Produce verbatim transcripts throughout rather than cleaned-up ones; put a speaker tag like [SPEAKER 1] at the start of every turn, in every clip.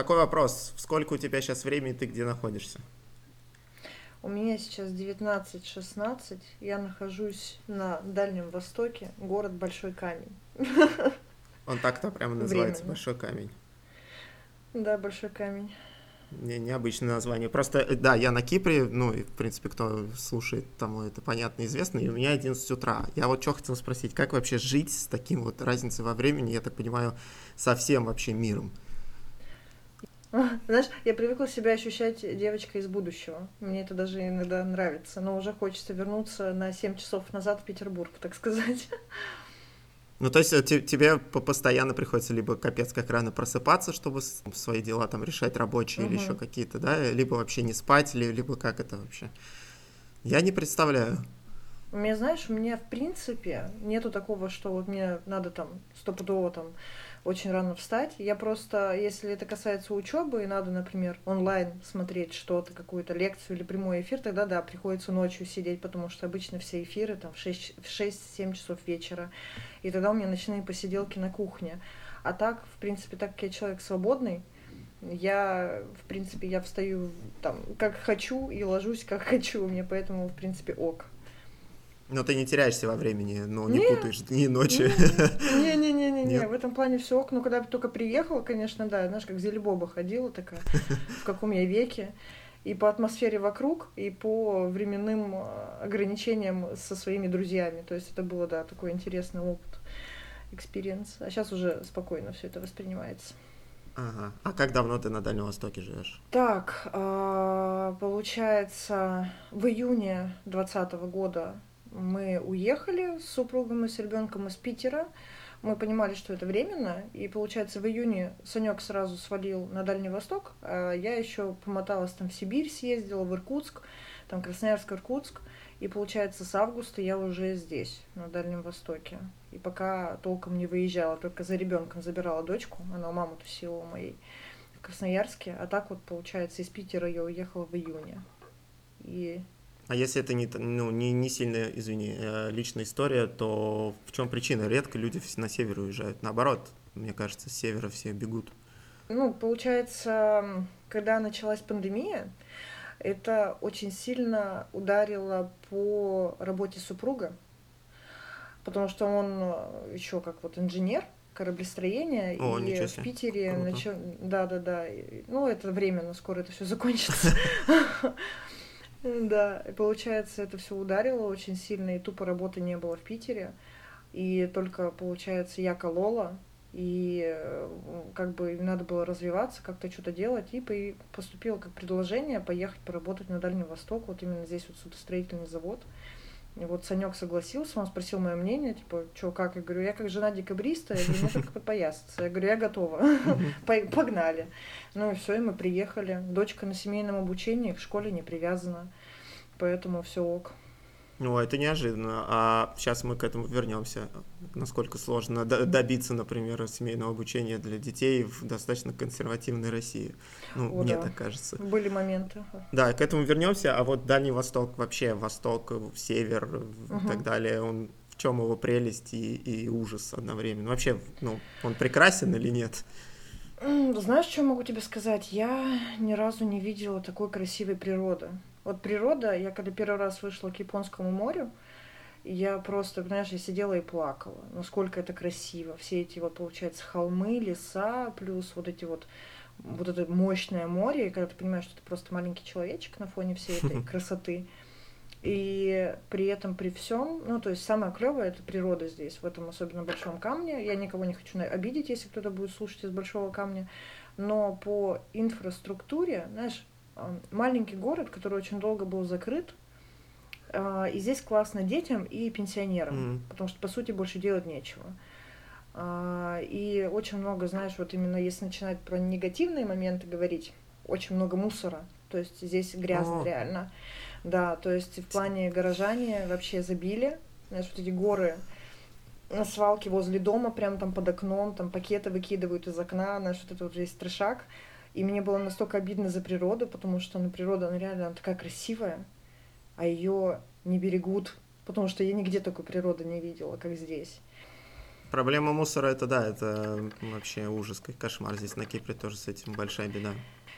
[SPEAKER 1] такой вопрос. Сколько у тебя сейчас времени, ты где находишься?
[SPEAKER 2] У меня сейчас девятнадцать шестнадцать, я нахожусь на Дальнем Востоке, город Большой Камень.
[SPEAKER 1] Он так-то прямо называется,
[SPEAKER 2] Временно.
[SPEAKER 1] Большой камень.
[SPEAKER 2] Да, Большой Камень.
[SPEAKER 1] Не, необычное название. Просто, э, да, я на Кипре, ну, и, в принципе, кто слушает, тому это понятно, известно, и у меня одиннадцать утра. Я вот что хотел спросить, как вообще жить с таким вот разницей во времени, я так понимаю, со всем вообще миром?
[SPEAKER 2] Знаешь, я привыкла себя ощущать девочкой из будущего. Мне это даже иногда нравится, но уже хочется вернуться на семь часов назад в Петербург, так сказать.
[SPEAKER 1] Ну, то есть э, те- тебе по- постоянно приходится либо капец как рано просыпаться, чтобы с- свои дела там решать рабочие или еще
[SPEAKER 2] Мгм.
[SPEAKER 1] какие-то, да, либо вообще не спать, ли- либо как это вообще? Я не представляю.
[SPEAKER 2] У меня, знаешь, у меня в принципе нету такого, что вот мне надо там стопудово там очень рано встать. Я просто, если это касается учебы, и надо, например, онлайн смотреть что-то, какую-то лекцию или прямой эфир, тогда да, приходится ночью сидеть, потому что обычно все эфиры там в шесть в шесть-семь часов вечера. И тогда у меня ночные посиделки на кухне. А так, в принципе, так как я человек свободный, я, в принципе, я встаю там как хочу и ложусь как хочу. Мне поэтому, в принципе, ок.
[SPEAKER 1] Но ты не теряешься во времени, ну, не
[SPEAKER 2] Не,
[SPEAKER 1] путаешь дни и ночи.
[SPEAKER 2] не, не, не, не, не,
[SPEAKER 1] Нет?
[SPEAKER 2] в этом плане все ок. Ну, когда я только приехала, конечно, да, знаешь, как Зелебоба ходила такая, в каком я веке. И по атмосфере вокруг, и по временным э, ограничениям со своими друзьями. То есть это было, да, такой интересный опыт, экспириенс. А сейчас уже спокойно все это воспринимается.
[SPEAKER 1] Ага. А как давно ты на Дальнем Востоке живешь?
[SPEAKER 2] Так, а, получается, в июне двадцатого года мы уехали с супругом и с ребенком из Питера. Мы понимали, что это временно, и получается в июне Санек сразу свалил на Дальний Восток, а я еще помоталась там в Сибирь, съездила в Иркутск, там Красноярск, Иркутск, и получается с августа я уже здесь, на Дальнем Востоке. И пока толком не выезжала, только за ребенком забирала дочку, она у мамы тусила у моей в Красноярске, а так вот получается из Питера я уехала в июне. И
[SPEAKER 1] А если это не, т- ну, не, не сильно, извини, э, личная история, то в чем причина? Редко люди вс- на север уезжают. Наоборот, мне кажется, с севера все бегут.
[SPEAKER 2] ну, получается, когда началась пандемия, это очень сильно ударило по работе супруга, потому что он еще как вот инженер кораблестроения,
[SPEAKER 1] О,
[SPEAKER 2] и
[SPEAKER 1] ничего
[SPEAKER 2] в
[SPEAKER 1] себе.
[SPEAKER 2] Питере
[SPEAKER 1] Круто.
[SPEAKER 2] начал... Да, да, да. Ну, это временно, скоро это все закончится. Да, и получается, это все ударило очень сильно, и тупо работы не было в Питере. И только, получается, я колола, и э, как бы им надо было развиваться, как-то что-то делать, и по- поступило как предложение поехать поработать на Дальний Восток, вот именно здесь вот судостроительный завод. И вот Санек согласился, он спросил мое мнение, типа, что, как? Я говорю, я как жена декабриста, я говорю, мне только подпоясаться. Я говорю, я готова,
[SPEAKER 1] Мгм.
[SPEAKER 2] погнали. Ну и все, и мы приехали. Дочка на семейном обучении, к школе не привязана, поэтому все ок.
[SPEAKER 1] Ну, это неожиданно. А сейчас мы к этому вернемся. Насколько сложно д- добиться, например, семейного обучения для детей в достаточно консервативной России. Ну,
[SPEAKER 2] О,
[SPEAKER 1] мне
[SPEAKER 2] да,
[SPEAKER 1] так кажется.
[SPEAKER 2] были моменты.
[SPEAKER 1] Да, к этому вернемся. А вот Дальний Восток, вообще Восток, э, Север э, и так
[SPEAKER 2] Угу.
[SPEAKER 1] далее, он в чем его прелесть и, и ужас одновременно? Вообще, ну, он прекрасен или нет?
[SPEAKER 2] Знаешь, что могу тебе сказать? Я ни разу не видела такой красивой природы. Вот природа, я когда первый раз вышла к Японскому морю, я просто, знаешь, я сидела и плакала. Насколько это красиво. Все эти вот, получается, холмы, леса, плюс вот эти вот вот это мощное море, и когда ты понимаешь, что ты просто маленький человечек на фоне всей этой красоты. И при этом, при всем, ну, то есть самое клевое это природа здесь, в этом особенно большом камне. Я никого не хочу обидеть, если кто-то будет слушать из большого камня. Но по инфраструктуре, знаешь, а, маленький город, который очень долго был закрыт, а, и здесь классно детям и пенсионерам,
[SPEAKER 1] М.
[SPEAKER 2] потому что, по сути, больше делать нечего. А, И очень много, знаешь, вот именно если начинать про негативные моменты говорить, очень много мусора. То есть здесь грязно
[SPEAKER 1] О,
[SPEAKER 2] реально. Да, то есть в плане горожане вообще забили. Знаешь, вот эти горы на свалке возле дома, прям там под окном, там пакеты выкидывают из окна, знаешь, вот это вот весь трешак. И мне было настолько обидно за природу, потому что, ну, природа, она реально она такая красивая, а ее не берегут, потому что я нигде такой природы не видела, как здесь.
[SPEAKER 1] Проблема мусора, это да, это вообще ужас, как кошмар. Здесь на Кипре тоже с этим большая беда.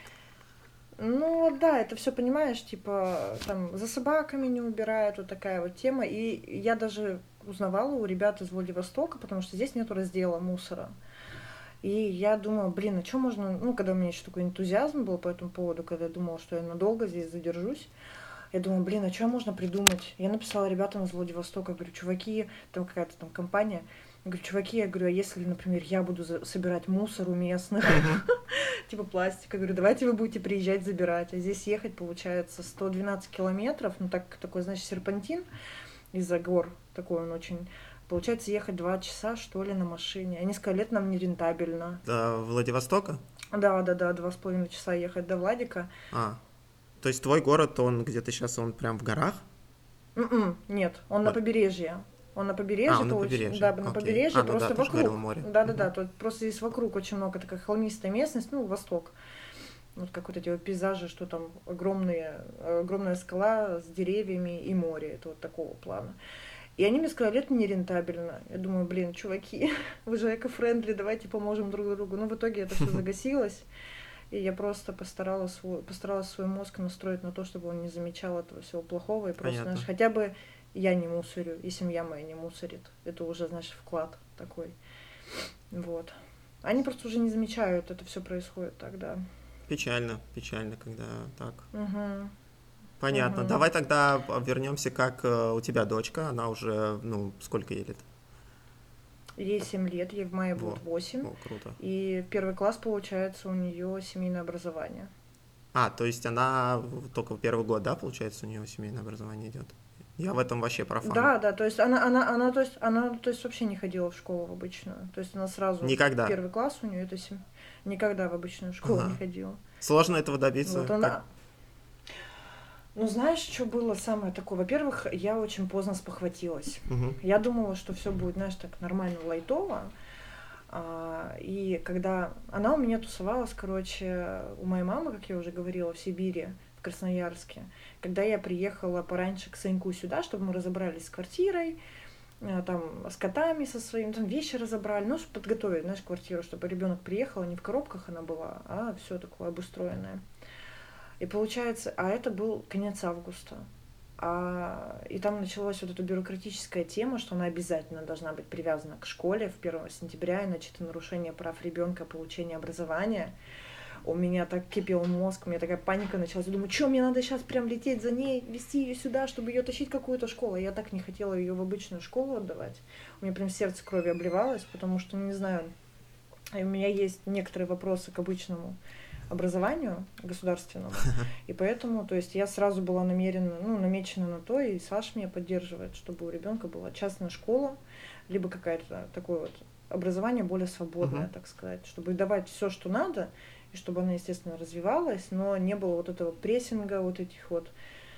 [SPEAKER 2] Ну да, это все понимаешь, типа там за собаками не убирают, вот такая вот тема. И я даже узнавала у ребят из Владивостока, потому что здесь нету раздела мусора. И я думала, блин, а что можно, ну, когда у меня еще такой энтузиазм был по этому поводу, когда я думала, что я надолго здесь задержусь, я думаю, блин, а что можно придумать? Я написала ребятам из Владивостока, говорю, чуваки, там какая-то там компания, я говорю, чуваки, я говорю, а если, например, я буду за- собирать мусор у местных,
[SPEAKER 1] Мгм.
[SPEAKER 2] типа пластик, я говорю, давайте вы будете приезжать забирать, а здесь ехать получается сто двенадцать километров, ну так такой, значит, серпантин из-за гор, такой он очень, получается ехать два часа, что ли, на машине. Они сказали, это нам нерентабельно.
[SPEAKER 1] До Владивостока?
[SPEAKER 2] Да, да, да, два с половиной часа ехать до Владика.
[SPEAKER 1] А, то есть твой город, он где-то сейчас, он прям в горах?
[SPEAKER 2] М-м, нет, он на
[SPEAKER 1] Вот.
[SPEAKER 2] побережье. Он на
[SPEAKER 1] А,
[SPEAKER 2] побережье,
[SPEAKER 1] он на
[SPEAKER 2] получ...
[SPEAKER 1] побережье,
[SPEAKER 2] да, на
[SPEAKER 1] окей.
[SPEAKER 2] побережье,
[SPEAKER 1] А, ну да,
[SPEAKER 2] просто
[SPEAKER 1] ты же говорил
[SPEAKER 2] вокруг.
[SPEAKER 1] море.
[SPEAKER 2] Да-да-да,
[SPEAKER 1] Мгм.
[SPEAKER 2] тут просто здесь вокруг очень много такая холмистая местность, ну, восток. Вот как вот эти вот пейзажи, что там огромные, огромная скала с деревьями и море, это вот такого плана. И они мне сказали, это нерентабельно. Я думаю, блин, чуваки, вы же эко-френдли, давайте поможем друг другу. Но в итоге это все загасилось, и я просто постаралась свой, постаралась свой мозг настроить на то, чтобы он не замечал этого всего плохого, и просто, знаешь,
[SPEAKER 1] Понятно.
[SPEAKER 2] хотя бы я не мусорю, и семья моя не мусорит. Это уже, знаешь, вклад такой. Вот. Они просто уже не замечают, это все происходит тогда.
[SPEAKER 1] Печально, печально, когда так.
[SPEAKER 2] Угу,
[SPEAKER 1] Понятно.
[SPEAKER 2] угу.
[SPEAKER 1] Давай тогда вернемся, как э, у тебя дочка, она уже, ну, сколько ей лет?
[SPEAKER 2] Ей семь лет, ей в мае
[SPEAKER 1] Во,
[SPEAKER 2] будет восемь.
[SPEAKER 1] о, круто.
[SPEAKER 2] И первый класс, получается, у нее семейное образование.
[SPEAKER 1] А, то есть она в- только в первый год, да, получается, у нее семейное образование идет? Я в этом вообще профан.
[SPEAKER 2] Да, да, то есть она, она, она, то есть, она, то есть вообще не ходила в школу в обычную. То есть она сразу
[SPEAKER 1] Никогда.
[SPEAKER 2] первый класс у нее это сем... никогда в обычную школу не
[SPEAKER 1] Ага.
[SPEAKER 2] ходила.
[SPEAKER 1] Сложно этого
[SPEAKER 2] Вот
[SPEAKER 1] добиться, как...
[SPEAKER 2] она. Ну знаешь, что было самое такое? Во-первых, я очень поздно спохватилась.
[SPEAKER 1] Мгм.
[SPEAKER 2] Я думала, что все будет, знаешь, так нормально, лайтово. А, и когда она у меня тусовалась, короче, у моей мамы, как я уже говорила, в Сибири, в Красноярске, когда я приехала пораньше к Саньку сюда, чтобы мы разобрались с квартирой, э, там, с котами со своим, там, вещи разобрали, ну, чтобы подготовить, знаешь, квартиру, чтобы ребенок приехал, не в коробках она была, а все такое обустроенное. И получается, а это был конец августа. А, и там началась вот эта бюрократическая тема, что она обязательно должна быть привязана к школе в первого сентября, иначе это нарушение прав ребенка, получение образования. У меня так кипел мозг, у меня такая паника началась. Я думаю, что мне надо сейчас прям лететь за ней, везти ее сюда, чтобы ее тащить в какую-то школу. Я так не хотела ее в обычную школу отдавать. У меня прям сердце кровью обливалось, потому что, не знаю, у меня есть некоторые вопросы к обычному образованию государственному, и поэтому, то есть я сразу была намерена, ну, намечена на то, и Саша меня поддерживает, чтобы у ребенка была частная школа, либо какая-то такое вот образование более свободное,
[SPEAKER 1] Мгм.
[SPEAKER 2] так сказать, чтобы давать все, что надо, и чтобы она, естественно, развивалась, но не было вот этого прессинга, вот этих вот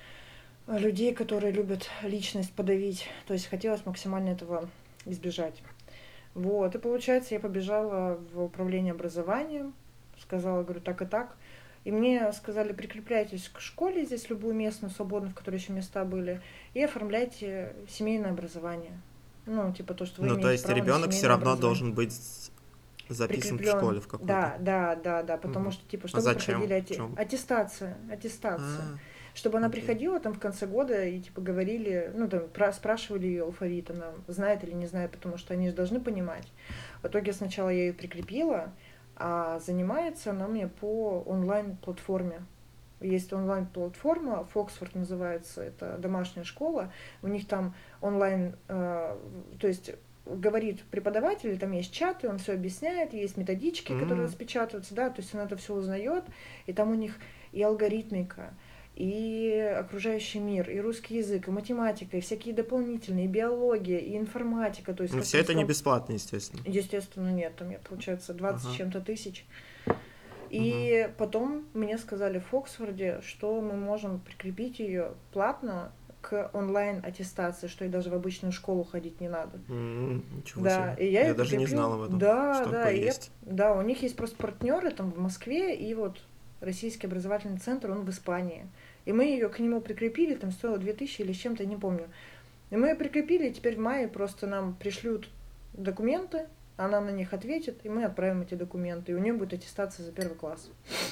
[SPEAKER 2] людей, которые любят личность подавить, то есть хотелось максимально этого избежать. Вот, и получается, я побежала в управление образованием, сказала, говорю, так и так. И мне сказали, прикрепляйтесь к школе здесь, любую местную, свободную, в которой еще места были, и оформляйте семейное образование. Ну, типа то, что вы
[SPEAKER 1] Ну, то
[SPEAKER 2] имеете
[SPEAKER 1] есть
[SPEAKER 2] право на
[SPEAKER 1] ребенок все
[SPEAKER 2] семейное
[SPEAKER 1] равно
[SPEAKER 2] образование.
[SPEAKER 1] должен быть с- записан в
[SPEAKER 2] Прикреплен.
[SPEAKER 1] школе в какой-то.
[SPEAKER 2] Да, да, да, да, потому
[SPEAKER 1] Мгм.
[SPEAKER 2] что, типа,
[SPEAKER 1] А
[SPEAKER 2] чтобы
[SPEAKER 1] зачем?
[SPEAKER 2] проходили
[SPEAKER 1] В
[SPEAKER 2] ати...
[SPEAKER 1] чем?
[SPEAKER 2] аттестация, аттестация.
[SPEAKER 1] А,
[SPEAKER 2] Чтобы она
[SPEAKER 1] окей.
[SPEAKER 2] приходила там в конце года и, типа, говорили, ну, там, про- спрашивали ее алфавит, она знает или не знает, потому что они же должны понимать. В итоге сначала я ее прикрепила, а занимается она мне по онлайн-платформе. Есть онлайн-платформа, Фоксфорд называется, это домашняя школа. У них там онлайн, э, то есть говорит преподаватель, там есть чаты, он все объясняет, есть методички, которые
[SPEAKER 1] М.
[SPEAKER 2] распечатываются, да, то есть он это все узнает, и там у них и алгоритмика, и окружающий мир, и русский язык, и математика, и всякие дополнительные, и биология, и информатика, то есть
[SPEAKER 1] Ну,
[SPEAKER 2] как
[SPEAKER 1] все это не
[SPEAKER 2] инструм...
[SPEAKER 1] бесплатно, естественно.
[SPEAKER 2] Естественно, нет, там, получается, двадцать с
[SPEAKER 1] Ага.
[SPEAKER 2] чем-то тысяч.
[SPEAKER 1] Мгм.
[SPEAKER 2] И потом мне сказали в Оксфорде, что мы можем прикрепить ее платно к онлайн-аттестации, что и даже в обычную школу ходить не надо.
[SPEAKER 1] М, Ничего
[SPEAKER 2] Да,
[SPEAKER 1] себе.
[SPEAKER 2] и я
[SPEAKER 1] Я
[SPEAKER 2] ее
[SPEAKER 1] даже не знал
[SPEAKER 2] прикрепила.
[SPEAKER 1] об этом,
[SPEAKER 2] Да,
[SPEAKER 1] что
[SPEAKER 2] да,
[SPEAKER 1] такое
[SPEAKER 2] и я,
[SPEAKER 1] есть.
[SPEAKER 2] да, у них есть просто партнеры там в Москве, и вот Российский образовательный центр, он в Испании. И мы ее к нему прикрепили, там стоило две тысячи или с чем-то, я не помню. И мы ее прикрепили, и теперь в мае просто нам пришлют документы, она на них ответит, и мы отправим эти документы, и у нее будет аттестация за первый класс.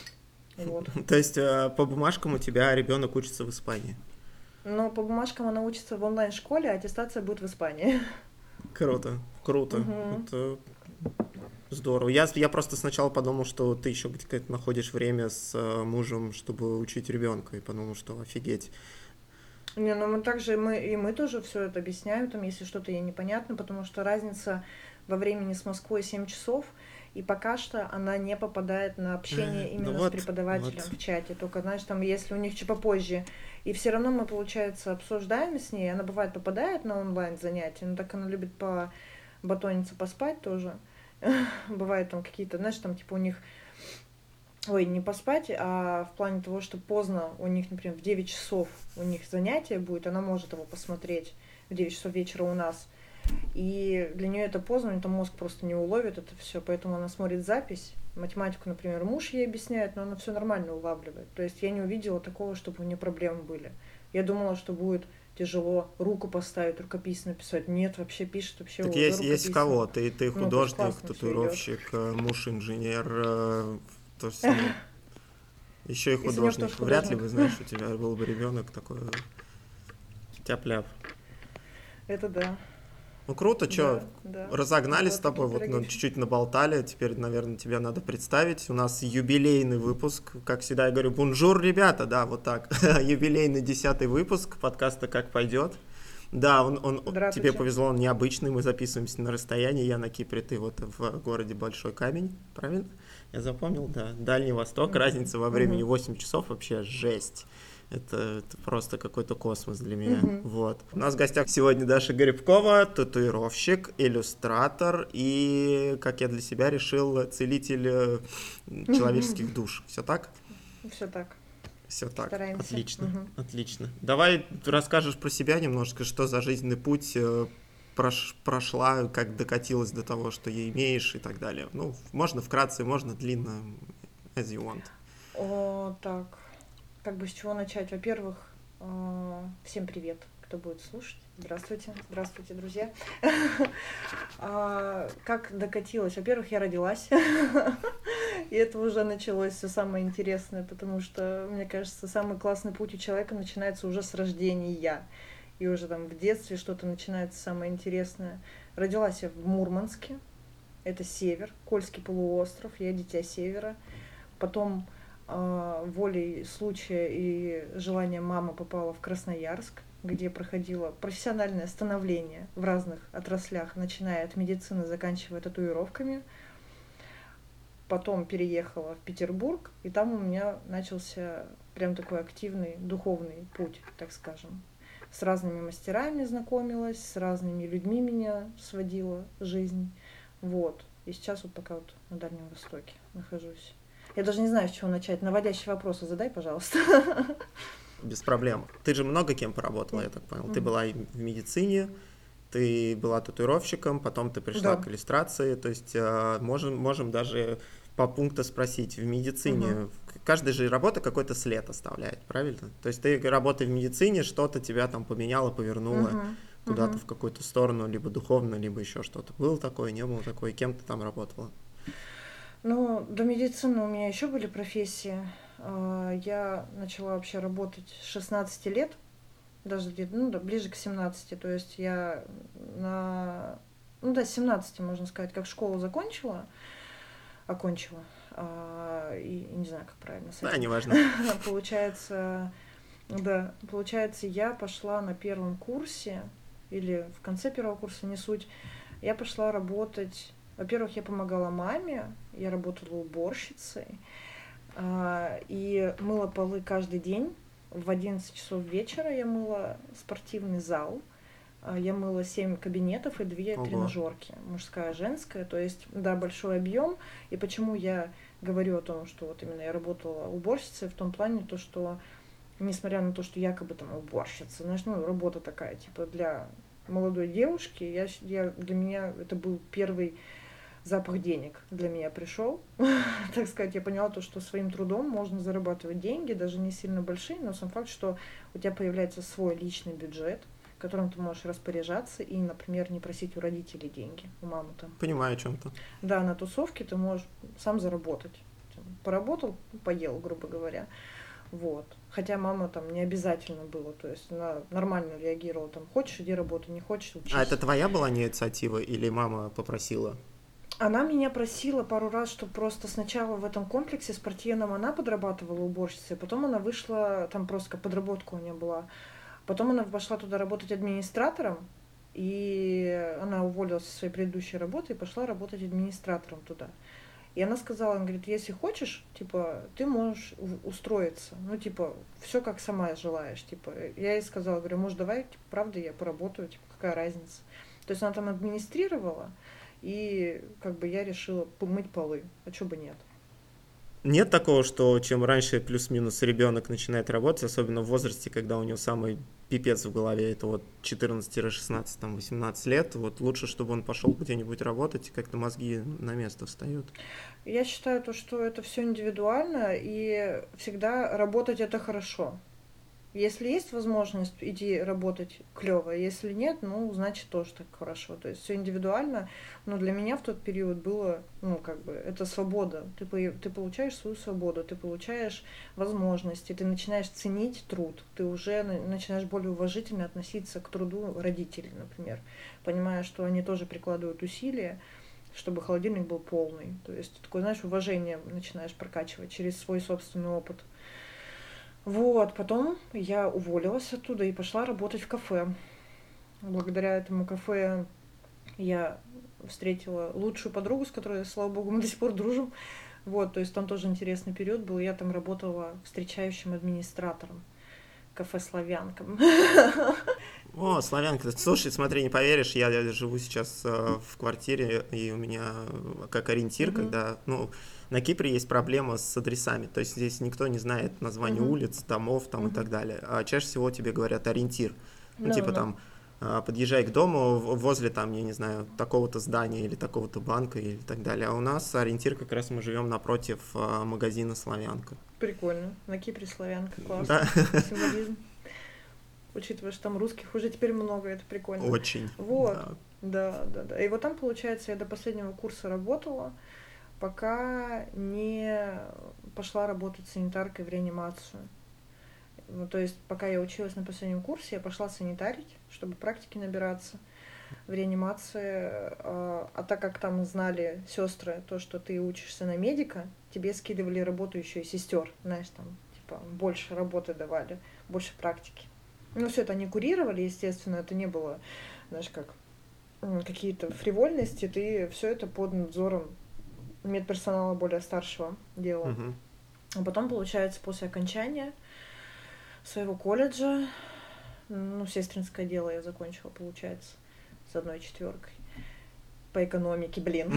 [SPEAKER 2] Вот.
[SPEAKER 1] То есть э, по бумажкам у тебя ребенок учится в Испании?
[SPEAKER 2] Но по бумажкам она учится в онлайн-школе, а аттестация будет в Испании.
[SPEAKER 1] Круто, круто.
[SPEAKER 2] Мгм.
[SPEAKER 1] Это здорово. Я, я просто сначала подумал, что ты еще где-то находишь время с э, мужем, чтобы учить ребенка, и подумал, что офигеть.
[SPEAKER 2] Не, ну мы также, мы, и мы тоже все это объясняем, там, если что-то ей непонятно, потому что разница во времени с Москвой семь часов, и пока что она не попадает на общение
[SPEAKER 1] Э, ну
[SPEAKER 2] именно с
[SPEAKER 1] вот,
[SPEAKER 2] преподавателем
[SPEAKER 1] вот.
[SPEAKER 2] в чате. Только, знаешь, там, если у них чуть попозже. И все равно мы, получается, обсуждаем с ней. Она бывает попадает на онлайн занятия, но так она любит по батониться, поспать тоже. Бывает там какие-то, знаешь, там типа у них, ой, не поспать, а в плане того, что поздно у них, например, в девять часов у них занятие будет, она может его посмотреть в девять часов вечера у нас. И для нее это поздно, у нее там мозг просто не уловит это все, поэтому она смотрит запись. Математику, например, муж ей объясняет, но она все нормально улавливает. То есть я не увидела такого, чтобы у нее проблемы были. Я думала, что будет тяжело руку поставить, рукопись написать. Нет, вообще пишет вообще
[SPEAKER 1] Так
[SPEAKER 2] уже
[SPEAKER 1] есть, есть у
[SPEAKER 2] рукописно.
[SPEAKER 1] кого? Ты, ты
[SPEAKER 2] Ну, то есть
[SPEAKER 1] художник,
[SPEAKER 2] классно все идет.
[SPEAKER 1] татуировщик, э, муж инженер, э, то есть, ну, еще и
[SPEAKER 2] И Санек
[SPEAKER 1] художник.
[SPEAKER 2] тоже
[SPEAKER 1] Вряд ли
[SPEAKER 2] художник.
[SPEAKER 1] бы, знаешь, у тебя был бы ребенок такой тяп-ляп.
[SPEAKER 2] Это да,
[SPEAKER 1] Ну круто, что,
[SPEAKER 2] да, да.
[SPEAKER 1] разогнались с
[SPEAKER 2] Вот
[SPEAKER 1] тобой,
[SPEAKER 2] такие
[SPEAKER 1] вот ну,
[SPEAKER 2] пироги.
[SPEAKER 1] чуть-чуть наболтали, теперь, наверное, тебя надо представить. У нас юбилейный выпуск, как всегда я говорю, бонжур, ребята, да, вот так. Юбилейный десятый выпуск подкаста «Как пойдет». Да, он, он, тебе
[SPEAKER 2] Здравствуйте.
[SPEAKER 1] повезло, он необычный, мы записываемся на расстоянии, я на Кипре, ты вот в городе Большой Камень, правильно? Я запомнил, да. Дальний Восток,
[SPEAKER 2] Мгм,
[SPEAKER 1] разница во времени
[SPEAKER 2] мгм,
[SPEAKER 1] восемь часов, вообще жесть. Это, это просто какой-то космос для меня.
[SPEAKER 2] мгм.
[SPEAKER 1] Вот. У нас в гостях сегодня Даша Грибкова, татуировщик, иллюстратор и, как я для себя решил, целитель э, человеческих душ. Все так?
[SPEAKER 2] Все так,
[SPEAKER 1] Все так.
[SPEAKER 2] стараемся.
[SPEAKER 1] Отлично.
[SPEAKER 2] Мгм.
[SPEAKER 1] Отлично. Давай расскажешь про себя немножко, что за жизненный путь э, прош- прошла, как докатилась до того, что я имеешь и так далее. Ну, можно вкратце, можно длинно, as you want.
[SPEAKER 2] О, так, как бы с чего начать? Во-первых, э, всем привет, кто будет слушать. Здравствуйте, здравствуйте, друзья. А, Как докатилась? Во-первых, я родилась, и это уже началось все самое интересное, потому что, мне кажется, самый классный путь у человека начинается уже с рождения. И уже там в детстве что-то начинается самое интересное. Родилась я в Мурманске, это север, Кольский полуостров, я дитя севера. Потом э, волей случая и желания мамы попала в Красноярск, где проходило профессиональное становление в разных отраслях, начиная от медицины, заканчивая татуировками. Потом переехала в Петербург, и там у меня начался прям такой активный духовный путь, так скажем. С разными мастерами знакомилась, с разными людьми меня сводила жизнь. Вот. И сейчас вот пока вот на Дальнем Востоке нахожусь. Я даже не знаю, с чего начать. Наводящие вопросы задай, пожалуйста.
[SPEAKER 1] Без проблем. Ты же много кем поработала, я так понял. Ты была и в медицине, ты была татуировщиком, потом ты пришла
[SPEAKER 2] Да.
[SPEAKER 1] к иллюстрации. То есть э, можем, можем даже по пункту спросить. В медицине
[SPEAKER 2] Мгм.
[SPEAKER 1] каждая же работа какой-то след оставляет, правильно? То есть ты, работая в медицине, что-то тебя там поменяло, повернуло
[SPEAKER 2] Мгм.
[SPEAKER 1] куда-то
[SPEAKER 2] Мгм.
[SPEAKER 1] в какую-то сторону, либо духовно, либо еще что-то. Было такое, не было такое? Кем ты там работала?
[SPEAKER 2] Ну, до медицины у меня еще были профессии. А, Я начала вообще работать с шестнадцати лет, даже где-то, ну, да, ближе к семнадцати. То есть я на, ну да, с семнадцати, можно сказать, как школу закончила, окончила. А, И, и не знаю, как правильно с
[SPEAKER 1] Да,
[SPEAKER 2] этим.
[SPEAKER 1] неважно.
[SPEAKER 2] Получается, да, получается, я пошла на первом курсе, или в конце первого курса, не суть, я пошла работать. Во-первых, я помогала маме, я работала уборщицей, а, и мыла полы каждый день. В одиннадцать часов вечера я мыла спортивный зал, а, я мыла семь кабинетов и две
[SPEAKER 1] Ого.
[SPEAKER 2] тренажерки, мужская, женская, то есть, да, большой объем. И почему я говорю о том, что вот именно я работала уборщицей, в том плане, то, что, несмотря на то, что якобы там уборщица, знаешь, ну, работа такая, типа, для молодой девушки, я, я, для меня это был первый запах денег для меня пришел. Так сказать, я поняла то, что своим трудом можно зарабатывать деньги, даже не сильно большие, но сам факт, что у тебя появляется свой личный бюджет, которым ты можешь распоряжаться и, например, не просить у родителей деньги, у мамы там.
[SPEAKER 1] Понимаю о чем-то.
[SPEAKER 2] Да, на тусовке ты можешь сам заработать. Поработал, поел, грубо говоря. Вот. Хотя мама там не обязательно было, то есть она нормально реагировала, там, хочешь, иди работай, не хочешь, учись.
[SPEAKER 1] А это твоя была инициатива или мама попросила?
[SPEAKER 2] Она меня просила пару раз, чтобы просто сначала в этом комплексе спортивном она подрабатывала уборщицей, потом она вышла, там просто подработка у нее была, потом она пошла туда работать администратором, и она уволилась со своей предыдущей работы и пошла работать администратором туда. И она сказала, она говорит, если хочешь, типа, ты можешь устроиться. Ну, типа, все как сама желаешь. Типа, я ей сказала, говорю, может, давай, типа, правда, я поработаю, типа, какая разница. То есть она там администрировала, и как бы я решила помыть полы. А чё бы нет?
[SPEAKER 1] Нет такого, что чем раньше плюс-минус ребенок начинает работать, особенно в возрасте, когда у него самый пипец в голове, это вот четырнадцать-шестнадцать, там, восемнадцать лет, вот лучше, чтобы он пошел где-нибудь работать, и как-то мозги на место встают.
[SPEAKER 2] Я считаю то, что это все индивидуально, и всегда работать это хорошо. Если есть возможность идти работать клево, если нет, ну, значит, тоже так хорошо. То есть все индивидуально, но для меня в тот период было, ну, как бы, это свобода. Ты, ты получаешь свою свободу, ты получаешь возможности, ты начинаешь ценить труд, ты уже начинаешь более уважительно относиться к труду родителей, например, понимая, что они тоже прикладывают усилия, чтобы холодильник был полный. То есть такое, знаешь, уважение начинаешь прокачивать через свой собственный опыт. Вот, потом я уволилась оттуда и пошла работать в кафе. Благодаря этому кафе я встретила лучшую подругу, с которой, слава богу, мы до сих пор дружим. Вот, то есть там тоже интересный период был. Я там работала встречающим администратором кафе «Славянка».
[SPEAKER 1] О, славянка. Слушай, смотри, не поверишь, я живу сейчас э, в квартире, и у меня как ориентир, mm-hmm. когда, ну, на Кипре есть проблема с адресами, то есть здесь никто не знает название mm-hmm. улиц, домов там mm-hmm. и так далее, а чаще всего тебе говорят ориентир, ну, no, типа no. там, э, подъезжай к дому возле там, я не знаю, такого-то здания или такого-то банка или так далее, а у нас ориентир как раз мы живем напротив э, магазина «Славянка».
[SPEAKER 2] Прикольно, на Кипре «Славянка», классно,
[SPEAKER 1] да.
[SPEAKER 2] Символизм. Учитывая, что там русских уже теперь много, это прикольно.
[SPEAKER 1] Очень.
[SPEAKER 2] Вот. Да. да, да, да. И вот там, получается, я до последнего курса работала, пока не пошла работать санитаркой в реанимацию. Ну, то есть, пока я училась на последнем курсе, я пошла санитарить, чтобы практики набираться в реанимации. А так как там знали сестры то, что ты учишься на медика, тебе скидывали работу еще и сестер, знаешь, там, типа, больше работы давали, больше практики. Ну, все это они курировали, естественно, это не было, знаешь, как какие-то фривольности, ты все это под надзором медперсонала более старшего делал. Uh-huh. А потом, получается, после окончания своего колледжа, ну, сестринское дело я закончила, получается, с одной четверкой по экономике, блин.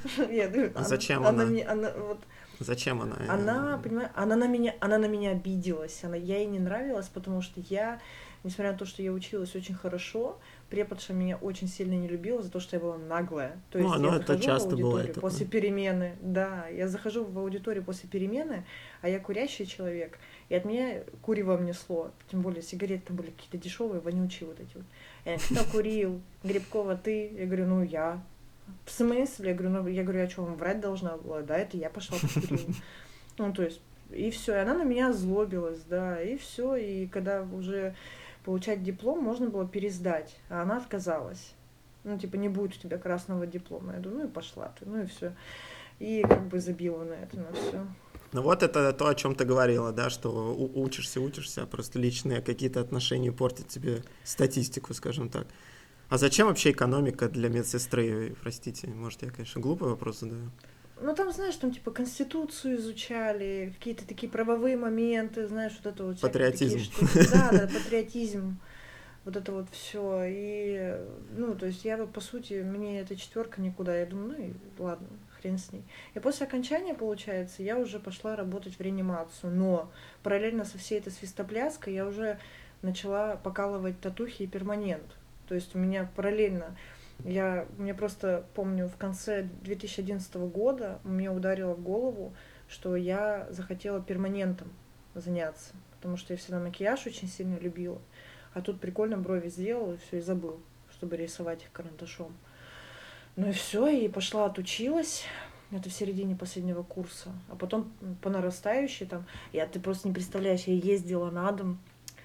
[SPEAKER 1] Зачем она? Зачем она?
[SPEAKER 2] Она, понимаешь, она на меня, она на меня обиделась, она, я ей не нравилась, потому что я, несмотря на то, что я училась очень хорошо, преподша меня очень сильно не любила за то, что я была наглая. То есть
[SPEAKER 1] ну,
[SPEAKER 2] я
[SPEAKER 1] это
[SPEAKER 2] захожу
[SPEAKER 1] часто
[SPEAKER 2] в аудиторию
[SPEAKER 1] бывает
[SPEAKER 2] после
[SPEAKER 1] такое.
[SPEAKER 2] перемены, да, я захожу в аудиторию после перемены, а я курящий человек, и от меня курево несло, тем более сигареты там были какие-то дешевые, вонючие вот эти вот. Я, кто курил? Грибкова, ты? Я говорю, ну я. В смысле? Я говорю, ну, я говорю, я что, вам врать должна была? Да, это я пошла покурила. Ну, то есть, и все, и она на меня злобилась, да, и все, и когда уже получать диплом, можно было пересдать, а она отказалась. Ну, типа, не будет у тебя красного диплома. Я думаю, ну и пошла ты, ну и все. И как бы забила на это, на все.
[SPEAKER 1] Ну вот это то, о чем ты говорила, да, что учишься, учишься, а просто личные какие-то отношения портят тебе статистику, скажем так. А зачем вообще экономика для медсестры? Простите, может, я, конечно, глупый вопрос задаю.
[SPEAKER 2] Ну, там, знаешь, там, типа, Конституцию изучали, какие-то такие правовые моменты, знаешь, вот это вот...
[SPEAKER 1] Патриотизм.
[SPEAKER 2] Да, да, патриотизм. Вот это вот все. И, ну, то есть я вот, по сути, мне эта четверка никуда. Я думаю, ну и ладно, хрен с ней. И после окончания, получается, я уже пошла работать в реанимацию. Но параллельно со всей этой свистопляской я уже начала покалывать татухи и перманент. То есть у меня параллельно, я, мне просто помню, в конце две тысячи одиннадцатого года мне ударило в голову, что я захотела перманентом заняться, потому что я всегда макияж очень сильно любила. А тут прикольно брови сделал, и все, и забыл, чтобы рисовать их карандашом. Ну и все, и пошла отучилась. Это в середине последнего курса. А потом по нарастающей там... Я, ты просто не представляешь, я ездила на дом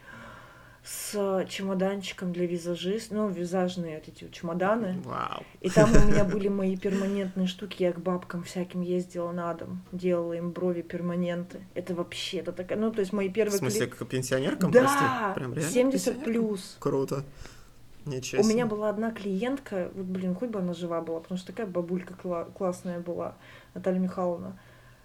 [SPEAKER 2] с чемоданчиком для визажиста, ну, визажные вот эти вот чемоданы.
[SPEAKER 1] Вау.
[SPEAKER 2] И там у меня были мои перманентные штуки, я к бабкам всяким ездила на дом, делала им брови перманенты. Это вообще, это такая, ну, то есть мои первые...
[SPEAKER 1] В смысле,
[SPEAKER 2] кли...
[SPEAKER 1] к пенсионеркам,
[SPEAKER 2] да,
[SPEAKER 1] прости? Прям реально
[SPEAKER 2] семьдесят плюс.
[SPEAKER 1] Круто. Ничего
[SPEAKER 2] У
[SPEAKER 1] себе.
[SPEAKER 2] меня была одна клиентка, вот, блин, хоть бы она жива была, потому что такая бабулька кла- классная была, Наталья Михайловна.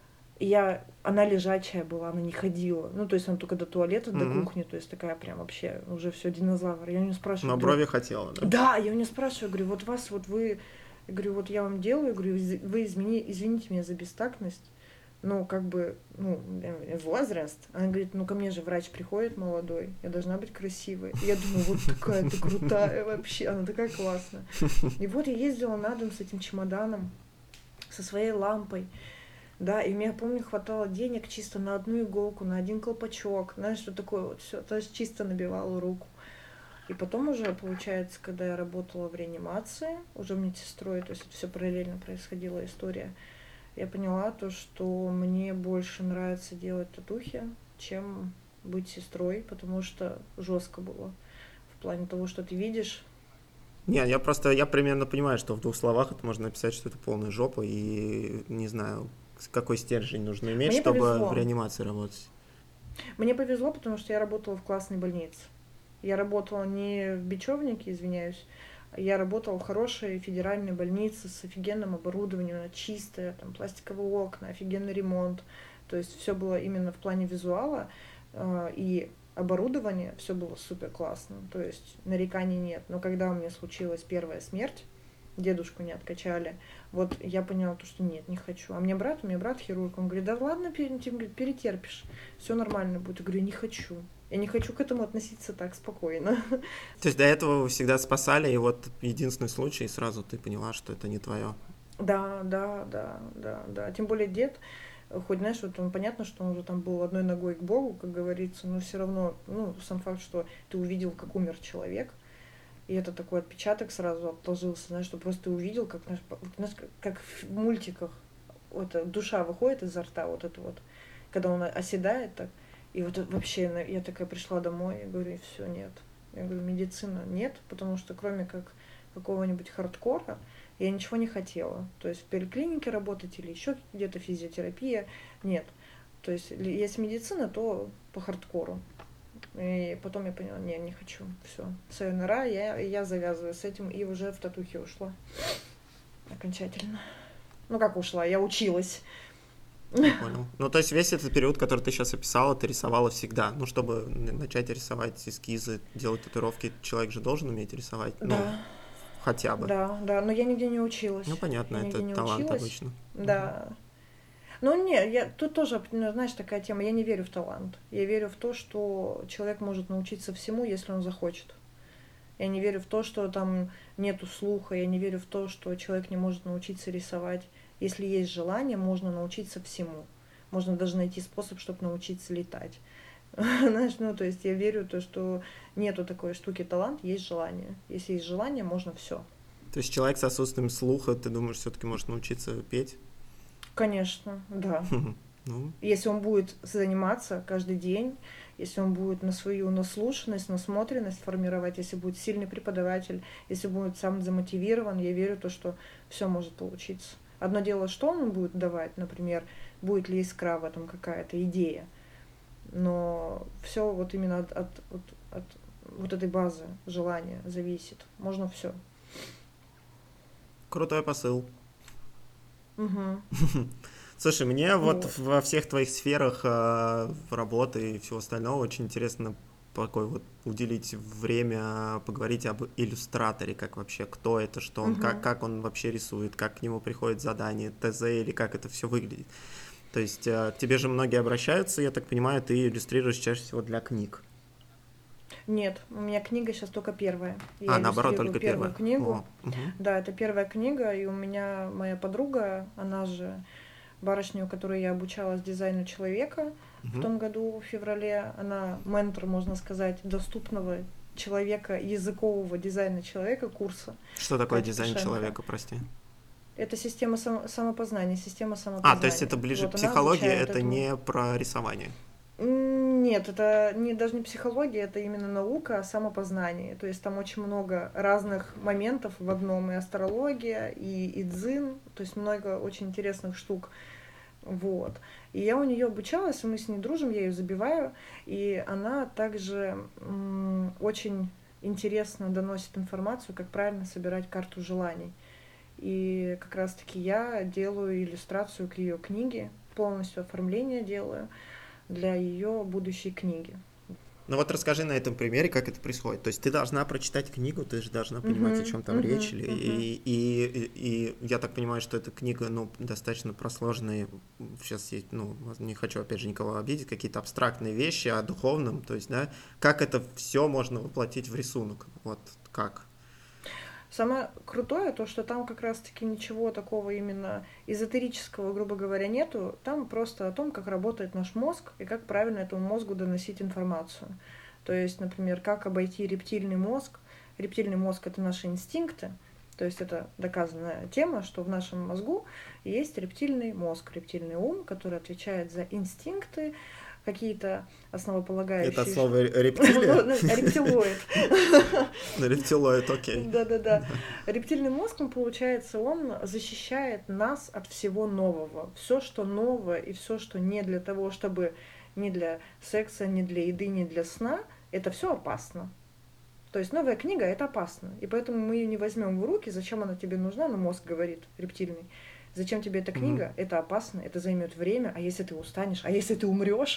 [SPEAKER 2] И я, она лежачая была, она не ходила. Ну, то есть она только до туалета, mm-hmm. до кухни, то есть такая прям вообще уже все динозавр. Я у нее спрашиваю...
[SPEAKER 1] Но
[SPEAKER 2] говорю,
[SPEAKER 1] брови хотела, да?
[SPEAKER 2] Да, я у нее спрашиваю, говорю, вот вас, вот вы... Я говорю, вот я вам делаю, я говорю, вы измени, извините меня за бестактность, но как бы, ну, возраст. Она говорит, ну, ко мне же врач приходит молодой, я должна быть красивой. И я думаю, вот такая ты крутая вообще, она такая классная. И вот я ездила на дом с этим чемоданом, со своей лампой. Да, и мне, помню, хватало денег чисто на одну иголку, на один колпачок, знаешь, что такое вот все, то есть чисто набивала руку. И потом уже, получается, когда я работала в реанимации, уже медсестрой, то есть это все параллельно происходила история, я поняла то, что мне больше нравится делать татухи, чем быть сестрой, потому что жестко было в плане того, что ты видишь.
[SPEAKER 1] Не, я просто, я примерно понимаю, что в двух словах это можно написать, что это полная жопа, и не знаю, какой стержень нужно иметь,
[SPEAKER 2] Мне
[SPEAKER 1] чтобы
[SPEAKER 2] повезло.
[SPEAKER 1] в реанимации работать.
[SPEAKER 2] Мне повезло, потому что я работала в классной больнице. Я работала не в бечевнике, извиняюсь, я работала в хорошей федеральной больнице с офигенным оборудованием, она чистая, там пластиковые окна, офигенный ремонт. То есть все было именно в плане визуала э, и оборудования, все было супер классно. То есть нареканий нет. Но когда у меня случилась первая смерть, дедушку не откачали, вот я поняла, то, что нет, не хочу. А мне брат, у меня брат хирург, он говорит, да ладно, перетерпишь, все нормально будет. Я говорю, не хочу. Я не хочу к этому относиться так спокойно.
[SPEAKER 1] То есть до этого вы всегда спасали, и вот единственный случай, и сразу ты поняла, что это не твое.
[SPEAKER 2] Да, да, да, да, да. Тем более дед, хоть, знаешь, вот он понятно, что он уже там был одной ногой к Богу, как говорится, но все равно, ну, сам факт, что ты увидел, как умер человек, и это такой отпечаток сразу отложился, знаешь, что просто ты увидел, как, знаешь, как в мультиках, вот душа выходит изо рта, вот это вот, когда он оседает так. И вот вообще я такая пришла домой, я говорю, все, нет. Я говорю, медицина нет, потому что кроме как какого-нибудь хардкора я ничего не хотела. То есть в поликлинике работать или еще где-то физиотерапия, нет. То есть если медицина, то по хардкору. И потом я поняла, не, не хочу, все. Сайонара, я, я завязываю с этим и уже в татухи ушла. Окончательно. Ну как ушла, я училась.
[SPEAKER 1] Я понял. Ну, то есть весь этот период, который ты сейчас описала, ты рисовала всегда. Ну, чтобы начать рисовать эскизы, делать татуировки, человек же должен уметь рисовать.
[SPEAKER 2] Да.
[SPEAKER 1] Ну, хотя бы.
[SPEAKER 2] Да, да, но я нигде не училась.
[SPEAKER 1] Ну, понятно,
[SPEAKER 2] я
[SPEAKER 1] это талант училась. Обычно.
[SPEAKER 2] Да. Угу. Ну, не, я, тут тоже, знаешь, такая тема, я не верю в талант. Я верю в то, что человек может научиться всему, если он захочет. Я не верю в то, что там нету слуха, я не верю в то, что человек не может научиться рисовать. Если есть желание, можно научиться всему. Можно даже найти способ, чтобы научиться летать. Знаешь, ну, то есть я верю в то, что нету такой штуки талант, есть желание. Если есть желание, можно все.
[SPEAKER 1] То есть человек с отсутствием слуха, ты думаешь, все-таки может научиться петь?
[SPEAKER 2] Конечно, да.
[SPEAKER 1] Ну.
[SPEAKER 2] Если он будет заниматься каждый день, если он будет на свою наслушанность, насмотренность формировать, если будет сильный преподаватель, если будет сам замотивирован, я верю в то, что все может получиться. Одно дело, что он будет давать, например, будет ли искра в этом какая-то идея, но все вот именно от, от, от, от вот этой базы желания зависит. Можно все.
[SPEAKER 1] Крутой посыл.
[SPEAKER 2] Угу.
[SPEAKER 1] Слушай, мне вот, вот во всех твоих сферах э, работы и всего остального очень интересно такой вот уделить время, поговорить об иллюстраторе, как вообще, кто это, что он, uh-huh. как, как он вообще рисует, как к нему приходит задание, ТЗ или как это все выглядит. То есть э, к тебе же многие обращаются, я так понимаю, ты иллюстрируешь чаще всего для книг.
[SPEAKER 2] Нет, у меня книга сейчас только первая.
[SPEAKER 1] Я а, наоборот, только
[SPEAKER 2] первую
[SPEAKER 1] первая.
[SPEAKER 2] книгу.
[SPEAKER 1] О, угу.
[SPEAKER 2] Да, это первая книга, и у меня моя подруга, она же барышня, у которой я обучалась дизайну человека uh-huh. в том году, в феврале, она ментор, можно сказать, доступного человека, языкового дизайна человека курса.
[SPEAKER 1] Что такое
[SPEAKER 2] Кати
[SPEAKER 1] дизайн
[SPEAKER 2] Пашенко.
[SPEAKER 1] человека, прости?
[SPEAKER 2] Это система сам, самопознания, система
[SPEAKER 1] А,
[SPEAKER 2] самопознания.
[SPEAKER 1] то есть это ближе
[SPEAKER 2] вот,
[SPEAKER 1] к психологии, это
[SPEAKER 2] этому.
[SPEAKER 1] не про рисование?
[SPEAKER 2] Нет, это не, даже не психология, это именно наука о самопознании. То есть там очень много разных моментов в одном, и астрология, и, и дзин, то есть много очень интересных штук. Вот. И я у нее обучалась, и мы с ней дружим, я ее забиваю, и она также м, очень интересно доносит информацию, как правильно собирать карту желаний. И как раз-таки я делаю иллюстрацию к ее книге, полностью оформление делаю для ее будущей книги.
[SPEAKER 1] Ну вот расскажи на этом примере, как это происходит. То есть ты должна прочитать книгу, ты же должна понимать, uh-huh, о чем там uh-huh, речь. Uh-huh. И, и, и, и я так понимаю, что эта книга, ну, достаточно просложенная. Сейчас я, ну, не хочу, опять же, никого обидеть, какие-то абстрактные вещи о духовном. То есть, да, как это все можно воплотить в рисунок? Вот как?
[SPEAKER 2] Самое крутое то, что там как раз-таки ничего такого именно эзотерического, грубо говоря, нету. Там просто о том, как работает наш мозг и как правильно этому мозгу доносить информацию. То есть, например, как обойти рептильный мозг. Рептильный мозг — это наши инстинкты. То есть это доказанная тема, что в нашем мозгу есть рептильный мозг, рептильный ум, который отвечает за инстинкты, какие-то основополагающие...
[SPEAKER 1] Это слово рептилия?
[SPEAKER 2] Рептилоид.
[SPEAKER 1] Рептилоид, окей.
[SPEAKER 2] Да-да-да. Рептильный мозг, он, получается, он защищает нас от всего нового. Все, что новое и все, что не для того, чтобы не для секса, не для еды, не для сна, это все опасно. То есть новая книга — это опасно. И поэтому мы ее не возьмем в руки. Зачем она тебе нужна? Ну, мозг говорит, рептильный. Зачем тебе эта книга? Mm-hmm. Это опасно, это займет время, а если ты устанешь, а если ты умрешь?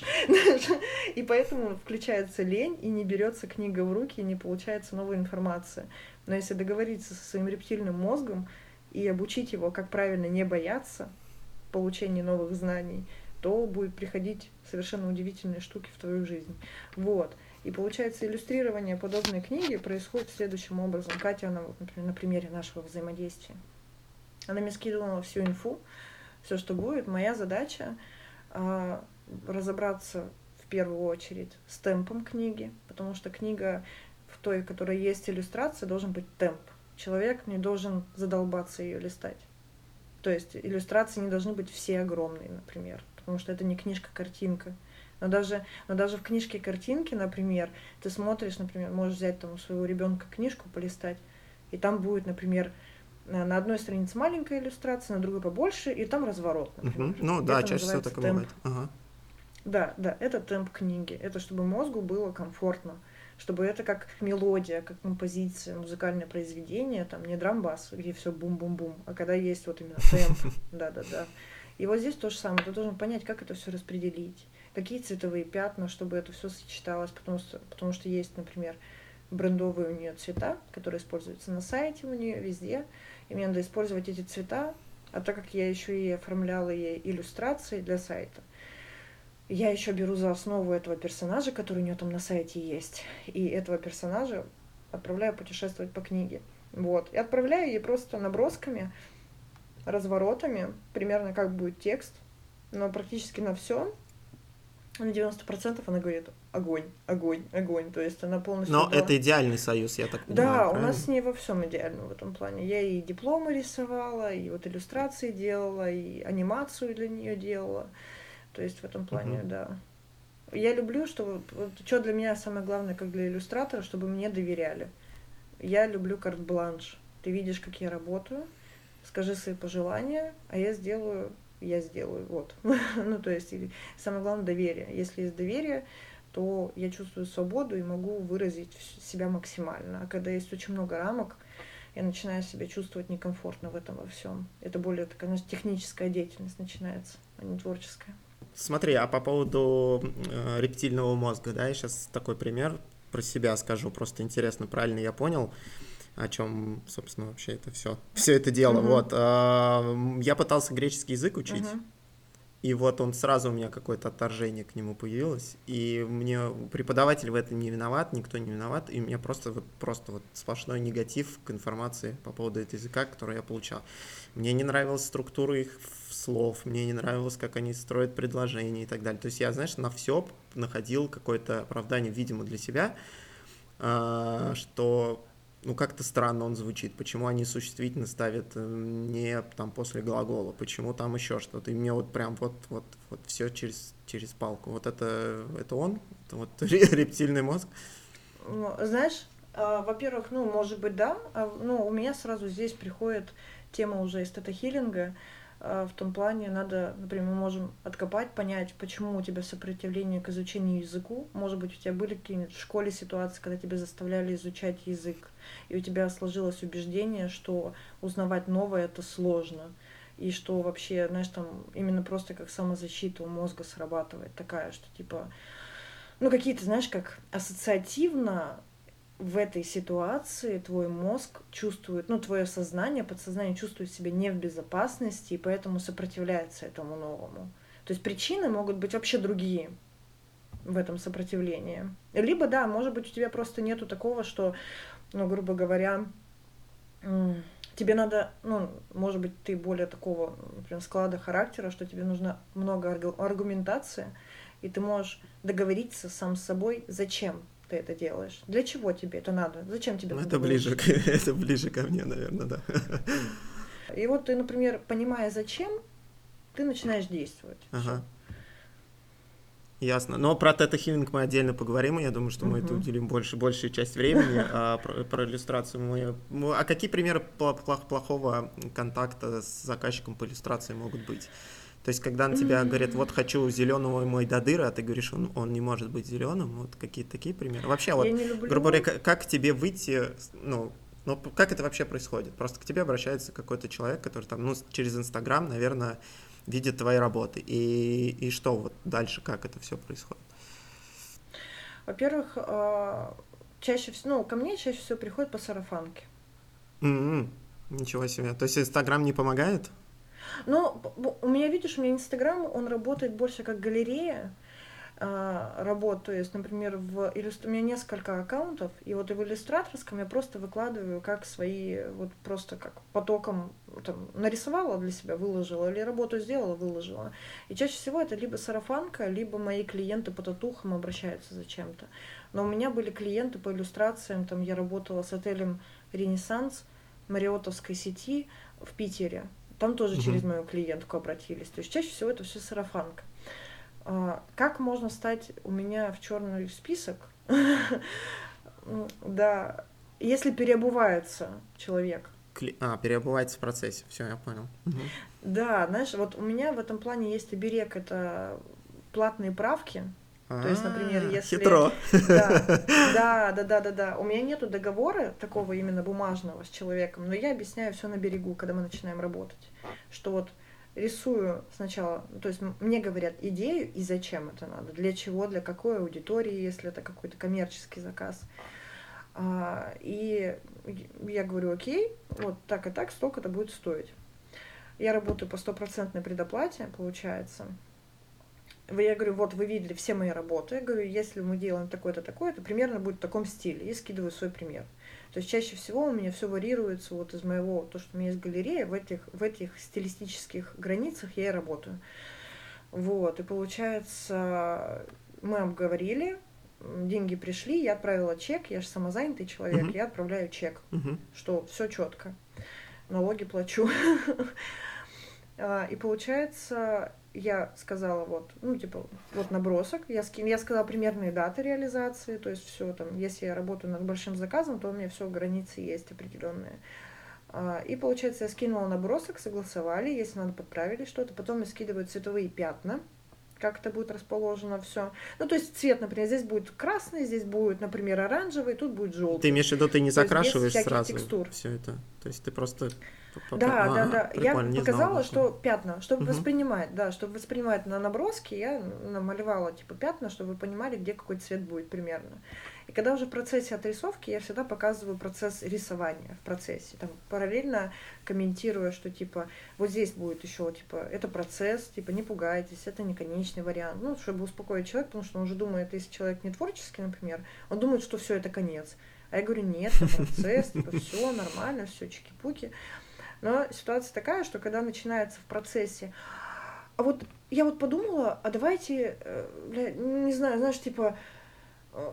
[SPEAKER 2] И поэтому включается лень, и не берется книга в руки, и не получается новая информация. Но если договориться со своим рептильным мозгом и обучить его, как правильно не бояться получения новых знаний, то будет приходить совершенно удивительные штуки в твою жизнь. Вот. И получается, иллюстрирование подобной книги происходит следующим образом. Катя, она, вот, например, на примере нашего взаимодействия. Она мне скидывала всю инфу, все, что будет. Моя задача а, разобраться в первую очередь с темпом книги, потому что книга, в той, в которой есть иллюстрация, должен быть темп. Человек не должен задолбаться ее листать. То есть иллюстрации не должны быть все огромные, например, потому что это не книжка-картинка. Но даже, но даже в книжке-картинке, например, ты смотришь, например, можешь взять там у своего ребенка книжку, полистать, и там будет, например, на одной странице маленькая иллюстрация, на другой побольше, и там разворот, например.
[SPEAKER 1] Uh-huh. Ну да, чаще всего так и бывает. Ага.
[SPEAKER 2] Да, да, это темп книги. Это чтобы мозгу было комфортно, чтобы это как мелодия, как композиция, музыкальное произведение, там не драм-бас, где все бум-бум-бум, а когда есть вот именно темп. Да-да-да. И вот здесь то же самое. Ты должен понять, как это все распределить, какие цветовые пятна, чтобы это все сочеталось, потому что, потому что есть, например, брендовые у нее цвета, которые используются на сайте у нее везде. И мне надо использовать эти цвета, а так как я еще и оформляла ей иллюстрации для сайта, я еще беру за основу этого персонажа, который у нее там на сайте есть, и этого персонажа отправляю путешествовать по книге. Вот. И отправляю ей просто набросками, разворотами, примерно как будет текст, но практически на все. На девяносто процентов она говорит огонь, огонь, огонь. То есть она полностью...
[SPEAKER 1] Но
[SPEAKER 2] была...
[SPEAKER 1] это идеальный союз, я так понимаю.
[SPEAKER 2] Да,
[SPEAKER 1] правильно?
[SPEAKER 2] У нас с ней во всем идеально в этом плане. Я и дипломы рисовала, и вот иллюстрации делала, и анимацию для нее делала. То есть в этом плане, uh-huh. да. Я люблю, что... Вот, что для меня самое главное, как для иллюстратора, чтобы мне доверяли. Я люблю карт-бланш. Ты видишь, как я работаю, скажи свои пожелания, а я сделаю... я сделаю, вот. Ну, то есть, самое главное — доверие. Если есть доверие, то я чувствую свободу и могу выразить себя максимально. А когда есть очень много рамок, я начинаю себя чувствовать некомфортно в этом во всем. Это более такая, знаешь, техническая деятельность начинается, а не творческая.
[SPEAKER 1] Смотри, а по поводу э, рептильного мозга, да, я сейчас такой пример про себя скажу, просто интересно, правильно я понял, о чем, собственно, вообще это все, все это дело. Uh-huh. Вот, э, я пытался греческий язык учить, uh-huh. и вот он сразу у меня какое-то отторжение к нему появилось, и мне преподаватель в этом не виноват, никто не виноват, и у меня просто вот, просто вот сплошной негатив к информации по поводу этого языка, который я получал. Мне не нравилась структура их слов, мне не нравилось, как они строят предложения и так далее. То есть я, знаешь, на все находил какое-то оправдание, видимо, для себя. а, что, ну, как-то странно он звучит, почему они существительно ставят э, не там после глагола, почему там еще что-то, и мне вот прям вот, вот, вот все через, через палку. Вот это, это он, это вот рептильный мозг.
[SPEAKER 2] Ну, знаешь, а, во-первых, ну, может быть, да, а, ну, у меня сразу здесь приходит тема уже из тета-хиллинга, а, в том плане надо, например, мы можем откопать, понять, почему у тебя сопротивление к изучению языку, может быть, у тебя были какие-нибудь в школе ситуации, когда тебя заставляли изучать язык, и у тебя сложилось убеждение, что узнавать новое это сложно, и что вообще, знаешь, там именно просто как самозащита у мозга срабатывает такая, что типа ну, какие-то, знаешь, как ассоциативно в этой ситуации твой мозг чувствует, ну, твое сознание, подсознание чувствует себя не в безопасности, и поэтому сопротивляется этому новому. То есть причины могут быть вообще другие в этом сопротивлении. Либо, да, может быть, у тебя просто нету такого, что, ну, грубо говоря, тебе надо, ну, может быть, ты более такого, например, склада характера, что тебе нужно много аргументации, и ты можешь договориться сам с собой, зачем ты это делаешь, для чего тебе это надо, зачем тебе
[SPEAKER 1] Ну,
[SPEAKER 2] это
[SPEAKER 1] это ближе, к, это ближе ко мне, наверное, да.
[SPEAKER 2] И вот ты, например, понимая зачем, ты начинаешь действовать.
[SPEAKER 1] Ага.
[SPEAKER 2] Всё.
[SPEAKER 1] Ясно. Но про тета-хиллинг мы отдельно поговорим, и я думаю, что мы
[SPEAKER 2] Мгм.
[SPEAKER 1] это уделим больше, большую часть времени, а про, про иллюстрацию мы... мы- А какие примеры пла- пла- плохого контакта с заказчиком по иллюстрации могут быть? То есть, когда на тебя говорят, вот хочу зеленого мой до дыры, а ты говоришь, он, он не может быть зеленым, вот какие-то такие примеры. Вообще,
[SPEAKER 2] Я
[SPEAKER 1] вот,
[SPEAKER 2] не
[SPEAKER 1] грубо говоря,
[SPEAKER 2] люблю.
[SPEAKER 1] к- как к тебе выйти, ну, ну, как это вообще происходит? Просто к тебе обращается какой-то человек, который там, ну, через Инстаграм, наверное, видит твои работы. И, и что вот дальше, как это все происходит?
[SPEAKER 2] Во-первых, а, чаще всего, ну, ко мне чаще всего приходят по сарафанке.
[SPEAKER 1] М-м, ничего себе. То есть Инстаграм не помогает?
[SPEAKER 2] Но б- б- у меня, видишь, у меня Инстаграм, он работает больше как галерея, а, работ. То есть, например, в иллюстр... у меня несколько аккаунтов, и вот и в иллюстраторском я просто выкладываю как свои, вот просто как потоком там, нарисовала для себя, выложила, или работу сделала, выложила. И чаще всего это либо сарафанка, либо мои клиенты по татухам обращаются за чем-то. Но у меня были клиенты по иллюстрациям, там я работала с отелем «Ренессанс» мариотовской сети в Питере. Там тоже через
[SPEAKER 1] Мгм.
[SPEAKER 2] мою клиентку обратились. То есть чаще всего это все сарафанка. А, Как можно стать у меня в черный список? М, Да, если переобувается человек.
[SPEAKER 1] Кли- А, переобувается в процессе. Все, я понял. Мгм.
[SPEAKER 2] Да, знаешь, вот у меня в этом плане есть оберег, это платные правки. То есть, например,
[SPEAKER 1] А,
[SPEAKER 2] если...
[SPEAKER 1] хитро.
[SPEAKER 2] Да, да, да, да, да, да. У меня нету договора такого именно бумажного с человеком, но я объясняю все на берегу, когда мы начинаем работать. Что вот рисую сначала, то есть м- мне говорят идею и зачем это надо, для чего, для какой аудитории, если это какой-то коммерческий заказ. А, и я говорю, окей, вот так и так, столько это будет стоить. Я работаю по стопроцентной предоплате, получается. Я говорю, вот вы видели все мои работы. Я говорю, если мы делаем такое-то, такое-то, примерно будет в таком стиле. И скидываю свой пример. То есть чаще всего у меня все варьируется вот из моего, то, что у меня есть галерея, в этих, в этих стилистических границах я и работаю. Вот, и получается, мы обговорили, деньги пришли, я отправила чек, я же самозанятый человек,
[SPEAKER 1] Мгм.
[SPEAKER 2] я отправляю чек,
[SPEAKER 1] Мгм.
[SPEAKER 2] что все четко, налоги плачу. А, И получается, я сказала вот, ну, типа, вот набросок, я, ски... я сказала примерные даты реализации, то есть все там, если я работаю над большим заказом, то у меня все границы есть определенные. А, И получается, я скинула набросок, согласовали, если надо, подправили что-то, потом я скидываю цветовые пятна, как это будет расположено все. Ну, то есть цвет, например, здесь будет красный, здесь будет, например, оранжевый, тут будет
[SPEAKER 1] Ты
[SPEAKER 2] желтый.
[SPEAKER 1] имеешь в виду, ты не
[SPEAKER 2] То есть без
[SPEAKER 1] закрашиваешь
[SPEAKER 2] всяких
[SPEAKER 1] сразу
[SPEAKER 2] текстур.
[SPEAKER 1] все это? То есть ты просто... п- п- п-
[SPEAKER 2] Да, да,
[SPEAKER 1] Ага,
[SPEAKER 2] да. Я
[SPEAKER 1] прикольно, не знал
[SPEAKER 2] показала,
[SPEAKER 1] даже.
[SPEAKER 2] что пятна, чтобы
[SPEAKER 1] Мгм.
[SPEAKER 2] воспринимать, да, чтобы воспринимать на наброске, я намалевала типа пятна, чтобы вы понимали, где какой цвет будет примерно. И когда уже в процессе отрисовки, я всегда показываю процесс рисования в процессе, там параллельно комментируя, что типа вот здесь будет еще типа это процесс, типа не пугайтесь, это не конечный вариант, ну чтобы успокоить человека, потому что он уже думает, если человек не творческий, например, он думает, что все это конец. А я говорю, нет, это процесс, типа все нормально, все чики-пуки. Но ситуация такая, что когда начинается в процессе, а вот я вот подумала, а давайте, э, бля, не знаю, знаешь, типа, э,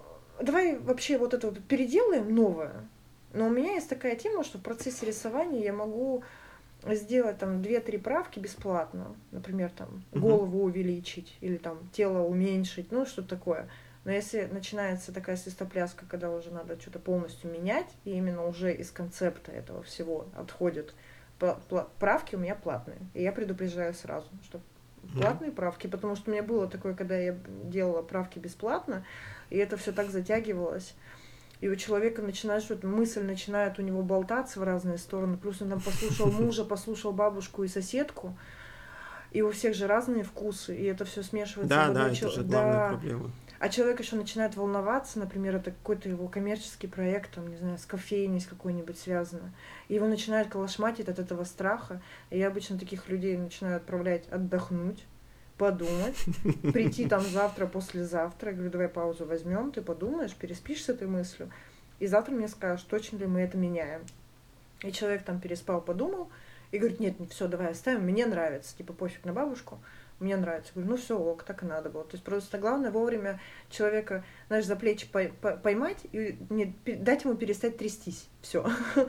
[SPEAKER 2] давай вообще вот это вот переделаем новое. Но у меня есть такая тема, что в процессе рисования я могу сделать там две-три правки бесплатно. Например, там
[SPEAKER 1] Мгм.
[SPEAKER 2] голову увеличить или там тело уменьшить, ну что-то такое. Но если начинается такая свистопляска, когда уже надо что-то полностью менять, и именно уже из концепта этого всего отходят пла- пла- правки, у меня платные. И я предупреждаю сразу, что
[SPEAKER 1] Мгм.
[SPEAKER 2] платные правки, потому что у меня было такое, когда я делала правки бесплатно, и это все так затягивалось. И у человека начинает что-то, мысль начинает у него болтаться в разные стороны. Плюс он там послушал мужа, послушал бабушку и соседку. И у всех же разные вкусы, и это все смешивается в
[SPEAKER 1] Да,
[SPEAKER 2] одной
[SPEAKER 1] да, это
[SPEAKER 2] чел...
[SPEAKER 1] же главная
[SPEAKER 2] Да.
[SPEAKER 1] проблема.
[SPEAKER 2] А человек еще начинает волноваться, например, это какой-то его коммерческий проект, там, не знаю, с кофейней с какой-нибудь связано. И его начинает колошматить от этого страха. И я обычно таких людей начинаю отправлять отдохнуть, подумать, прийти там завтра, послезавтра. Я говорю, давай паузу возьмем, ты подумаешь, переспишь с этой мыслью. И завтра мне скажешь, точно ли мы это меняем. И человек там переспал, подумал, и говорит, нет, все, давай оставим, мне нравится, типа пофиг на бабушку, мне нравится. Я говорю, ну все, ок, так и надо было. То есть просто главное вовремя человека, знаешь, за плечи поймать и не, дать ему перестать трястись. Все.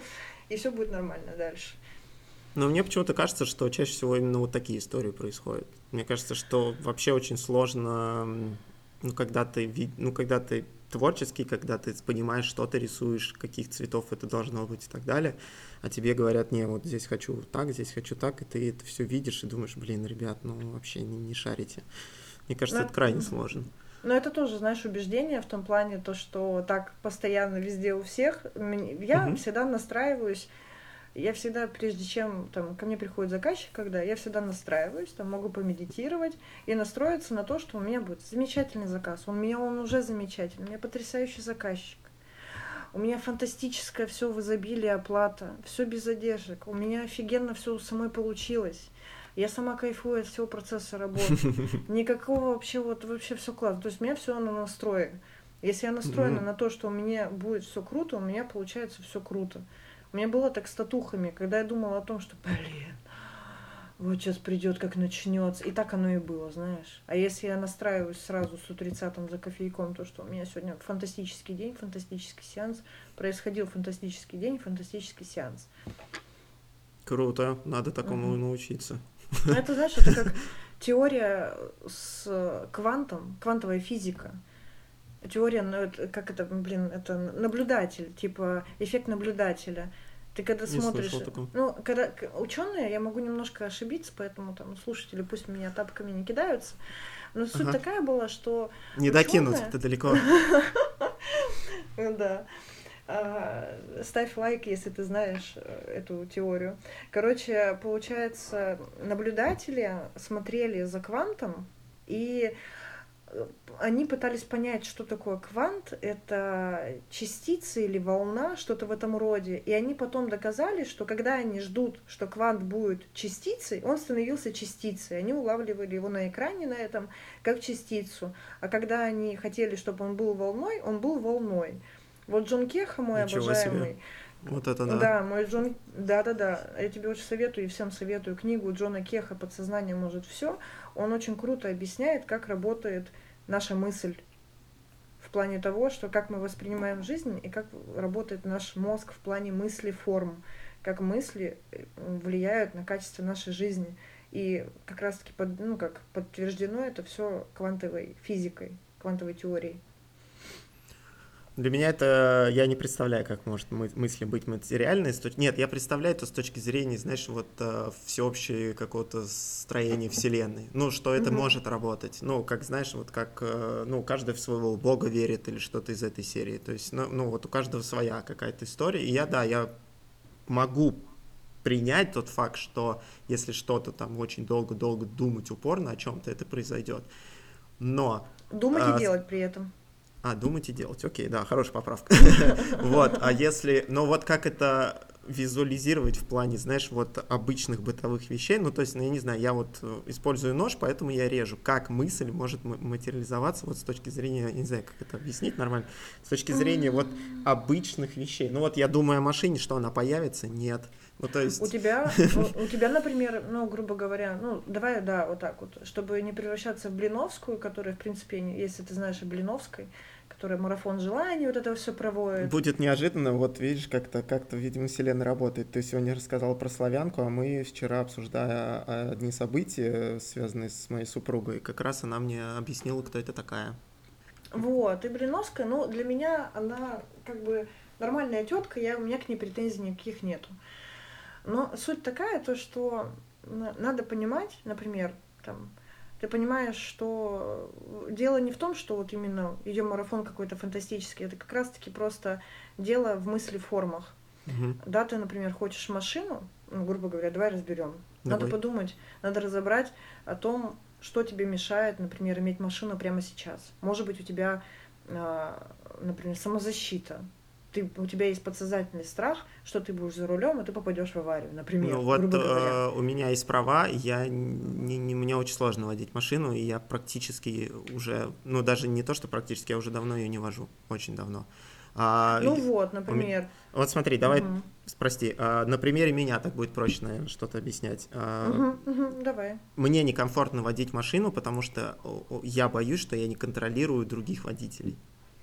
[SPEAKER 2] И все будет нормально дальше.
[SPEAKER 1] Но мне почему-то кажется, что чаще всего именно вот такие истории происходят. Мне кажется, что вообще очень сложно, ну, когда ты, ну, когда ты творческий, когда ты понимаешь, что ты рисуешь, каких цветов это должно быть и так далее, а тебе говорят, не, вот здесь хочу так, здесь хочу так, и ты это все видишь и думаешь, блин, ребят, ну вообще не, не шарите. Мне кажется,
[SPEAKER 2] Но,
[SPEAKER 1] это крайне сложно.
[SPEAKER 2] но это тоже, знаешь, убеждение в том плане, то, что так постоянно везде у всех. Я
[SPEAKER 1] Угу.
[SPEAKER 2] всегда настраиваюсь. Я всегда, прежде чем там, ко мне приходит заказчик, когда я всегда настраиваюсь, там могу помедитировать и настроиться на то, что у меня будет замечательный заказ. Он у меня он уже замечательный, у меня потрясающий заказчик. У меня фантастическое все в изобилии оплата, все без задержек. У меня офигенно все у самой получилось. Я сама кайфую от всего процесса работы. Никакого вообще вот вообще все классно. То есть у меня все на настрое. Если я настроена на то, что у меня будет все круто, у меня получается все круто. У меня было так с татухами, когда я думала о том, что, блин, вот сейчас придет, как начнется. И так оно и было, знаешь. А если я настраиваюсь сразу с утреца там за кофейком, то, что у меня сегодня фантастический день, фантастический сеанс, происходил фантастический день, фантастический сеанс.
[SPEAKER 1] Круто, надо такому
[SPEAKER 2] Угу.
[SPEAKER 1] научиться.
[SPEAKER 2] Ну, это, знаешь, это как теория с квантом, квантовая физика. Теория, ну, это, как это, блин, это наблюдатель, типа эффект наблюдателя. Ты когда
[SPEAKER 1] Не
[SPEAKER 2] смотришь,
[SPEAKER 1] слышал о таком.
[SPEAKER 2] ну, когда ученые, я могу немножко ошибиться, поэтому там слушатели пусть меня тапками не кидаются. Но суть
[SPEAKER 1] Ага.
[SPEAKER 2] такая была, что
[SPEAKER 1] Не докинут,
[SPEAKER 2] ученые,
[SPEAKER 1] ты далеко.
[SPEAKER 2] да, ставь лайк, если ты знаешь эту теорию. Короче, получается, наблюдатели смотрели за квантом, и они пытались понять, что такое квант, это частицы или волна, что-то в этом роде. И они потом доказали, что когда они ждут, что квант будет частицей, он становился частицей. Они улавливали его на экране на этом как частицу. А когда они хотели, чтобы он был волной, он был волной. Вот Джон Кеха, мой
[SPEAKER 1] Ничего себе.
[SPEAKER 2] обожаемый,
[SPEAKER 1] Вот это да.
[SPEAKER 2] да, мой Джон, да-да-да, я тебе очень советую и всем советую книгу Джона Кеха «Подсознание может все». Он очень круто объясняет, как работает наша мысль в плане того, что как мы воспринимаем жизнь и как работает наш мозг в плане мысли форм, как мысли влияют на качество нашей жизни. И как раз-таки под, ну, как подтверждено это все квантовой физикой, квантовой теорией.
[SPEAKER 1] Для меня это, я не представляю, как может мы, мысли быть материальной. Нет, я представляю это с точки зрения, знаешь, вот всеобщего какого-то строения Вселенной. Ну, что это mm-hmm. может работать. Ну, как, знаешь, вот как, ну, каждый в своего бога верит или что-то из этой серии. То есть, ну, ну вот у каждого своя какая-то история. И я, да, я могу принять тот факт, что если что-то там очень долго-долго думать упорно о чем-то, это произойдет. Но...
[SPEAKER 2] Думать а, и делать при этом.
[SPEAKER 1] А, думать и делать. Окей, да, хорошая поправка. Вот, а если... Ну, вот как это визуализировать в плане, знаешь, вот обычных бытовых вещей? Ну, то есть, ну, я не знаю, я вот использую нож, поэтому я режу. Как мысль может материализоваться вот с точки зрения, я не знаю, как это объяснить нормально, с точки зрения вот обычных вещей. Ну, вот я думаю о машине, что она появится? Нет. Ну, то есть...
[SPEAKER 2] У тебя, у, у тебя, например, ну, грубо говоря, ну, давай, да, вот так вот, чтобы не превращаться в Блиновскую, которая, в принципе, если ты знаешь о Блиновской, которая марафон желаний, вот это все проводит.
[SPEAKER 1] Будет неожиданно, вот видишь, как-то, как-то, видимо, вселенная работает. Ты сегодня рассказал про славянку, а мы вчера, обсуждая одни события, связанные с моей супругой, как раз она мне объяснила, кто это такая.
[SPEAKER 2] Вот, и Блиновская, ну, для меня она как бы нормальная тетка, я, у меня к ней претензий никаких нету. Но суть такая, то, что надо понимать, например, там, ты понимаешь, что дело не в том, что вот именно ее марафон какой-то фантастический, это как раз-таки просто дело в мысли-формах.
[SPEAKER 1] Угу.
[SPEAKER 2] Да, ты, например, хочешь машину, ну, грубо говоря, давай разберем.
[SPEAKER 1] Давай.
[SPEAKER 2] Надо подумать, надо разобрать о том, что тебе мешает, например, иметь машину прямо сейчас. Может быть, у тебя, например, самозащита. Ты, у тебя есть подсознательный страх, что ты будешь за рулем, и ты попадешь в аварию, например.
[SPEAKER 1] Ну вот э, у меня есть права, я не, не, мне очень сложно водить машину, и я практически уже, ну даже не то, что практически, я уже давно ее не вожу, очень давно.
[SPEAKER 2] А, ну вот, например.
[SPEAKER 1] Меня... Вот смотри, давай, угу. прости, а, на примере меня так будет проще, наверное, что-то объяснять. А,
[SPEAKER 2] угу, угу, давай.
[SPEAKER 1] Мне некомфортно водить машину, потому что я боюсь, что я не контролирую других водителей.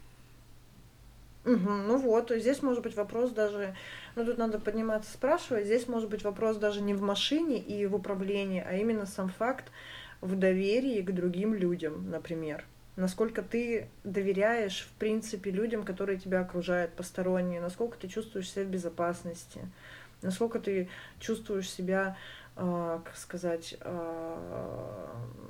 [SPEAKER 2] Угу, ну вот, здесь может быть вопрос даже, ну тут надо подниматься, спрашивать, здесь может быть вопрос даже не в машине и в управлении, а именно сам факт в доверии к другим людям, например. Насколько ты доверяешь, в принципе, людям, которые тебя окружают, посторонние, насколько ты чувствуешь себя в безопасности, насколько ты чувствуешь себя, э, как сказать, э,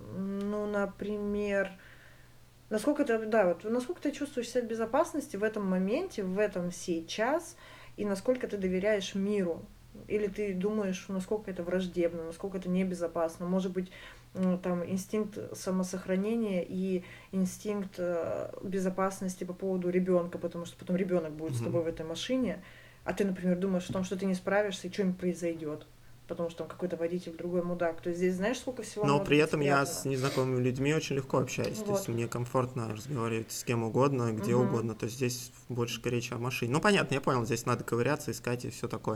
[SPEAKER 2] ну, например... Насколько ты, да, вот, насколько ты чувствуешь себя в безопасности в этом моменте, в этом сейчас, и насколько ты доверяешь миру. Или ты думаешь, насколько это враждебно, насколько это небезопасно. Может быть, там инстинкт самосохранения и инстинкт безопасности по поводу ребенка, потому что потом ребенок будет mm-hmm. с тобой в этой машине, а ты, например, думаешь о том, что ты не справишься и что-нибудь произойдет. Потому что там какой-то водитель, другой мудак. То есть здесь знаешь, сколько всего.
[SPEAKER 1] Но при этом я с незнакомыми людьми очень легко общаюсь. Вот. То есть мне комфортно разговаривать с кем угодно, где угу. угодно. То есть здесь больше речь о машине. Ну, понятно, я понял, здесь надо ковыряться, искать и все такое.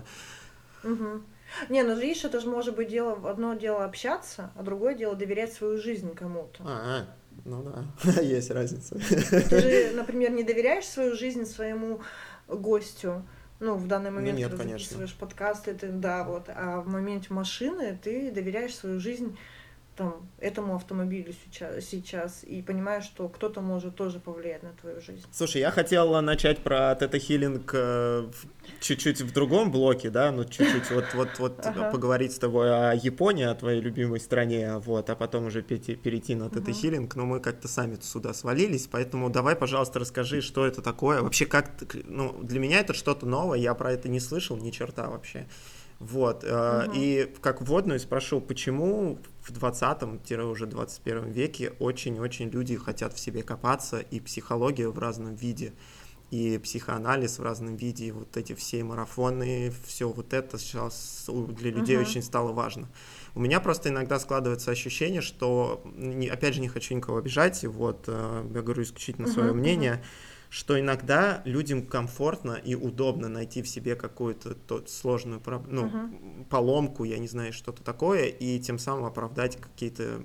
[SPEAKER 2] Угу. Не, ну видишь, это же может быть дело, одно дело общаться, а другое дело доверять свою жизнь кому-то.
[SPEAKER 1] А, ну да, есть разница.
[SPEAKER 2] Ты же, например, не доверяешь свою жизнь своему гостю. Ну, в данный момент
[SPEAKER 1] ну, нет,
[SPEAKER 2] ты записываешь
[SPEAKER 1] конечно.
[SPEAKER 2] подкасты, ты, да, вот, а в моменте машины ты доверяешь свою жизнь там, этому автомобилю сейчас, сейчас и понимаешь, что кто-то может тоже повлиять на твою жизнь.
[SPEAKER 1] Слушай, я хотел начать про тета-хилинг э, чуть-чуть в другом блоке, да, ну чуть-чуть вот, вот, вот ага. поговорить с тобой о Японии, о твоей любимой стране, вот, а потом уже перейти, перейти на тета-хилинг, но мы как-то сами сюда свалились, поэтому давай, пожалуйста, расскажи, что это такое, вообще как, ну, для меня это что-то новое, я про это не слышал ни черта вообще. Вот, uh-huh. и как вводную спрошу, почему в двадцатом уже двадцать первом веке очень-очень люди хотят в себе копаться, и психология в разном виде, и психоанализ в разном виде, и вот эти все марафоны, все вот это сейчас для людей uh-huh. очень стало важно. У меня просто иногда складывается ощущение, что, опять же, не хочу никого обижать, вот, я говорю исключительно uh-huh. свое мнение, uh-huh. что иногда людям комфортно и удобно найти в себе какую-то сложную ну, uh-huh. поломку, я не знаю, что-то такое, и тем самым оправдать какие-то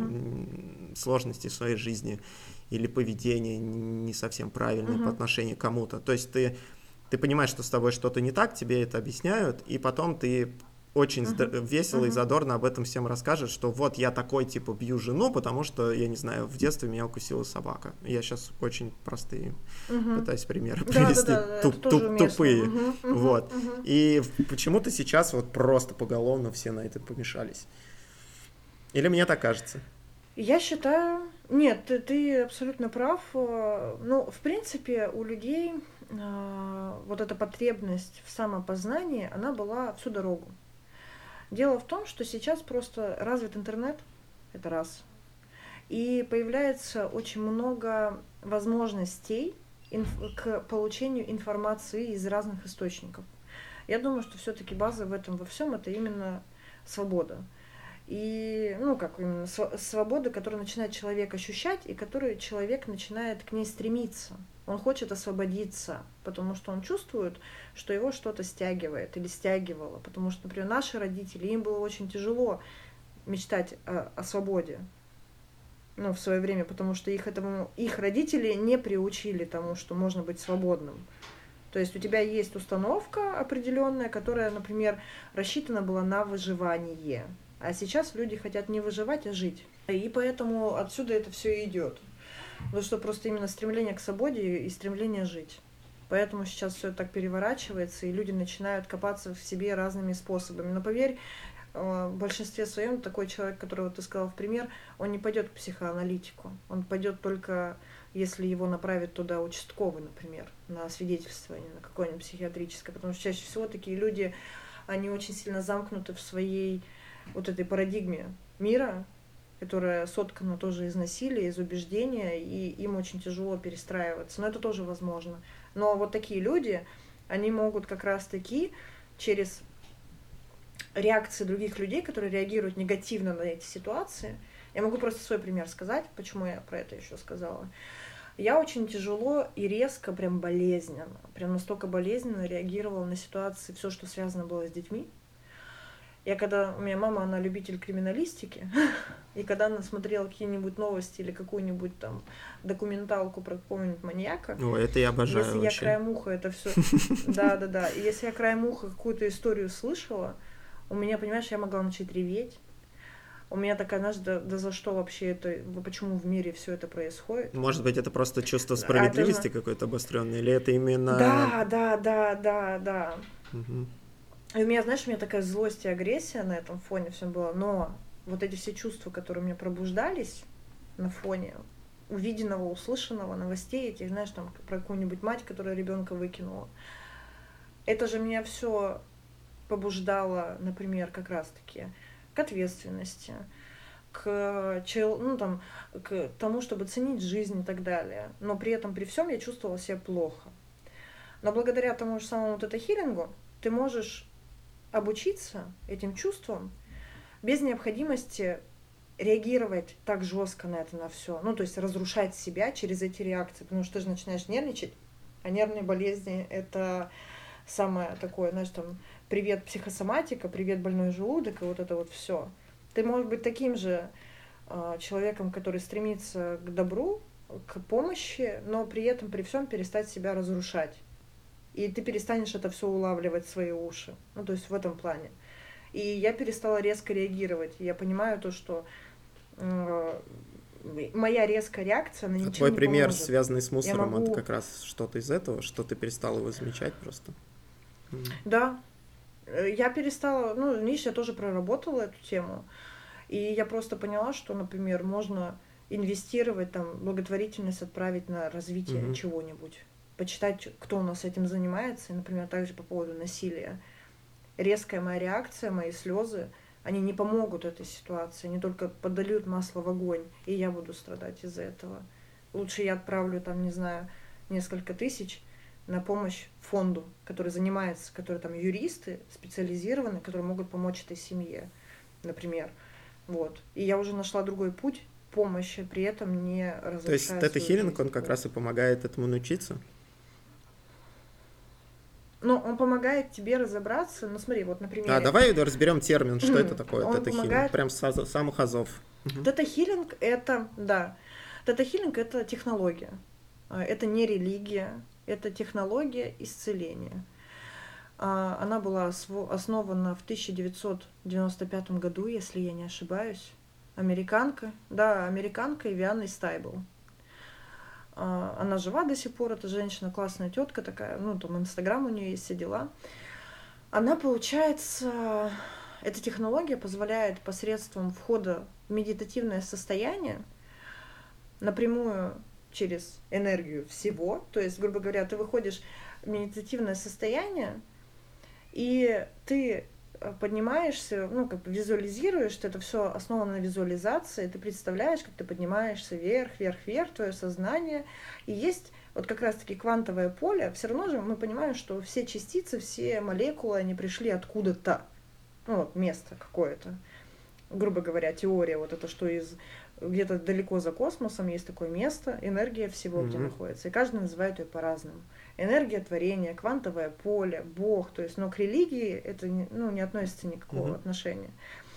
[SPEAKER 1] uh-huh. сложности в своей жизни или поведение не совсем правильное uh-huh. по отношению к кому-то. То есть ты, ты понимаешь, что с тобой что-то не так, тебе это объясняют, и потом ты очень uh-huh. весело uh-huh. и задорно об этом всем расскажет, что вот я такой, типа, бью жену, потому что, я не знаю, в детстве меня укусила собака. Я сейчас очень простые uh-huh. пытаюсь примеры
[SPEAKER 2] да,
[SPEAKER 1] привести,
[SPEAKER 2] да, да,
[SPEAKER 1] туп, туп, тупые.
[SPEAKER 2] Uh-huh. Uh-huh.
[SPEAKER 1] Вот.
[SPEAKER 2] Uh-huh.
[SPEAKER 1] И почему-то сейчас вот просто поголовно все на это помешались. Или мне так кажется?
[SPEAKER 2] Я считаю... Нет, ты, ты абсолютно прав. Ну, в принципе, у людей вот эта потребность в самопознании, она была всю дорогу. Дело в том, что сейчас просто развит интернет, это раз, и появляется очень много возможностей инф- к получению информации из разных источников. Я думаю, что все-таки база в этом во всем это именно свобода. И, ну, как именно, свобода, которую начинает человек ощущать, и которую человек начинает к ней стремиться. Он хочет освободиться, потому что он чувствует, что его что-то стягивает или стягивало. Потому что, например, наши родители, им было очень тяжело мечтать о, о свободе. ну, в свое время, потому что их этому, их родители не приучили тому, что можно быть свободным. То есть у тебя есть установка определенная, которая, например, рассчитана была на выживание. А сейчас люди хотят не выживать, а жить. И поэтому отсюда это все идет. Потому что просто именно стремление к свободе и стремление жить. Поэтому сейчас все так переворачивается, и люди начинают копаться в себе разными способами. Но поверь, в большинстве своем такой человек, которого ты сказал в пример, он не пойдет к психоаналитику. Он пойдет только, если его направят туда участковый, например, на свидетельствование, на какое-нибудь психиатрическое. Потому что чаще всего такие люди, они очень сильно замкнуты в своей вот этой парадигме мира, которая соткана тоже из насилия, из убеждения, и им очень тяжело перестраиваться. Но это тоже возможно. Но вот такие люди, они могут как раз-таки через реакции других людей, которые реагируют негативно на эти ситуации. Я могу просто свой пример сказать, почему я про это еще сказала. Я очень тяжело и резко, прям болезненно, прям настолько болезненно реагировала на ситуации, все, что связано было с детьми. Я когда, у меня мама, она любитель криминалистики, и когда она смотрела какие-нибудь новости или какую-нибудь там документалку про какого-нибудь маньяка,
[SPEAKER 1] О, это я обожаю
[SPEAKER 2] если
[SPEAKER 1] вообще.
[SPEAKER 2] я краем уха это все, да-да-да, и если я краем уха какую-то историю слышала, у меня, понимаешь, я могла начать реветь. У меня такая, знаешь, да, да за что вообще это, почему в мире все это происходит?
[SPEAKER 1] Может быть, это просто чувство
[SPEAKER 2] А
[SPEAKER 1] справедливости
[SPEAKER 2] это...
[SPEAKER 1] какое-то обостренное, или это именно...
[SPEAKER 2] Да, да, да, да, да.
[SPEAKER 1] Угу.
[SPEAKER 2] И у меня, знаешь, у меня такая злость и агрессия на этом фоне все было, но вот эти все чувства, которые у меня пробуждались на фоне увиденного, услышанного, новостей этих, знаешь, там про какую-нибудь мать, которая ребенка выкинула, это же меня все побуждало, например, как раз-таки к ответственности, к, ну, там, к тому, чтобы ценить жизнь и так далее. Но при этом, при всем я чувствовала себя плохо. Но благодаря тому же самому тета-хилингу ты можешь обучиться этим чувствам без необходимости реагировать так жестко на это, на все. Ну, то есть разрушать себя через эти реакции, потому что ты же начинаешь нервничать, а нервные болезни — это самое такое, знаешь, там, привет психосоматика, привет больной желудок, и вот это вот все. Ты можешь быть таким же э, человеком, который стремится к добру, к помощи, но при этом, при всем перестать себя разрушать. И ты перестанешь это все улавливать в свои уши. Ну, то есть в этом плане. И я перестала резко реагировать. Я понимаю то, что э, моя резкая реакция на ничего
[SPEAKER 1] Твой
[SPEAKER 2] не
[SPEAKER 1] пример,
[SPEAKER 2] поможет.
[SPEAKER 1] связанный с мусором,
[SPEAKER 2] могу...
[SPEAKER 1] это как раз что-то из этого, что ты перестал его замечать просто.
[SPEAKER 2] Да. Я перестала, ну, видишь, я тоже проработала эту тему. И я просто поняла, что, например, можно инвестировать, там, благотворительность отправить на развитие mm-hmm. чего-нибудь. Почитать, кто у нас этим занимается, и, например, также по поводу насилия. Резкая моя реакция, мои слезы, они не помогут этой ситуации, они только подольют масло в огонь, и я буду страдать из-за этого. Лучше я отправлю, там, не знаю, несколько тысяч на помощь фонду, который занимается, которые там юристы специализированные, которые могут помочь этой семье, например. Вот. И я уже нашла другой путь помощи, при этом не разрушая.
[SPEAKER 1] То есть тета-хилинг, он как раз и помогает этому научиться?
[SPEAKER 2] Ну, он помогает тебе разобраться. Ну, смотри, вот, например...
[SPEAKER 1] А, давай разберем термин, что это такое тета-хилинг,
[SPEAKER 2] помогает...
[SPEAKER 1] прям с самых азов.
[SPEAKER 2] Угу. Тета-хилинг — это, да, тета-хилинг — это технология. Это не религия, это технология исцеления. Она была основана в тысяча девятьсот девяносто пятом году, если я не ошибаюсь. Американка, да, американка Эвиана Стайбл. Она жива до сих пор, эта женщина, классная тетка такая, ну, там, Инстаграм у нее есть, все дела. Она, получается, эта технология позволяет посредством входа в медитативное состояние напрямую через энергию всего, то есть, грубо говоря, ты выходишь в медитативное состояние, и ты поднимаешься, ну, как бы визуализируешь, что это все основано на визуализации, ты представляешь, как ты поднимаешься вверх, вверх, вверх, твое сознание, и есть вот как раз-таки квантовое поле, все равно же мы понимаем, что все частицы, все молекулы, они пришли откуда-то, ну, вот место какое-то, грубо говоря, теория, вот это, что из где-то далеко за космосом есть такое место, энергия всего, mm-hmm. где находится, и каждый называет ее по-разному. Энергия творения, квантовое поле, Бог, то есть, но к религии это не, ну, не относится никакого mm-hmm. отношения.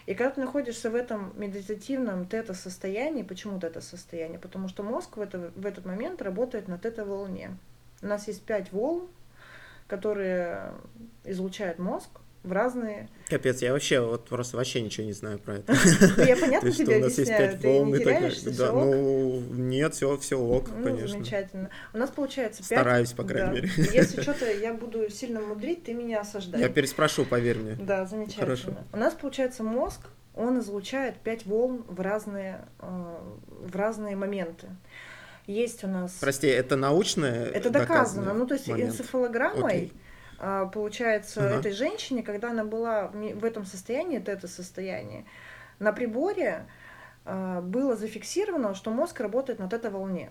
[SPEAKER 2] И когда ты находишься в этом медитативном тета-состоянии, почему тета-состояние? Потому что мозг в, это, в этот момент работает на тета-волне. У нас есть пять волн, которые излучает мозг в разные...
[SPEAKER 1] Капец, я вообще вот просто вообще ничего не знаю про это.
[SPEAKER 2] Я
[SPEAKER 1] То
[SPEAKER 2] понятно
[SPEAKER 1] есть, что
[SPEAKER 2] тебе
[SPEAKER 1] у нас есть
[SPEAKER 2] объясняю,
[SPEAKER 1] пять
[SPEAKER 2] ты
[SPEAKER 1] волн
[SPEAKER 2] не
[SPEAKER 1] и так далее.
[SPEAKER 2] теряешься,
[SPEAKER 1] Да,
[SPEAKER 2] всё ок?
[SPEAKER 1] ну, нет, все, все ок,
[SPEAKER 2] Ну,
[SPEAKER 1] конечно.
[SPEAKER 2] замечательно. У нас получается пять...
[SPEAKER 1] Стараюсь, по крайней
[SPEAKER 2] Да.
[SPEAKER 1] мере.
[SPEAKER 2] Если что-то я буду сильно мудрить, ты меня осаждай.
[SPEAKER 1] Я переспрошу, поверь мне.
[SPEAKER 2] Да, замечательно.
[SPEAKER 1] Хорошо.
[SPEAKER 2] У нас получается мозг, он излучает пять волн в разные, э, в разные моменты. Есть у нас...
[SPEAKER 1] Прости, это научное
[SPEAKER 2] Это доказано. Ну, то есть
[SPEAKER 1] момент?
[SPEAKER 2] энцефалограммой,
[SPEAKER 1] Окей.
[SPEAKER 2] а, получается,
[SPEAKER 1] Ага.
[SPEAKER 2] этой женщине, когда она была в ми- в этом состоянии, тета-состоянии, на приборе а, было зафиксировано, что мозг работает на тета-волне.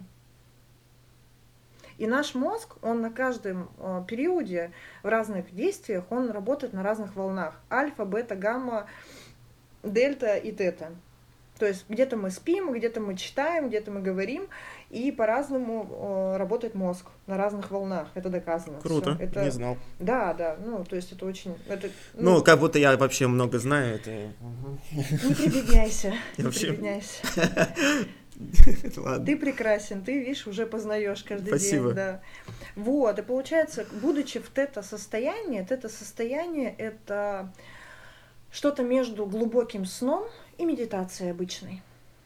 [SPEAKER 2] И наш мозг, он на каждом а, периоде в разных действиях, он работает на разных волнах. Альфа, бета, гамма, дельта и тета. То есть где-то мы спим, где-то мы читаем, где-то мы говорим, и по-разному э, работает мозг на разных волнах. Это доказано.
[SPEAKER 1] Круто,
[SPEAKER 2] Всё. Это...
[SPEAKER 1] не знал.
[SPEAKER 2] Да, да, ну, то есть это очень... Это,
[SPEAKER 1] Ну, как будто я вообще много знаю. Это...
[SPEAKER 2] Не прибедняйся, не
[SPEAKER 1] Вообще-
[SPEAKER 2] прибедняйся.
[SPEAKER 1] Ладно.
[SPEAKER 2] Ты прекрасен, ты, видишь, уже познаешь каждый
[SPEAKER 1] Спасибо.
[SPEAKER 2] день. Да. Вот, и получается, будучи в тета-состоянии, тета-состояние — это что-то между глубоким сном и медитацией обычной.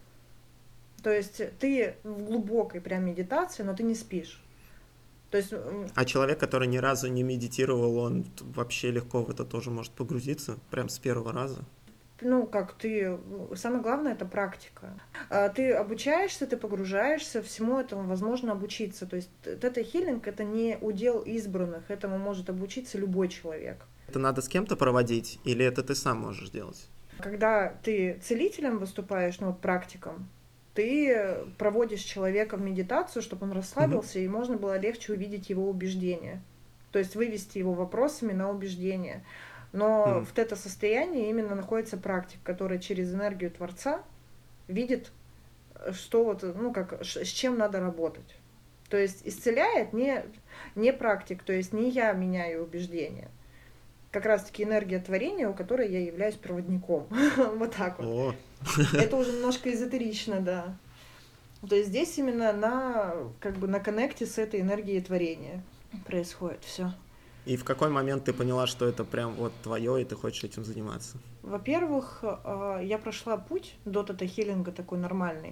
[SPEAKER 2] То есть ты в глубокой прям медитации, но ты не спишь. То есть, м,
[SPEAKER 1] А человек, который ни разу не медитировал, он вообще легко в это тоже может погрузиться, прям с первого раза.
[SPEAKER 2] ну, как ты... Самое главное — это практика. А, Ты обучаешься, ты погружаешься, всему этому возможно обучиться. То есть тета-хилинг — это не удел избранных, этому может обучиться любой человек.
[SPEAKER 1] Это надо с кем-то проводить, или это ты сам можешь делать?
[SPEAKER 2] Когда ты целителем выступаешь, ну вот практиком, ты проводишь человека в медитацию, чтобы он расслабился, и можно было легче увидеть его убеждения. То есть вывести его вопросами на убеждения. Но
[SPEAKER 1] Мгм.
[SPEAKER 2] в тета-состоянии именно находится практик, который через энергию Творца видит, что вот, ну как, ш- с чем надо работать. То есть исцеляет не, не практик, то есть не я меняю убеждения. Как раз-таки энергия творения, у которой я являюсь проводником. Вот так вот.
[SPEAKER 1] О,
[SPEAKER 2] Это уже немножко эзотерично, да. То есть здесь именно на, как бы на коннекте с этой энергией творения происходит все.
[SPEAKER 1] и в какой момент ты поняла, что это прям вот твое, и ты хочешь этим заниматься?
[SPEAKER 2] Во-первых, э, я прошла путь до тета-хилинга такой нормальный.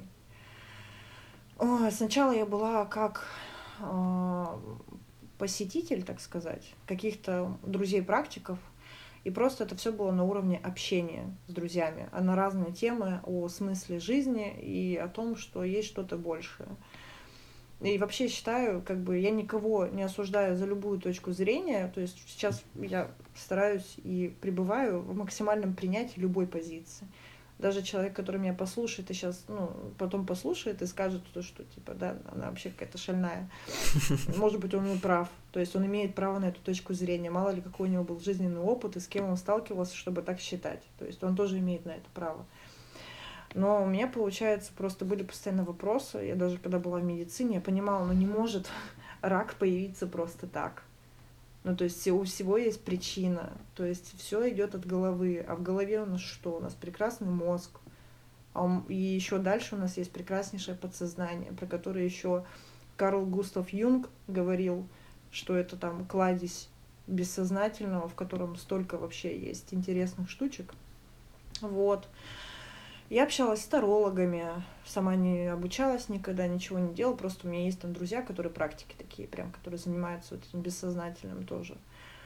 [SPEAKER 2] О, Сначала я была как э, посетитель, так сказать, каких-то друзей-практиков, и просто это все было на уровне общения с друзьями, а на разные темы о смысле жизни и о том, что есть что-то большее. И вообще считаю, как бы я никого не осуждаю за любую точку зрения. То есть сейчас я стараюсь и пребываю в максимальном принятии любой позиции. Даже человек, который меня послушает и сейчас, ну, потом послушает и скажет, что, что типа, да, она вообще какая-то шальная. Может быть, он и прав. То есть он имеет право на эту точку зрения. Мало ли, какой у него был жизненный опыт и с кем он сталкивался, чтобы так считать. То есть он тоже имеет на это право. Но у меня, получается, просто были постоянно вопросы. Я даже когда была в медицине, я понимала, ну не может рак появиться просто так. Ну, то есть у всего есть причина. То есть все идет от головы. А в голове у нас что? У нас прекрасный мозг. А он- и еще дальше у нас есть прекраснейшее подсознание, про которое еще Карл Густав Юнг говорил, что это там кладезь бессознательного, в котором столько вообще есть интересных штучек. Вот. Я общалась с тарологами, сама не обучалась никогда, ничего не делала, просто у меня есть там друзья, которые практики такие, прям, которые занимаются вот этим бессознательным тоже.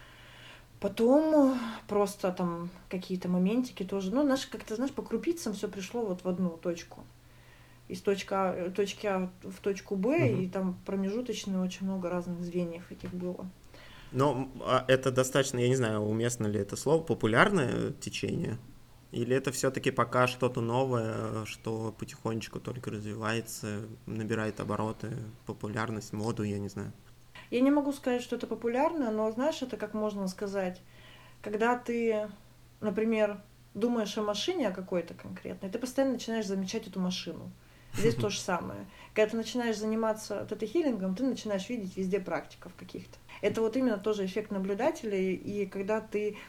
[SPEAKER 2] Потом просто там какие-то моментики тоже, ну, знаешь, как-то, знаешь, по крупицам все пришло вот в одну точку. Из точки А, точки А в точку Б,
[SPEAKER 1] Мгм.
[SPEAKER 2] и там промежуточные очень много разных звеньев этих было.
[SPEAKER 1] Но а это достаточно, я не знаю, уместно ли это слово, популярное течение? Или это все-таки пока что-то новое, что потихонечку только развивается, набирает обороты, популярность, моду, я не знаю.
[SPEAKER 2] Я не могу сказать, что это популярно, но знаешь, это как можно сказать, когда ты, например, думаешь о машине о какой-то конкретной, ты постоянно начинаешь замечать эту машину. Здесь то же самое. Когда ты начинаешь заниматься тета-хилингом, ты начинаешь видеть везде практиков каких-то. Это вот именно тоже эффект наблюдателей, и когда ты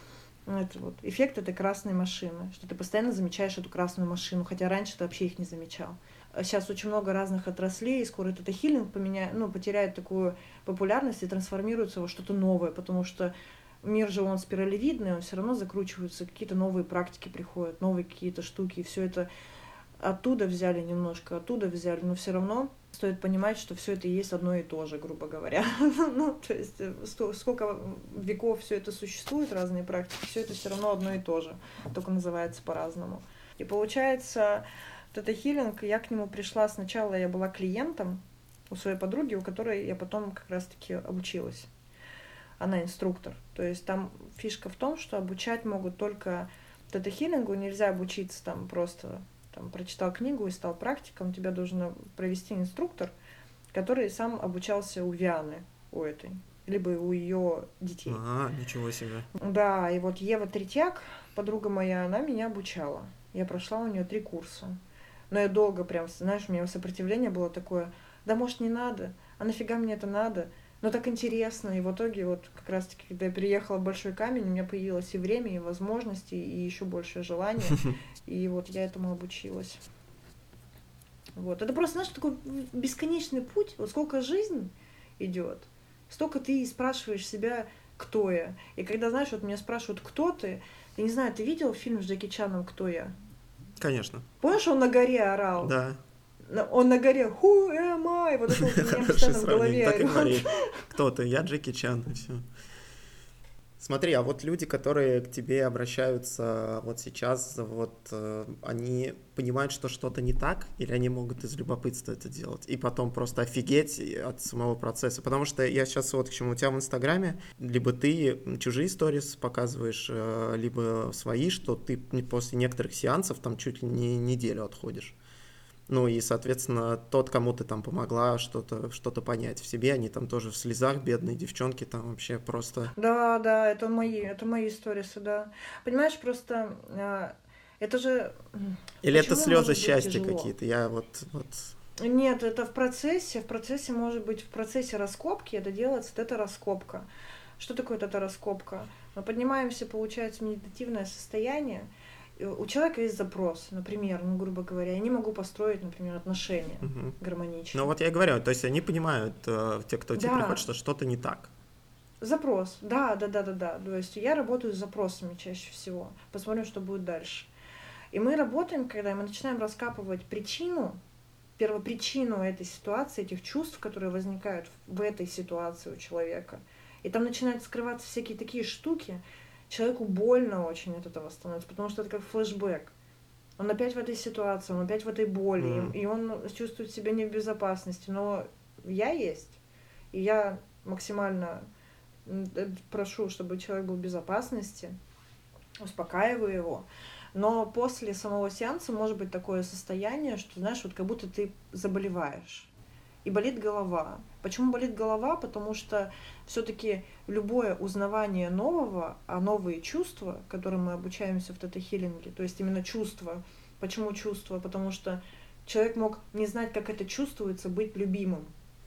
[SPEAKER 2] это вот эффект этой красной машины, что ты постоянно замечаешь эту красную машину, хотя раньше ты вообще их не замечал. Сейчас очень много разных отраслей, и скоро тета-хилинг поменяет, ну, потеряет такую популярность и трансформируется во что-то новое, потому что мир же он спиралевидный, он все равно закручивается, какие-то новые практики приходят, новые какие-то штуки, и все это оттуда взяли немножко, оттуда взяли, но все равно стоит понимать, что все это и есть одно и то же, грубо говоря. Ну, то есть сколько веков все это существует, разные практики, все это все равно одно и то же, только называется по-разному. И получается, тета-хилинг, я к нему пришла сначала, я была клиентом у своей подруги, у которой я потом как раз-таки обучилась. Она инструктор. То есть там фишка в том, что обучать могут только тета-хилингу, нельзя обучиться там просто... Там, прочитал книгу и стал практиком, тебя должен провести инструктор, который сам обучался у Вианы, у этой, либо у ее детей.
[SPEAKER 1] А, ничего себе.
[SPEAKER 2] Да, и вот Ева Третьяк, подруга моя, она меня обучала. Я прошла у нее три курса. Но я долго прям, знаешь, у меня сопротивление было такое, да может не надо, а нафига мне это надо? Но так интересно, и в итоге вот как раз-таки, когда я переехала в Большой Камень, у меня появилось и время, и возможности, и еще большее желание, и вот я этому обучилась. Вот. Это просто, знаешь, такой бесконечный путь, вот сколько жизнь идет, столько ты спрашиваешь себя, кто я. И когда, знаешь, вот меня спрашивают, кто ты, я не знаю, ты видел фильм с Джеки Чаном «Кто я»?
[SPEAKER 1] Конечно.
[SPEAKER 2] Помнишь, он на горе орал?
[SPEAKER 1] Да.
[SPEAKER 2] Он на горе «Who am I?» Вот это вот у меня постоянно в голове.
[SPEAKER 1] Так и говори. Кто ты? Я Джеки Чан, и все. Смотри, а вот люди, которые к тебе обращаются вот сейчас, вот э, они понимают, что что-то не так, или они могут из любопытства это делать, и потом просто офигеть от самого процесса? Потому что я сейчас вот к чему, у тебя в Инстаграме, либо ты чужие сторис показываешь, э, либо свои, что ты после некоторых сеансов там чуть ли не неделю отходишь. Ну и, соответственно, тот, кому ты там помогла что-то, что-то понять в себе, они там тоже в слезах, бедные девчонки, там вообще просто...
[SPEAKER 2] Да, да, это мои, это мои сторисы, да. Понимаешь, просто э, это же...
[SPEAKER 1] Или это слезы
[SPEAKER 2] быть
[SPEAKER 1] счастья
[SPEAKER 2] тяжело?
[SPEAKER 1] какие-то? Я вот, вот...
[SPEAKER 2] Нет, это в процессе, в процессе, может быть, в процессе раскопки это делается тета-раскопка. Что такое тета-раскопка? Мы поднимаемся, получается, в медитативное состояние, у человека есть запрос, например, ну, грубо говоря, я не могу построить, например, отношения
[SPEAKER 1] Угу.
[SPEAKER 2] гармоничные.
[SPEAKER 1] Ну вот я и говорю, то есть они понимают, э, те, кто да. тебе приходит, что что-то не так.
[SPEAKER 2] Запрос, да, да, да, да, да. То есть я работаю с запросами чаще всего. Посмотрим, что будет дальше. И мы работаем, когда мы начинаем раскапывать причину, первопричину этой ситуации, этих чувств, которые возникают в этой ситуации у человека. И там начинают скрываться всякие такие штуки. Человеку больно очень от этого становится, потому что это как флешбэк. Он опять в этой ситуации, он опять в этой боли, mm. и он чувствует себя не в безопасности. Но я есть, и я максимально прошу, чтобы человек был в безопасности, успокаиваю его. Но после самого сеанса может быть такое состояние, что, знаешь, вот как будто ты заболеваешь. И болит голова. Почему болит голова? Потому что все-таки любое узнавание нового, а новые чувства, которым мы обучаемся в тета-хилинге, то есть именно чувства. Почему чувства? Потому что человек мог не знать, как это чувствуется, быть любимым.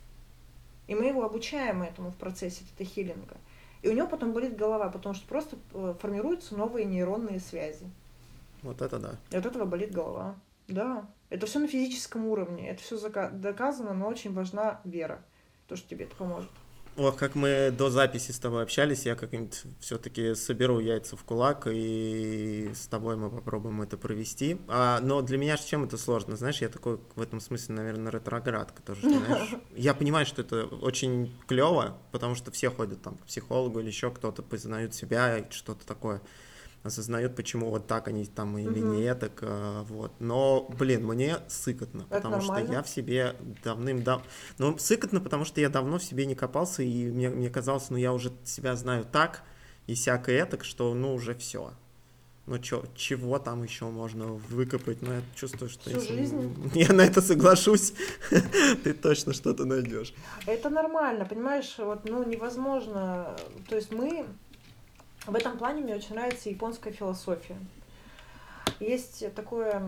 [SPEAKER 2] И мы его обучаем этому в процессе тета-хилинга. И у него потом болит голова, потому что просто формируются новые нейронные связи.
[SPEAKER 1] Вот это да.
[SPEAKER 2] И от этого болит голова. Да. Это все на физическом уровне. Это все доказано, но очень важна вера. То, что тебе это поможет.
[SPEAKER 1] Ох, как мы до записи с тобой общались, я как-нибудь все-таки соберу яйца в кулак, и с тобой мы попробуем это провести. А, но для меня же чем это сложно? Знаешь, я такой в этом смысле, наверное, ретроград, который, знаешь, я понимаю, что это очень клево, потому что все ходят там к психологу или еще кто-то, познают себя, что-то такое. Осознают, почему вот так они там или угу. не так, вот. Но, блин, мне сыкотно, это потому нормально? Что я в себе давным-давно... Ну, сыкотно, потому что я давно в себе не копался, и мне, мне казалось, ну, я уже себя знаю так и всякое этак, что, ну, уже все. Ну, чё, чего там еще можно выкопать? Ну, я чувствую, что
[SPEAKER 2] Всю
[SPEAKER 1] если
[SPEAKER 2] жизнь?
[SPEAKER 1] я на это соглашусь, ты точно что-то найдешь.
[SPEAKER 2] Это нормально, понимаешь, вот, ну, невозможно... То есть мы... В этом плане мне очень нравится японская философия. Есть такое,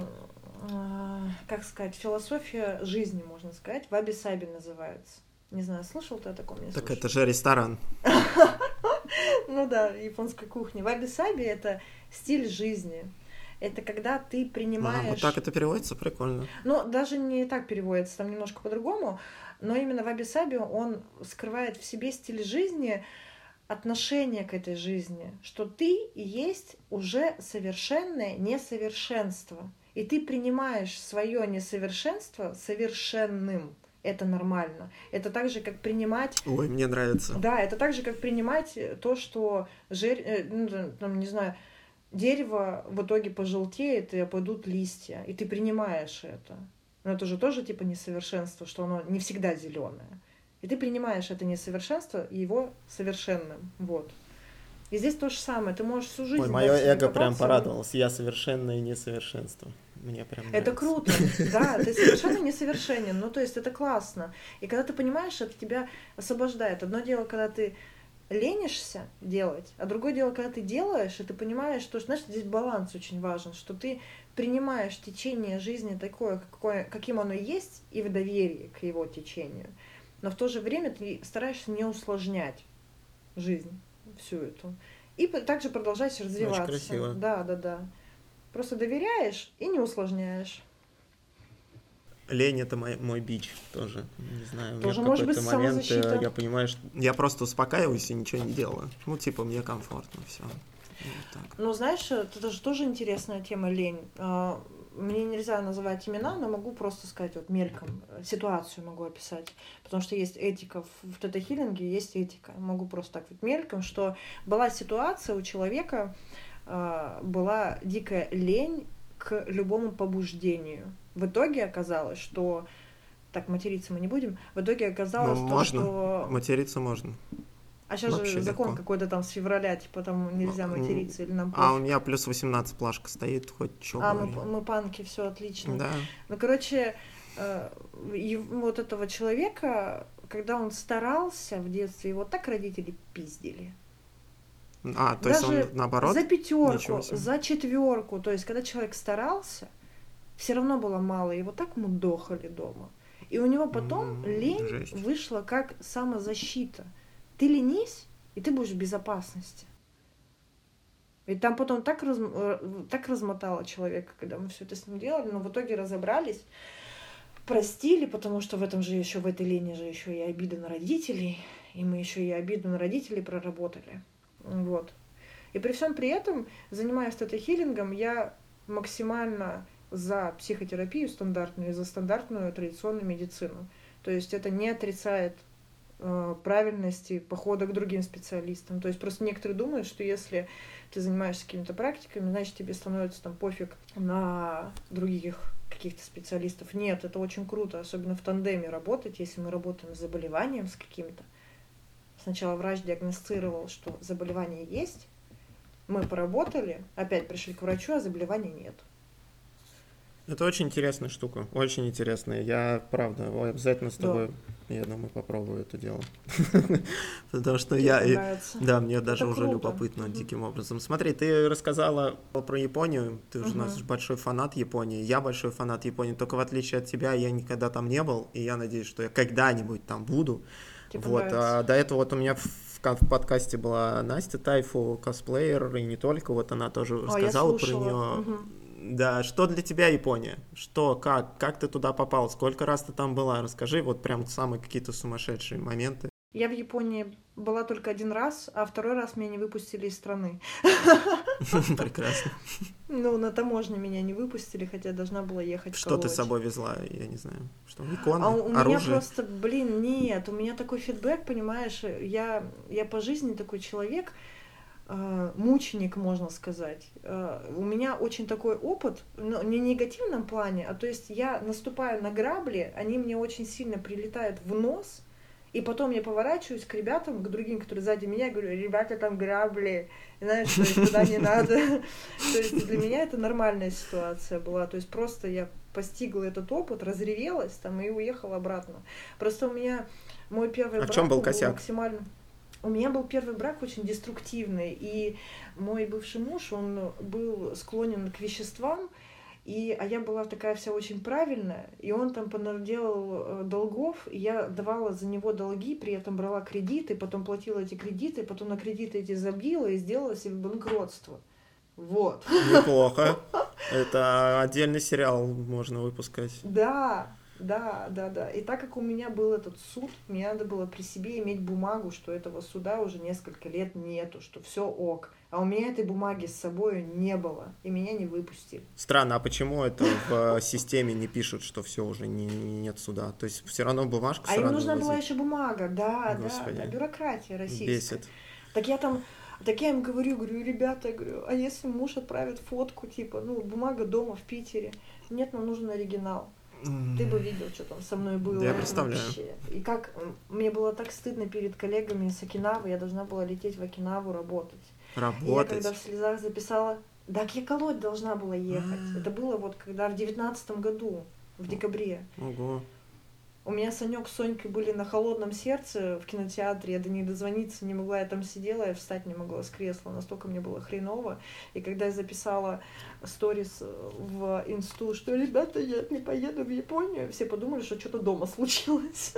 [SPEAKER 2] как сказать, философия жизни, можно сказать, ваби-саби называется. Не знаю, слышал ты о таком? Не
[SPEAKER 1] так
[SPEAKER 2] слышал?
[SPEAKER 1] Это же ресторан.
[SPEAKER 2] Ну да, японской кухни. Ваби-саби — это стиль жизни. Это когда ты
[SPEAKER 1] А,
[SPEAKER 2] принимаешь...
[SPEAKER 1] вот так это переводится, прикольно.
[SPEAKER 2] Ну, даже не так переводится, там немножко по-другому, но именно ваби-саби, он скрывает в себе стиль жизни, отношение к этой жизни, что ты и есть уже совершенное несовершенство. И ты принимаешь свое несовершенство совершенным. Это нормально. Это так же, как принимать...
[SPEAKER 1] Ой, мне нравится.
[SPEAKER 2] Да, это так же, как принимать то, что, жир... э, ну, там, не знаю, дерево в итоге пожелтеет и опадут листья. И ты принимаешь это. Но это же тоже типа несовершенство, что оно не всегда зеленое. И ты принимаешь это несовершенство и его совершенным. Вот. И здесь то же самое. Ты можешь всю жизнь...
[SPEAKER 1] Ой, мое
[SPEAKER 2] да,
[SPEAKER 1] эго прям
[SPEAKER 2] копаться.
[SPEAKER 1] порадовалось. Я совершенное несовершенство. Мне прям нравится.
[SPEAKER 2] Это круто, да, ты совершенно несовершенен, ну то есть это классно. И когда ты понимаешь, это тебя освобождает. Одно дело, когда ты ленишься делать, а другое дело, когда ты делаешь, и ты понимаешь, что, знаешь, здесь баланс очень важен, что ты принимаешь течение жизни такое, какое, каким оно есть, и в доверии к его течению. Но в то же время ты стараешься не усложнять жизнь всю эту. И также продолжаешь развиваться.
[SPEAKER 1] Очень красиво.
[SPEAKER 2] Да, да, да. Просто доверяешь и не усложняешь.
[SPEAKER 1] Лень — это мой, мой бич тоже. Не знаю,
[SPEAKER 2] Тоже
[SPEAKER 1] у меня в
[SPEAKER 2] может быть
[SPEAKER 1] какой-то момент
[SPEAKER 2] самозащита.
[SPEAKER 1] я понимаю, что я просто успокаиваюсь и ничего не делаю. Ну, типа, мне комфортно, все. Вот так.
[SPEAKER 2] Ну, знаешь, это же тоже интересная тема, лень. Мне нельзя называть имена, но могу просто сказать вот мельком, ситуацию могу описать. Потому что есть этика в тета-хиллинге, есть этика. Могу просто так вот мельком, что была ситуация у человека, была дикая лень к любому побуждению. В итоге оказалось, что... Так, материться мы не будем. В итоге оказалось
[SPEAKER 1] Ну,
[SPEAKER 2] то,
[SPEAKER 1] можно.
[SPEAKER 2] что...
[SPEAKER 1] Материться можно.
[SPEAKER 2] А сейчас
[SPEAKER 1] Вообще
[SPEAKER 2] же закон
[SPEAKER 1] легко.
[SPEAKER 2] какой-то там с февраля, типа там нельзя материться или нам
[SPEAKER 1] А у
[SPEAKER 2] пофиг.
[SPEAKER 1] меня плюс восемнадцать плашка стоит, хоть что
[SPEAKER 2] А, мы,
[SPEAKER 1] говори.
[SPEAKER 2] мы панки, все отлично.
[SPEAKER 1] Да.
[SPEAKER 2] Ну, короче, э, и вот этого человека, когда он старался в детстве, его так родители пиздили.
[SPEAKER 1] А, то
[SPEAKER 2] Даже
[SPEAKER 1] есть он наоборот?
[SPEAKER 2] за
[SPEAKER 1] Ничего
[SPEAKER 2] пятерку,
[SPEAKER 1] себе.
[SPEAKER 2] за четверку. То есть, когда человек старался, все равно было мало, его так мудохали дома. И у него потом
[SPEAKER 1] М,
[SPEAKER 2] лень
[SPEAKER 1] жесть.
[SPEAKER 2] вышла как самозащита. Ты ленись, и ты будешь в безопасности. И там потом так, раз, так размотало человека, когда мы все это с ним делали, но в итоге разобрались, простили, потому что в этом же еще, в этой лени же еще и обида на родителей, и мы еще и обиду на родителей проработали. Вот. И при всем при этом, занимаясь тета-хиллингом, я максимально за психотерапию стандартную и за стандартную традиционную медицину. То есть это не отрицает э, правильности похода к другим специалистам. То есть просто некоторые думают, что если ты занимаешься какими-то практиками, значит тебе становится там пофиг на других каких-то специалистов. Нет, это очень круто, особенно в тандеме работать, если мы работаем с заболеванием, с каким-то. Сначала врач диагностировал, что заболевание есть, мы поработали, опять пришли к врачу, а заболевания нет.
[SPEAKER 1] Это очень интересная штука, очень интересная. Я, правда, обязательно с тобой, да. Я думаю, попробую это дело. Потому что я... Да, мне даже уже любопытно диким образом. Смотри, ты рассказала про Японию, ты уже у нас большой фанат Японии, я большой фанат Японии, только в отличие от тебя я никогда там не был, и я надеюсь, что я когда-нибудь там буду. Вот, а до этого вот у меня в, в подкасте была Настя Тайфу, косплеер, и не только, вот она тоже рассказала про нее.
[SPEAKER 2] Угу.
[SPEAKER 1] Да, что для тебя Япония? Что, как, как ты туда попал? Сколько раз ты там была? Расскажи вот прям самые какие-то сумасшедшие моменты.
[SPEAKER 2] Я в Японии была только один раз, а второй раз меня не выпустили из страны.
[SPEAKER 1] Прекрасно.
[SPEAKER 2] Ну, на таможне меня не выпустили, хотя должна была ехать в
[SPEAKER 1] Что ты с собой везла, я не знаю. Что, иконы,
[SPEAKER 2] а у
[SPEAKER 1] оружие?
[SPEAKER 2] меня просто, блин, нет, у меня такой фидбэк, понимаешь, я, я по жизни такой человек, э, мученик, можно сказать. Э, у меня очень такой опыт, но не в негативном плане, а то есть я наступаю на грабли, они мне очень сильно прилетают в нос, и потом я поворачиваюсь к ребятам, к другим, которые сзади меня, говорю: ребята, там грабли, знаешь, то есть туда не надо. То есть для меня это нормальная ситуация была. То есть просто я постигла этот опыт, разревелась там и уехала обратно. Просто у меня мой первый брак...
[SPEAKER 1] А в чем был косяк?
[SPEAKER 2] Максимально... У меня был первый брак очень деструктивный, и мой бывший муж, он был склонен к веществам, И, а я была такая вся очень правильная, и он там понаделал долгов, и я давала за него долги, при этом брала кредиты, потом платила эти кредиты, потом на кредиты эти забила и сделала себе банкротство. Вот.
[SPEAKER 1] Неплохо. Это отдельный сериал можно выпускать.
[SPEAKER 2] Да, да, да, да. И так как у меня был этот суд, мне надо было при себе иметь бумагу, что этого суда уже несколько лет нету, что все ок. А у меня этой бумаги с собой не было, и меня не выпустили.
[SPEAKER 1] Странно, а почему это в системе не пишут, что все уже не, нет суда? То есть все равно бумажку
[SPEAKER 2] А
[SPEAKER 1] сразу
[SPEAKER 2] им нужна
[SPEAKER 1] возить.
[SPEAKER 2] была еще бумага, да,
[SPEAKER 1] Господи.
[SPEAKER 2] да, да, бюрократия российская.
[SPEAKER 1] Бесит.
[SPEAKER 2] Так я там, так я им говорю, говорю, ребята, говорю, а если муж отправит фотку, типа, ну, бумага дома в Питере, нет, нам нужен оригинал. Ты бы видел, что там со мной было.
[SPEAKER 1] Да, я представляю.
[SPEAKER 2] Вообще. И как мне было так стыдно перед коллегами с Окинавы, я должна была лететь в Окинаву работать.
[SPEAKER 1] Работать?
[SPEAKER 2] И я когда в слезах записала, так я колоть должна была ехать.
[SPEAKER 1] А.
[SPEAKER 2] Это было вот когда в девятнадцатом году, в декабре.
[SPEAKER 1] Ого.
[SPEAKER 2] У меня Санек с Сонькой были на холодном сердце в кинотеатре, я до них дозвониться не могла, я там сидела, я встать не могла с кресла, настолько мне было хреново. И когда я записала сторис в инсту, что, ребята, я не поеду в Японию, все подумали, что что-то дома случилось.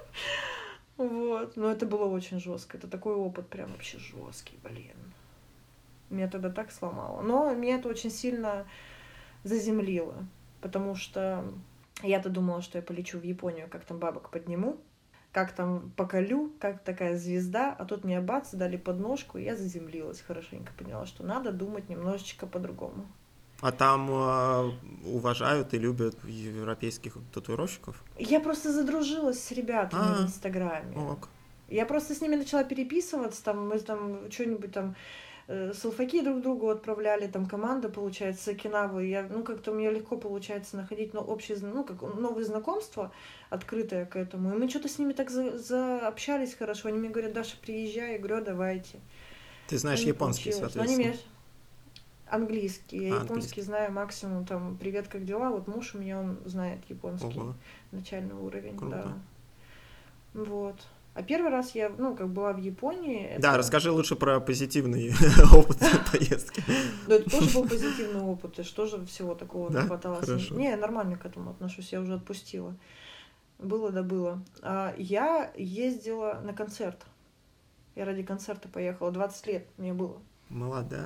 [SPEAKER 2] Вот, но это было очень жестко, это такой опыт прям вообще жесткий, блин. Меня тогда так сломало. Но меня это очень сильно заземлило, потому что я-то думала, что я полечу в Японию, как там бабок подниму, как там поколю, как такая звезда, а тут мне бац, дали подножку, и я заземлилась хорошенько, поняла, что надо думать немножечко по-другому.
[SPEAKER 1] А там э, уважают и любят европейских татуировщиков?
[SPEAKER 2] Я просто задружилась с ребятами
[SPEAKER 1] А-а-а.
[SPEAKER 2] в Инстаграме.
[SPEAKER 1] Ок.
[SPEAKER 2] Я просто с ними начала переписываться, там, мы там что-нибудь там селфаки друг другу отправляли, там команда, получается, с Окинавы. Я, ну, как-то у меня легко получается находить, ну, общие, ну, как новые знакомства, открытые к этому. И мы что-то с ними так за, заобщались хорошо. Они мне говорят, Даша, приезжай. Я говорю, давайте.
[SPEAKER 1] Ты знаешь
[SPEAKER 2] Но
[SPEAKER 1] японский,
[SPEAKER 2] получилось. Но
[SPEAKER 1] соответственно.
[SPEAKER 2] они меня... Английский. Я
[SPEAKER 1] А,
[SPEAKER 2] японский
[SPEAKER 1] английский.
[SPEAKER 2] знаю максимум, там, привет, как дела? Вот муж у меня, он знает японский.
[SPEAKER 1] Ого.
[SPEAKER 2] Начальный уровень,
[SPEAKER 1] Круто.
[SPEAKER 2] да. Вот. А первый раз я, ну, как была в Японии... Это...
[SPEAKER 1] Да, расскажи лучше про позитивный опыт поездки.
[SPEAKER 2] Ну, это тоже был позитивный опыт, и что же всего такого
[SPEAKER 1] Да?
[SPEAKER 2] нахваталось.
[SPEAKER 1] Хорошо.
[SPEAKER 2] Не, я нормально к этому отношусь, я уже отпустила. Было да было. А я ездила на концерт. Я ради концерта поехала, двадцать лет мне было.
[SPEAKER 1] Молодая.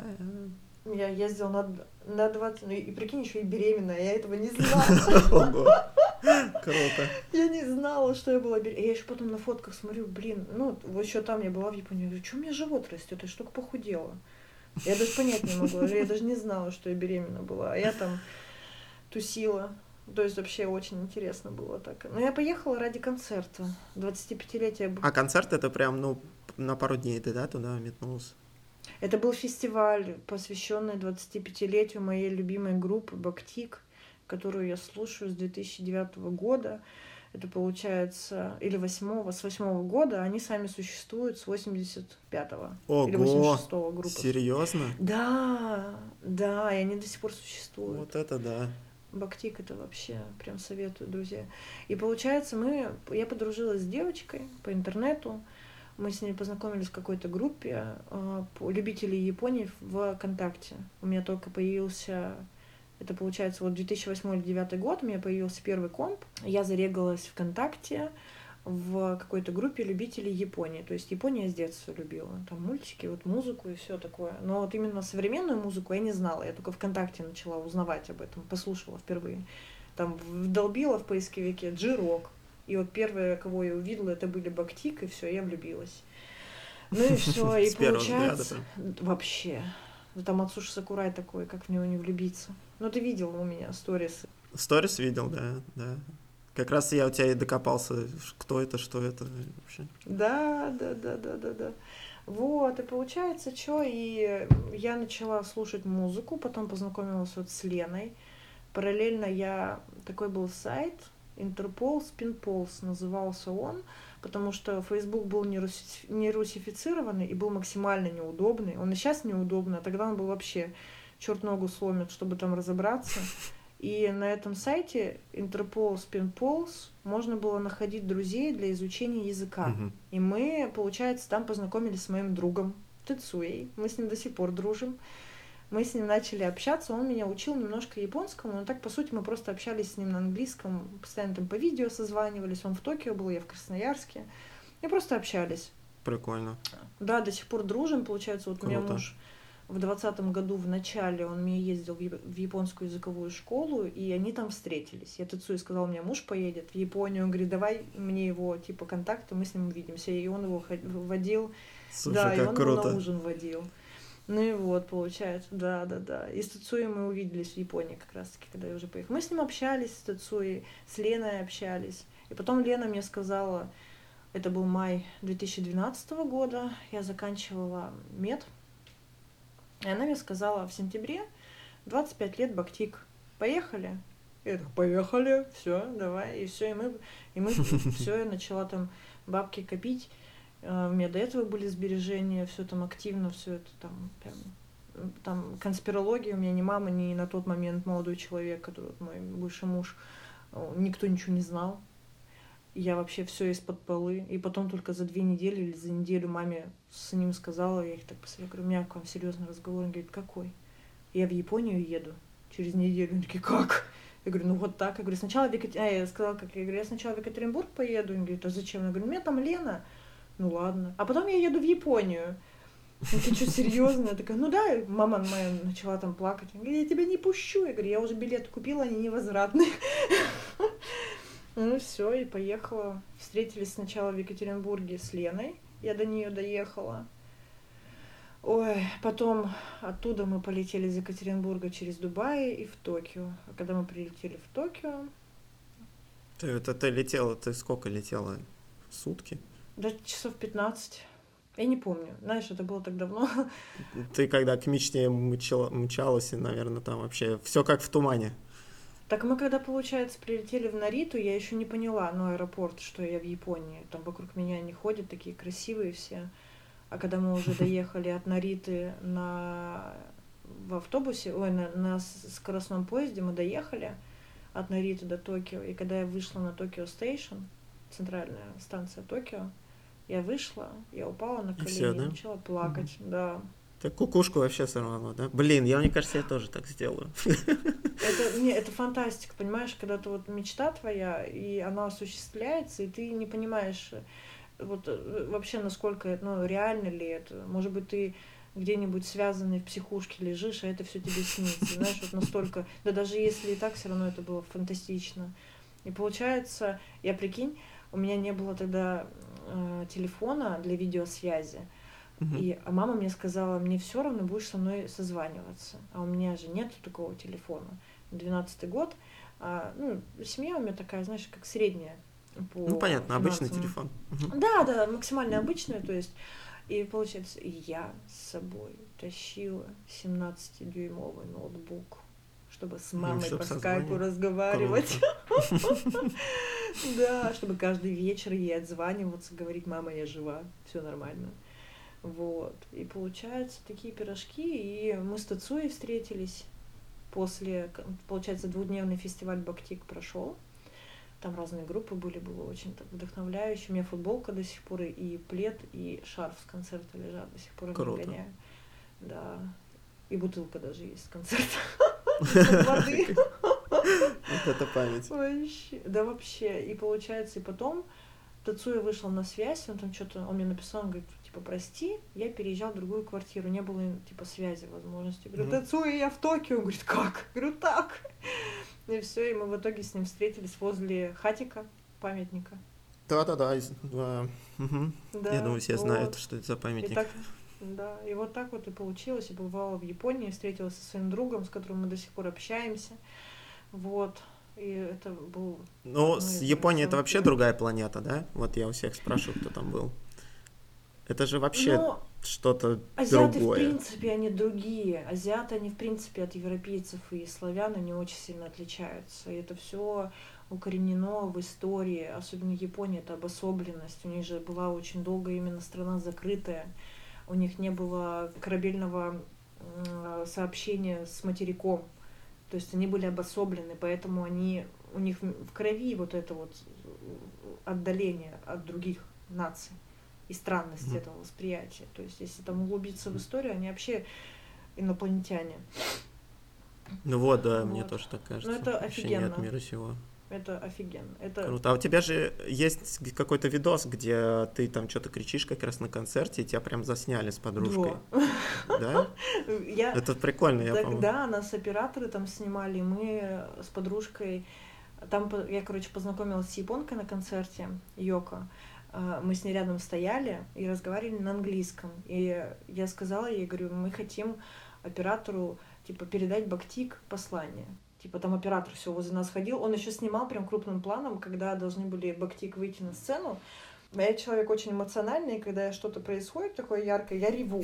[SPEAKER 2] Я ездила на, на двадцать, ну и прикинь, еще и беременная, я этого не знала.
[SPEAKER 1] Ого. Круто.
[SPEAKER 2] Я не знала, что я была беременна. Я еще потом на фотках смотрю, блин, ну, вот еще там я была в Японии, я говорю, что у меня живот растет, я штука похудела. Я даже понять не могла, я даже не знала, что я беременна была, а я там тусила. То есть вообще очень интересно было так. Но я поехала ради концерта, двадцатипятилетия.
[SPEAKER 1] А концерт это прям, ну, на пару дней ты, да, туда метнулся?
[SPEAKER 2] Это был фестиваль, посвященный двадцатипятилетию моей любимой группы «Бактик», которую я слушаю с две тысячи девятого года. Это получается, или восьмого, с восьмого года, они сами существуют с восемьдесят пятого.
[SPEAKER 1] Ого,
[SPEAKER 2] или восемьдесят шестого группы.
[SPEAKER 1] Серьезно?
[SPEAKER 2] Да, да, и они до сих пор существуют.
[SPEAKER 1] Вот это да.
[SPEAKER 2] Бактик это вообще прям советую, друзья. И получается, мы, я подружилась с девочкой по интернету. Мы с ней познакомились в какой-то группе э, любителей Японии в ВКонтакте. У меня только появился, это получается вот две тысячи восьмой или две тысячи девятый год, у меня появился первый комп. Я зарегалась ВКонтакте в какой-то группе любителей Японии. То есть Япония я с детства любила. Там мультики, вот музыку и все такое. Но вот именно современную музыку я не знала. Я только ВКонтакте начала узнавать об этом, послушала впервые. Там вдолбила в поисковике G-Rock. И вот первое, кого я увидела, это были Бактик, и все, я влюбилась. Ну и все, и получается... Вообще. Там Ацуши Сакурай такой, как в него не влюбиться. Ну ты видел у меня сторисы.
[SPEAKER 1] Сторис видел, да, да. Как раз я у тебя и докопался, кто это, что это вообще.
[SPEAKER 2] Да, да, да, да, да, да. Вот, и получается, что, и я начала слушать музыку, потом познакомилась вот с Леной. Параллельно я, такой был сайт, Интерпол, Спинполз назывался он, потому что Facebook был не, руси, не русифицированный и был максимально неудобный. Он и сейчас неудобный, а тогда он был вообще черт ногу сломит, чтобы там разобраться. И на этом сайте Интерпол, Спинполз можно было находить друзей для изучения языка.
[SPEAKER 1] Угу.
[SPEAKER 2] И мы, получается, там познакомились с моим другом Тецуей. Мы с ним до сих пор дружим. Мы с ним начали общаться, он меня учил немножко японскому, но так, по сути, мы просто общались с ним на английском, постоянно там по видео созванивались, он в Токио был, я в Красноярске, и просто общались.
[SPEAKER 1] Прикольно.
[SPEAKER 2] Да, до сих пор дружим, получается, вот у меня
[SPEAKER 1] Круто.
[SPEAKER 2] муж в двадцатом году в начале, он мне ездил в яп- в японскую языковую школу, и они там встретились. Я Тецуи сказал, у меня муж поедет в Японию, он говорит, давай мне его, типа, контакты, мы с ним увидимся, и он его ход- водил,
[SPEAKER 1] Слушай,
[SPEAKER 2] да, и
[SPEAKER 1] как
[SPEAKER 2] он его на
[SPEAKER 1] круто.
[SPEAKER 2] ужин водил. Ну и вот, получается, да, да, да. И с Тецуи мы увиделись в Японии как раз-таки, когда я уже поехала. Мы с ним общались, с Тецуи, с Леной общались. И потом Лена мне сказала, это был май две тысячи двенадцатого года, я заканчивала мед, и она мне сказала в сентябре, двадцать пять лет, Бактик, поехали? И я так, поехали, все, давай, и все, и мы, и мы, все, я начала там бабки копить. Э, У меня до этого были сбережения, все там активно, все это там прям, м, там конспирология, у меня ни мама, ни на тот момент молодой человек, который вот мой бывший муж, э, никто ничего не знал. Я вообще все из-под полы. И потом только за две недели или за неделю маме с ним сказала, я их так посмотрела, говорю, у меня к вам серьезный разговор. Он говорит, какой? Я в Японию еду через неделю. Они такие, как? Я говорю, ну вот так. Я говорю, сначала в Екатеринбург. А, я сказала, как я говорю, я сначала в Екатеринбург поеду. Он говорит, а зачем? Я говорю, у меня там Лена. Ну ладно. А потом я еду в Японию. Ну ты что, серьезно? Я такая, ну да, мама моя начала там плакать. Он говорит, я тебя не пущу. Я говорю, я уже билет купила, они невозвратные. Ну все, и поехала. Встретились сначала в Екатеринбурге с Леной. Я до нее доехала. Ой, потом оттуда мы полетели из Екатеринбурга через Дубай и в Токио. А когда мы прилетели в Токио,
[SPEAKER 1] Ты, это ты летела, ты сколько летела? Сутки?
[SPEAKER 2] до часов пятнадцать. Я не помню. Знаешь, это было так давно.
[SPEAKER 1] Ты когда к мечте мчала- мчалась, и, наверное, там вообще все как в тумане.
[SPEAKER 2] Так мы когда, получается, прилетели в Нариту, я еще не поняла, ну, аэропорт, что я в Японии. Там вокруг меня они ходят, такие красивые все. А когда мы уже доехали от Нариты на в автобусе, ой, на, на скоростном поезде мы доехали от Нариты до Токио. И когда я вышла на Токио Стейшн, центральная станция Токио, я вышла, я упала на
[SPEAKER 1] И все,
[SPEAKER 2] колени и
[SPEAKER 1] да?
[SPEAKER 2] начала
[SPEAKER 1] Мгм.
[SPEAKER 2] плакать, да.
[SPEAKER 1] Ты кукушку вообще сорвала, да? Блин, я, мне кажется, я тоже так сделаю.
[SPEAKER 2] Это, не, это фантастика, понимаешь, когда ты вот мечта твоя, и она осуществляется, и ты не понимаешь вот э, вообще насколько это, ну, реально ли это. Может быть, ты где-нибудь связанный в психушке лежишь, а это все тебе снится. Знаешь, вот настолько. Да даже если и так, все равно это было фантастично. И получается, я прикинь, у меня не было тогда э, телефона для видеосвязи.
[SPEAKER 1] Мгм.
[SPEAKER 2] И а мама мне сказала, мне все равно будешь со мной созваниваться. А у меня же нет такого телефона. Двенадцатый год. А, ну, семья у меня такая, знаешь, как средняя
[SPEAKER 1] Ну,
[SPEAKER 2] по
[SPEAKER 1] понятно, обычный
[SPEAKER 2] финансовым.
[SPEAKER 1] телефон. Мгм.
[SPEAKER 2] Да, да, максимально обычную, то есть. И получается, я с собой тащила семнадцатидюймовый ноутбук, чтобы с
[SPEAKER 1] Мгм,
[SPEAKER 2] мамой
[SPEAKER 1] чтоб
[SPEAKER 2] по скайпу
[SPEAKER 1] созванивать.
[SPEAKER 2] разговаривать.
[SPEAKER 1] Круто.
[SPEAKER 2] Да, чтобы каждый вечер ей отзваниваться, говорить, мама, я жива, все нормально. Вот. И получается, такие пирожки. И мы с Тацуей встретились после, к- получается, двухдневный фестиваль Бактик прошел. Там разные группы были, было очень так вдохновляюще. У меня футболка до сих пор, и плед, и шарф с концерта лежат, до сих пор их
[SPEAKER 1] Круто.
[SPEAKER 2] гоняю. Да. И бутылка даже есть с концерта. Из-под воды.
[SPEAKER 1] Вот это память.
[SPEAKER 2] Вообще. Да вообще. И получается, и потом Тацуя вышел на связь, он там что-то, он мне написал, он говорит, типа, прости, я переезжал в другую квартиру, не было, типа, связи, возможности. Я говорю,
[SPEAKER 1] Мгм.
[SPEAKER 2] Тацуя, я в Токио. Он говорит, как? Я говорю, так. И все, и мы в итоге с ним встретились возле хатика, памятника.
[SPEAKER 1] Да-да-да. из- да. Мгм. Я
[SPEAKER 2] Да,
[SPEAKER 1] думаю, все знают,
[SPEAKER 2] вот.
[SPEAKER 1] что это за
[SPEAKER 2] И
[SPEAKER 1] памятник.
[SPEAKER 2] так, да, и вот так вот и получилось. Я побывала в Японии, встретилась со своим другом, с которым мы до сих пор общаемся. Вот. И это был
[SPEAKER 1] Ну,
[SPEAKER 2] одно
[SPEAKER 1] с
[SPEAKER 2] из моих
[SPEAKER 1] Японией это
[SPEAKER 2] самых
[SPEAKER 1] вообще
[SPEAKER 2] первых.
[SPEAKER 1] другая планета, да? Вот я у всех спрашиваю, кто там был. Это же вообще
[SPEAKER 2] Но
[SPEAKER 1] что-то
[SPEAKER 2] азиаты, в
[SPEAKER 1] другое.
[SPEAKER 2] принципе, они другие. Азиаты, они, в принципе, от европейцев и славян, они очень сильно отличаются. И это все укоренено в истории. Особенно Япония, это обособленность. У них же была очень долго именно страна закрытая. У них не было корабельного м, сообщения с материком. То есть они были обособлены, поэтому они, у них в крови вот это вот отдаление от других наций и странность
[SPEAKER 1] Мгм.
[SPEAKER 2] этого восприятия. То есть если там углубиться в историю, они вообще инопланетяне.
[SPEAKER 1] Ну вот, да,
[SPEAKER 2] Вот.
[SPEAKER 1] мне тоже так кажется.
[SPEAKER 2] Ну, это
[SPEAKER 1] Вообще
[SPEAKER 2] офигенно.
[SPEAKER 1] не от мира сего.
[SPEAKER 2] Это офигенно. Это...
[SPEAKER 1] Круто. А у тебя же есть какой-то видос, где ты там что-то кричишь как раз на концерте, и тебя прям засняли с подружкой. Да?
[SPEAKER 2] Я...
[SPEAKER 1] Это прикольно, я помню.
[SPEAKER 2] Да, нас операторы там снимали, мы с подружкой... Там я, короче, познакомилась с японкой на концерте, Йоко. Мы с ней рядом стояли и разговаривали на английском. И я сказала ей, говорю, мы хотим оператору, типа, передать Бхактик послание. Типа, там оператор все возле нас ходил. Он еще снимал прям крупным планом, когда должны были Бхактик выйти на сцену. Я человек очень эмоциональный, и когда что-то происходит такое яркое, я реву.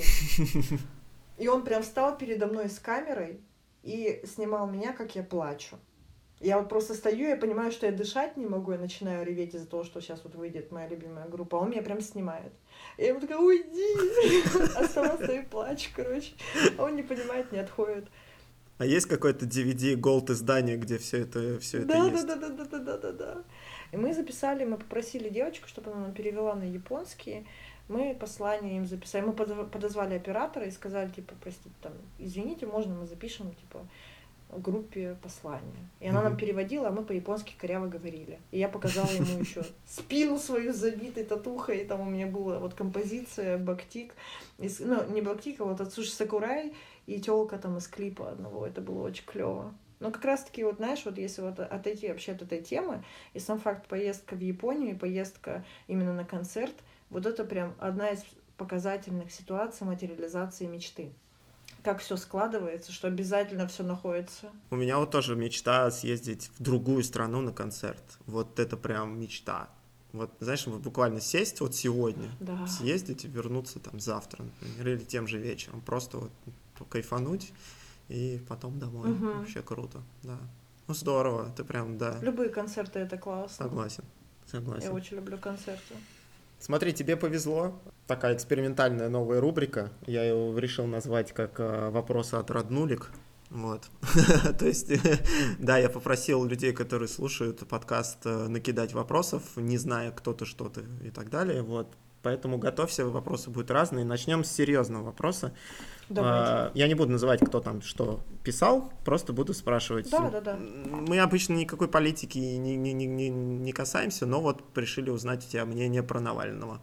[SPEAKER 2] И он прям встал передо мной с камерой и снимал меня, как я плачу. Я вот просто стою, я понимаю, что я дышать не могу, я начинаю реветь из-за того, что сейчас вот выйдет моя любимая группа, а он меня прям снимает. И я ему такая, уйди! А сама стою и плачу, короче. А он не понимает, не отходит.
[SPEAKER 1] А есть какой-то ди ви ди Gold издание, где все это, все
[SPEAKER 2] да,
[SPEAKER 1] это есть?
[SPEAKER 2] Да, да, да, да, да, да, да. И мы записали, мы попросили девочку, чтобы она нам перевела на японский. Мы послание им записали. Мы подозвали оператора и сказали, типа, простите, там, извините, можно мы запишем, типа, группе послания. И она mm-hmm. нам переводила, а мы по-японски коряво говорили. И я показала ему еще спину свою забитой татухой, и там у меня была вот композиция Бхактик, ну, не Бхактик, а вот Ацуши Сакурай и тёлка там из клипа одного. Это было очень клево. Но как раз-таки, вот знаешь, вот если вот отойти вообще от этой темы, и сам факт поездка в Японию, и поездка именно на концерт, вот это прям одна из показательных ситуаций материализации мечты. Как все складывается, что обязательно все находится.
[SPEAKER 1] У меня вот тоже мечта съездить в другую страну на концерт. Вот это прям мечта. Вот, знаешь, буквально сесть вот сегодня,
[SPEAKER 2] да.
[SPEAKER 1] съездить и вернуться там завтра, например, или тем же вечером. Просто вот кайфануть и потом домой.
[SPEAKER 2] Угу.
[SPEAKER 1] Вообще круто, да. Ну, здорово, это прям, да.
[SPEAKER 2] Любые концерты — это классно.
[SPEAKER 1] Согласен, согласен.
[SPEAKER 2] Я очень люблю концерты.
[SPEAKER 1] Смотри, тебе повезло. Такая экспериментальная новая рубрика. Я ее решил назвать как «Вопросы от роднулик». Вот. То есть, да, я попросил людей, которые слушают подкаст, накидать вопросов, не зная, кто ты, что ты и так далее. Вот. Поэтому готовься, вопросы будут разные. Начнем с серьезного вопроса.
[SPEAKER 2] Давайте.
[SPEAKER 1] Я не буду называть, кто там что писал, просто буду спрашивать.
[SPEAKER 2] Да, да, да.
[SPEAKER 1] Мы обычно никакой политики не, не, не, не, не касаемся, но вот решили узнать у тебя мнение про Навального.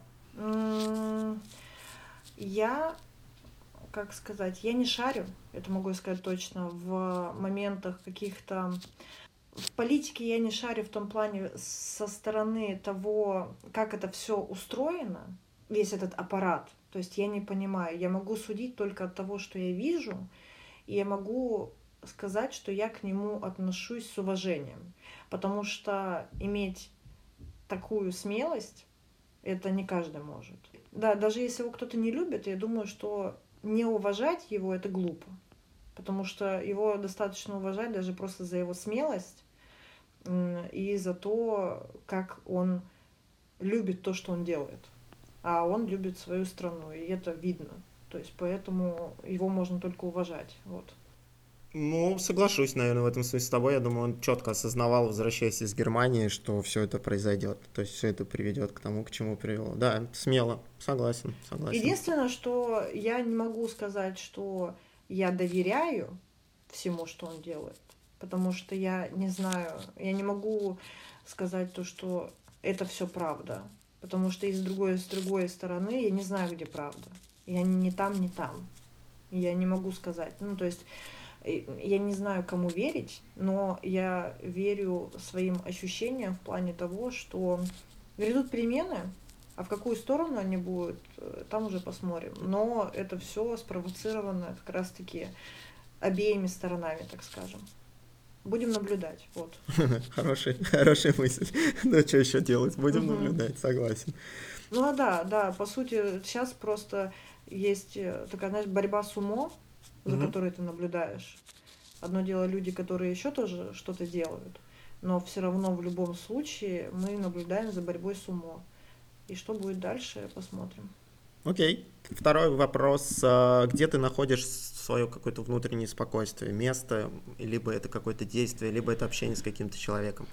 [SPEAKER 2] Я, как сказать, я не шарю, это могу сказать точно, в моментах каких-то... В политике я не шарю в том плане со стороны того, как это все устроено, весь этот аппарат. То есть я не понимаю, я могу судить только от того, что я вижу, и я могу сказать, что я к нему отношусь с уважением. Потому что иметь такую смелость, это не каждый может. Да, даже если его кто-то не любит, я думаю, что не уважать его — это глупо. Потому что его достаточно уважать даже просто за его смелость и за то, как он любит то, что он делает. А он любит свою страну, и это видно. То есть поэтому его можно только уважать. Вот.
[SPEAKER 1] Ну, соглашусь, наверное, в этом смысле с тобой. Я думаю, он четко осознавал, возвращаясь из Германии, что все это произойдет. То есть все это приведет к тому, к чему привело. Да, смело. Согласен, согласен.
[SPEAKER 2] Единственное, что я не могу сказать, что я доверяю всему, что он делает. Потому что я не знаю, я не могу сказать то, что это все правда. Потому что и с другой, с другой стороны я не знаю, где правда. Я не там, не там. Я не могу сказать. Ну, то есть я не знаю, кому верить, но я верю своим ощущениям в плане того, что грядут перемены, а в какую сторону они будут, там уже посмотрим. Но это все спровоцировано как раз-таки обеими сторонами, так скажем. Будем наблюдать, вот.
[SPEAKER 1] Хорошая, хорошая мысль. Ну, что еще делать? Будем угу. наблюдать, согласен.
[SPEAKER 2] Ну, а да, да, по сути, сейчас просто есть такая, знаешь, борьба с умом, за угу. которой ты наблюдаешь. Одно дело люди, которые еще тоже что-то делают, но все равно в любом случае мы наблюдаем за борьбой с умом. И что будет дальше, посмотрим.
[SPEAKER 1] Окей. Второй вопрос. Где ты находишь свое какое-то внутреннее спокойствие? Место, либо это какое-то действие, либо это общение с каким-то человеком?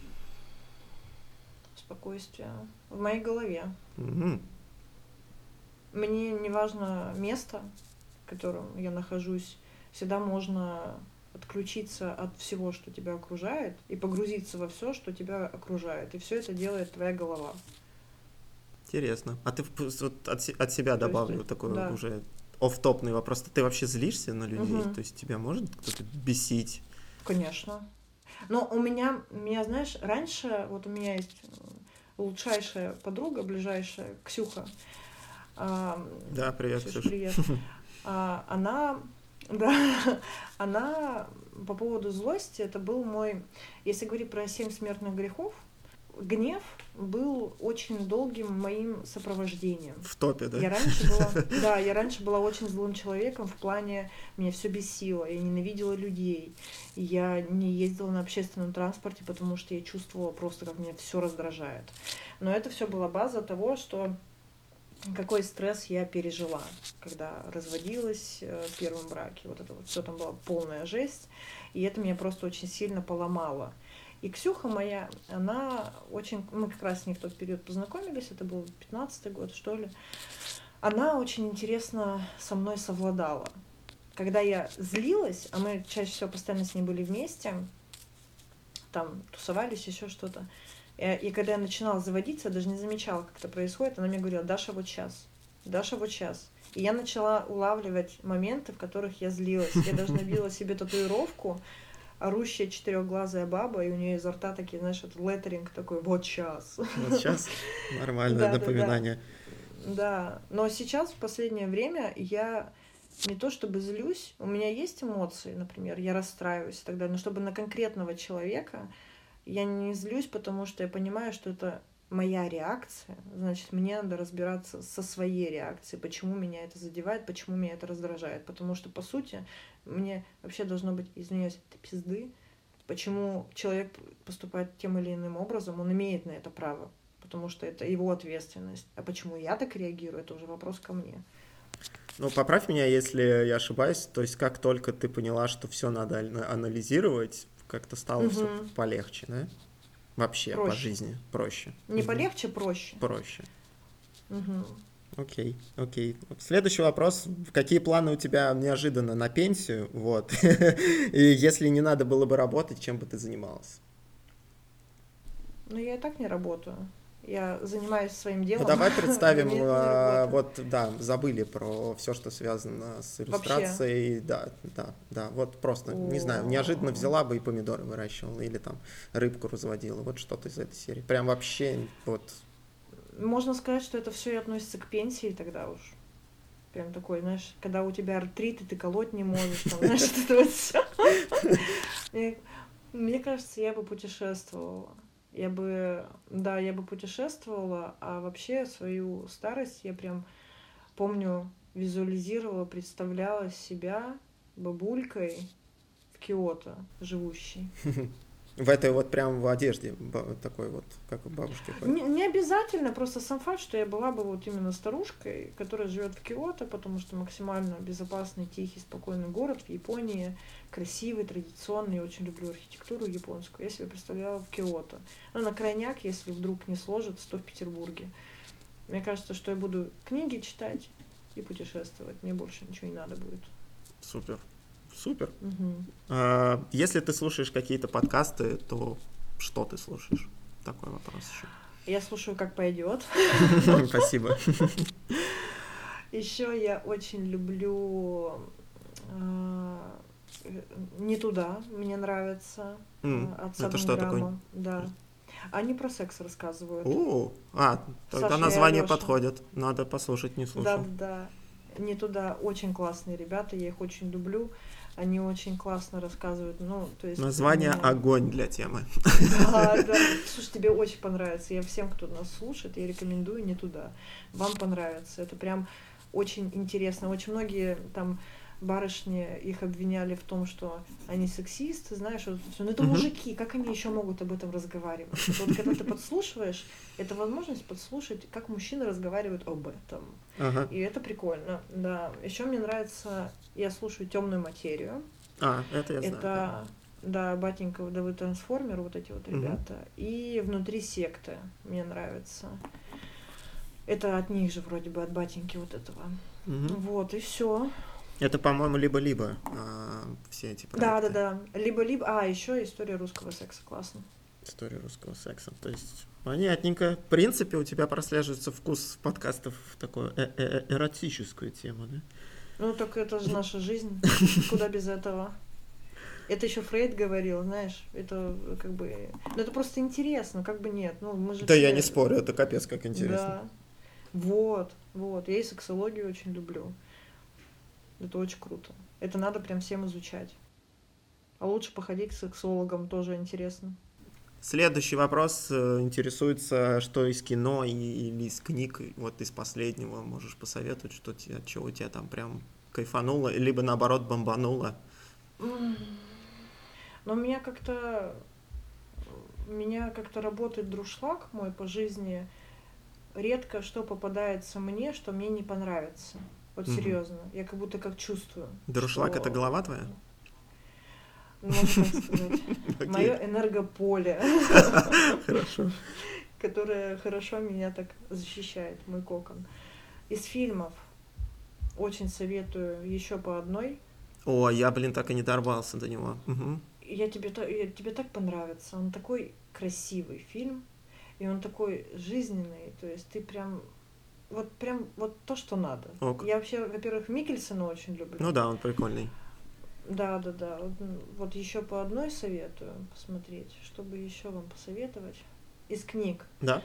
[SPEAKER 2] Спокойствие в моей голове.
[SPEAKER 1] Угу.
[SPEAKER 2] Мне не важно место, в котором я нахожусь, всегда можно отключиться от всего, что тебя окружает, и погрузиться во все, что тебя окружает. И все это делает твоя голова.
[SPEAKER 1] Интересно. А ты вот от, от себя
[SPEAKER 2] То
[SPEAKER 1] добавлю
[SPEAKER 2] есть,
[SPEAKER 1] такой
[SPEAKER 2] да.
[SPEAKER 1] уже офф-топный вопрос. Ты вообще злишься на людей?
[SPEAKER 2] Угу.
[SPEAKER 1] То есть тебя может кто-то бесить?
[SPEAKER 2] Конечно. Но у меня, меня, знаешь, раньше, вот у меня есть лучшая подруга, ближайшая, Ксюха. А,
[SPEAKER 1] Да, привет,
[SPEAKER 2] Ксюш,
[SPEAKER 1] Ксюша.
[SPEAKER 2] привет. А, она, да, она по поводу злости, это был мой, если говорить про семь смертных грехов, гнев был очень долгим моим сопровождением.
[SPEAKER 1] В топе, да?
[SPEAKER 2] Я раньше была, да, я раньше была очень злым человеком в плане, меня все бесило, я ненавидела людей, я не ездила на общественном транспорте, потому что я чувствовала просто, как меня все раздражает. Но это все была база того, что какой стресс я пережила, когда разводилась в первом браке, вот это вот все там была полная жесть, и это меня просто очень сильно поломало. И Ксюха моя, она очень... Мы как раз с ней в тот период познакомились, это был пятнадцатый год, что ли. Она очень интересно со мной совладала. Когда я злилась, а мы чаще всего постоянно с ней были вместе, там тусовались, еще что-то, и, и когда я начинала заводиться, я даже не замечала, как это происходит, она мне говорила: Даша, вот сейчас, Даша, вот сейчас. И я начала улавливать моменты, в которых я злилась. Я даже набила себе татуировку, орущая четырехглазая баба, и у нее изо рта такие, знаешь, это леттеринг такой: вот сейчас.
[SPEAKER 1] Вот сейчас нормальное напоминание.
[SPEAKER 2] Да, да, но сейчас, в последнее время, я не то чтобы злюсь, у меня есть эмоции, например, я расстраиваюсь и так далее, но чтобы на конкретного человека я не злюсь, потому что я понимаю, что это моя реакция, значит, мне надо разбираться со своей реакцией, почему меня это задевает, почему меня это раздражает, потому что, по сути, мне вообще должно быть, извиняюсь, это пизды, почему человек поступает тем или иным образом, он имеет на это право, потому что это его ответственность, а почему я так реагирую, это уже вопрос ко мне.
[SPEAKER 1] Ну, поправь меня, если я ошибаюсь, то есть как только ты поняла, что все надо анализировать, как-то стало угу. все полегче, да? Вообще проще. По жизни проще.
[SPEAKER 2] Не угу. полегче, проще.
[SPEAKER 1] Проще.
[SPEAKER 2] Угу.
[SPEAKER 1] Окей, окей. Следующий вопрос. Какие планы у тебя неожиданно на пенсию? Вот. И если не надо было бы работать, чем бы ты занималась?
[SPEAKER 2] Ну, я и так не работаю. Я занимаюсь своим делом.
[SPEAKER 1] Ну, давай представим, а, вот, да, забыли про все, что связано с иллюстрацией. Вообще? Да, да, да, вот просто, О-о-о. не знаю, неожиданно взяла бы и помидоры выращивала, или там рыбку разводила, вот что-то из этой серии. Прям вообще, вот.
[SPEAKER 2] Можно сказать, что это все и относится к пенсии тогда уж. Прям такой, знаешь, когда у тебя артрит, и ты колоть не можешь, там, знаешь, это вот все. Мне кажется, я бы путешествовала. Я бы, да, я бы путешествовала, а вообще свою старость я прям помню, визуализировала, представляла себя бабулькой в Киото живущей.
[SPEAKER 1] В этой вот прям в одежде такой вот, как у бабушки.
[SPEAKER 2] Не, не обязательно, просто сам факт, что я была бы вот именно старушкой, которая живет в Киото, потому что максимально безопасный, тихий, спокойный город в Японии, красивый, традиционный, я очень люблю архитектуру японскую. Я себе представляла в Киото. Но на крайняк, если вдруг не сложится, то в Петербурге. Мне кажется, что я буду книги читать и путешествовать. Мне больше ничего не надо будет.
[SPEAKER 1] Супер. Супер.
[SPEAKER 2] Угу.
[SPEAKER 1] А, если ты слушаешь какие-то подкасты, то что ты слушаешь? Такой вопрос еще.
[SPEAKER 2] Я слушаю «Как пойдет».
[SPEAKER 1] Спасибо.
[SPEAKER 2] Еще я очень люблю «Не туда», мне нравится.
[SPEAKER 1] Это что такое?
[SPEAKER 2] Да. Они про секс рассказывают.
[SPEAKER 1] О, а, тогда
[SPEAKER 2] Саша
[SPEAKER 1] название подходит. Надо послушать, не слушал.
[SPEAKER 2] Да, да. «Не туда» очень классные ребята, я их очень люблю. Они очень классно рассказывают. Ну, то есть
[SPEAKER 1] название
[SPEAKER 2] меня...
[SPEAKER 1] огонь для темы.
[SPEAKER 2] Да, да. Слушай, тебе очень понравится. Я всем, кто нас слушает, я рекомендую «Не туда». Вам понравится. Это прям очень интересно. Очень многие там барышни их обвиняли в том, что они сексисты, знаешь, вот, ну это мужики, как они еще могут об этом разговаривать? Вот когда ты подслушиваешь, это возможность подслушать, как мужчины разговаривают об этом.
[SPEAKER 1] Ага.
[SPEAKER 2] И это прикольно, да. Еще мне нравится, я слушаю «Темную материю».
[SPEAKER 1] А, это я знаю.
[SPEAKER 2] Это, да, батенька вдовы трансформер, вот эти вот ребята. Угу. И «Внутри секты» мне нравится. Это от них же вроде бы, от батеньки вот этого.
[SPEAKER 1] Угу.
[SPEAKER 2] Вот, и все.
[SPEAKER 1] Это, по-моему, либо-либо а, все эти
[SPEAKER 2] Да,
[SPEAKER 1] проекты.
[SPEAKER 2] да, да. Либо-либо. А, еще история русского секса. Классно.
[SPEAKER 1] История русского секса. То есть, понятненько. В принципе, у тебя прослеживается вкус подкастов в такую э- э- эротическую тему, да?
[SPEAKER 2] Ну, так это же наша жизнь. Куда без этого? Это еще Фрейд говорил, знаешь, это как бы... Ну, это просто интересно, как бы нет. Ну, мы же
[SPEAKER 1] Да,
[SPEAKER 2] все...
[SPEAKER 1] я не спорю, это капец как интересно.
[SPEAKER 2] Да. Вот, вот. Я и сексологию очень люблю. Это очень круто. Это надо прям всем изучать. А лучше походить к сексологам, тоже интересно.
[SPEAKER 1] Следующий вопрос э, интересуется, что из кино и, или из книг, и вот из последнего можешь посоветовать, что тебе, что у тебя там прям кайфануло, либо наоборот бомбануло.
[SPEAKER 2] Но у меня как-то... У меня как-то работает друшлаг мой по жизни. Редко что попадается мне, что мне не понравится. Вот
[SPEAKER 1] Мгм.
[SPEAKER 2] серьезно. Я как будто как чувствую.
[SPEAKER 1] Друшлаг
[SPEAKER 2] что-
[SPEAKER 1] это голова твоя?
[SPEAKER 2] Ну, можно так сказать.
[SPEAKER 1] Окей.
[SPEAKER 2] Мое энергополе,
[SPEAKER 1] Хорошо.
[SPEAKER 2] которое хорошо меня так защищает, мой кокон. Из фильмов очень советую еще по одной.
[SPEAKER 1] О, я, блин, так и не дорвался до него. Мгм.
[SPEAKER 2] Я тебе, та- я- тебе так понравится. Он такой красивый фильм, и он такой жизненный. То есть ты прям вот прям вот то, что надо.
[SPEAKER 1] Ок.
[SPEAKER 2] Я вообще, во-первых, Миккельсона очень люблю.
[SPEAKER 1] Ну да, он прикольный.
[SPEAKER 2] Да, да, да. Вот, м, вот еще по одной советую посмотреть. Чтобы еще вам посоветовать? Из книг.
[SPEAKER 1] Да?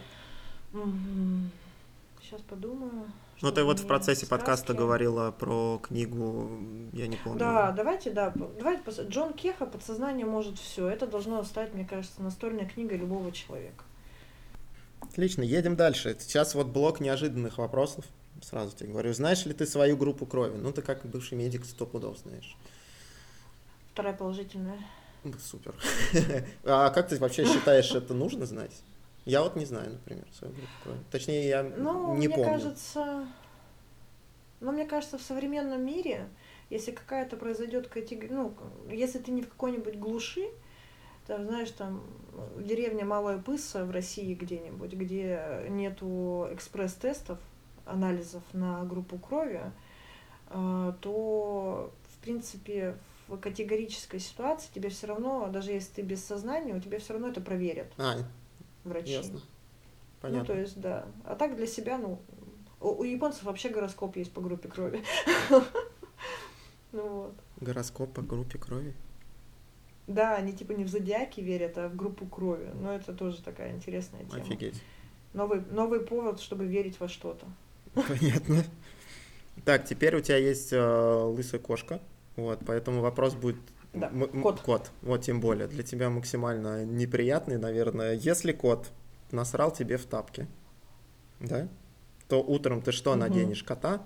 [SPEAKER 2] Сейчас подумаю.
[SPEAKER 1] Ну ты
[SPEAKER 2] чтобы
[SPEAKER 1] вот в
[SPEAKER 2] не
[SPEAKER 1] процессе подкаста
[SPEAKER 2] сказки.
[SPEAKER 1] говорила про книгу, я не помню.
[SPEAKER 2] Да, давайте, да. п- Давайте пос- Джон Кеха «Подсознание может все». Это должно стать, мне кажется, настольной книгой любого человека.
[SPEAKER 1] Отлично, едем дальше. Сейчас вот блок неожиданных вопросов. Сразу тебе говорю, знаешь ли ты свою группу крови? Ну, ты как бывший медик сто пудов знаешь.
[SPEAKER 2] Вторая положительная.
[SPEAKER 1] Ну, супер. А как ты вообще считаешь, это нужно знать? Я вот не знаю, например, свою группу крови. Точнее, я
[SPEAKER 2] Ну,
[SPEAKER 1] не
[SPEAKER 2] мне
[SPEAKER 1] помню.
[SPEAKER 2] кажется, ну, мне кажется, в современном мире, если какая-то произойдет категория, ну, если ты не в какой-нибудь глуши, там, знаешь, там деревня Малая Пысса в России где-нибудь, где нету экспресс-тестов, анализов на группу крови, э, то, в принципе, в категорической ситуации тебе все равно, даже если ты без сознания, у тебя все равно это проверят
[SPEAKER 1] А,
[SPEAKER 2] врачи.
[SPEAKER 1] ясно.
[SPEAKER 2] Ну,
[SPEAKER 1] Понятно.
[SPEAKER 2] то есть, да. А так для себя, ну, у, у японцев вообще гороскоп есть по группе крови. Ну вот.
[SPEAKER 1] Гороскоп по группе крови.
[SPEAKER 2] Да, они типа не в зодиаке верят, а в группу крови. Но это тоже такая интересная тема.
[SPEAKER 1] Офигеть.
[SPEAKER 2] Новый, новый повод, чтобы верить во что-то.
[SPEAKER 1] Понятно. Так, теперь у тебя есть э, лысая кошка. Вот, поэтому вопрос будет...
[SPEAKER 2] Да,
[SPEAKER 1] м- м-
[SPEAKER 2] кот.
[SPEAKER 1] Кот. Вот тем более. Для тебя максимально неприятный, наверное. Если кот насрал тебе в тапки, да? То утром ты что
[SPEAKER 2] Мгм.
[SPEAKER 1] наденешь? Кота?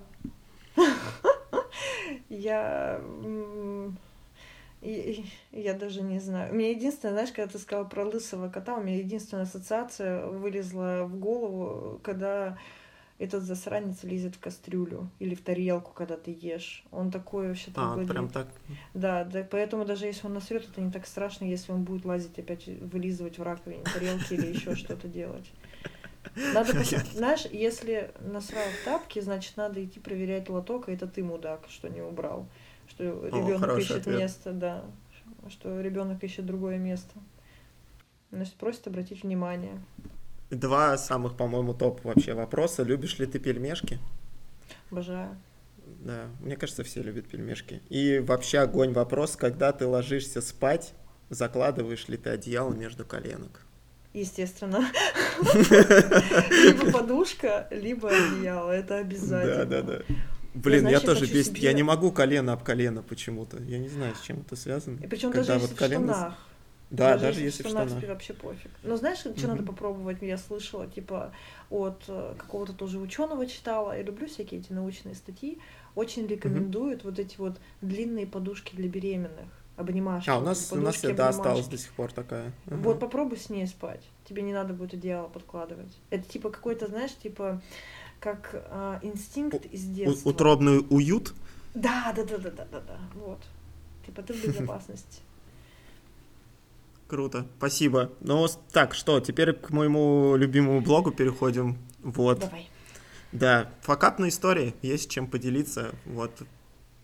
[SPEAKER 2] Я... м, и- и- Я даже не знаю. У меня единственное, знаешь, когда ты сказала про лысого кота, у меня единственная ассоциация вылезла в голову, когда этот засранец лезет в кастрюлю или в тарелку, когда ты ешь. Он такой вообще
[SPEAKER 1] А,
[SPEAKER 2] трогательный.
[SPEAKER 1] прям так.
[SPEAKER 2] Да, да, поэтому даже если он насрет, это не так страшно, если он будет лазить опять, вылизывать в раковине тарелки или еще что-то делать. Надо, пос- знаешь, если насрал в тапки, значит, надо идти проверять лоток, а это ты, мудак, что не убрал. Что ребенок
[SPEAKER 1] хороший
[SPEAKER 2] ищет
[SPEAKER 1] ответ.
[SPEAKER 2] место, да. Что ребенок ищет другое место. Значит, просит обратить внимание.
[SPEAKER 1] Два самых, по-моему, топ вообще вопроса. Любишь ли ты пельмешки?
[SPEAKER 2] Обожаю.
[SPEAKER 1] Да, мне кажется, все любят пельмешки. И вообще огонь вопрос, когда ты ложишься спать, закладываешь ли ты одеяло между коленок?
[SPEAKER 2] Естественно. Либо подушка, либо одеяло. Это обязательно.
[SPEAKER 1] Да, да, да. Блин, я,
[SPEAKER 2] знаешь, я
[SPEAKER 1] тоже
[SPEAKER 2] хочу
[SPEAKER 1] бесит.
[SPEAKER 2] себе-
[SPEAKER 1] Я не могу колено об колено почему-то. Я не знаю, с чем это связано.
[SPEAKER 2] И причем
[SPEAKER 1] Когда
[SPEAKER 2] даже
[SPEAKER 1] вот
[SPEAKER 2] если в
[SPEAKER 1] колено-
[SPEAKER 2] штанах.
[SPEAKER 1] Да, даже, если в штанах.
[SPEAKER 2] тебе вообще пофиг. Но знаешь, что
[SPEAKER 1] Мгм.
[SPEAKER 2] надо попробовать? Я слышала, типа, от э, какого-то тоже ученого читала. Я люблю всякие эти научные статьи. Очень рекомендуют вот эти вот длинные подушки для беременных. Обнимашки.
[SPEAKER 1] А, у
[SPEAKER 2] вот
[SPEAKER 1] нас,
[SPEAKER 2] эти
[SPEAKER 1] у нас
[SPEAKER 2] подушки,
[SPEAKER 1] да, осталась
[SPEAKER 2] обнимашки.
[SPEAKER 1] до сих пор такая. Ага.
[SPEAKER 2] Вот попробуй с ней спать. Тебе не надо будет одеяло подкладывать. Это типа какой-то, знаешь, типа как а, инстинкт из
[SPEAKER 1] У-
[SPEAKER 2] детства.
[SPEAKER 1] утробный уют.
[SPEAKER 2] Да, да, да, да, да, да, да. Вот. Типа ты в безопасности.
[SPEAKER 1] Круто, спасибо. Ну, с- так, что, теперь к моему любимому блогу переходим. Вот.
[SPEAKER 2] Давай.
[SPEAKER 1] Да, факапные истории, есть чем поделиться. Вот.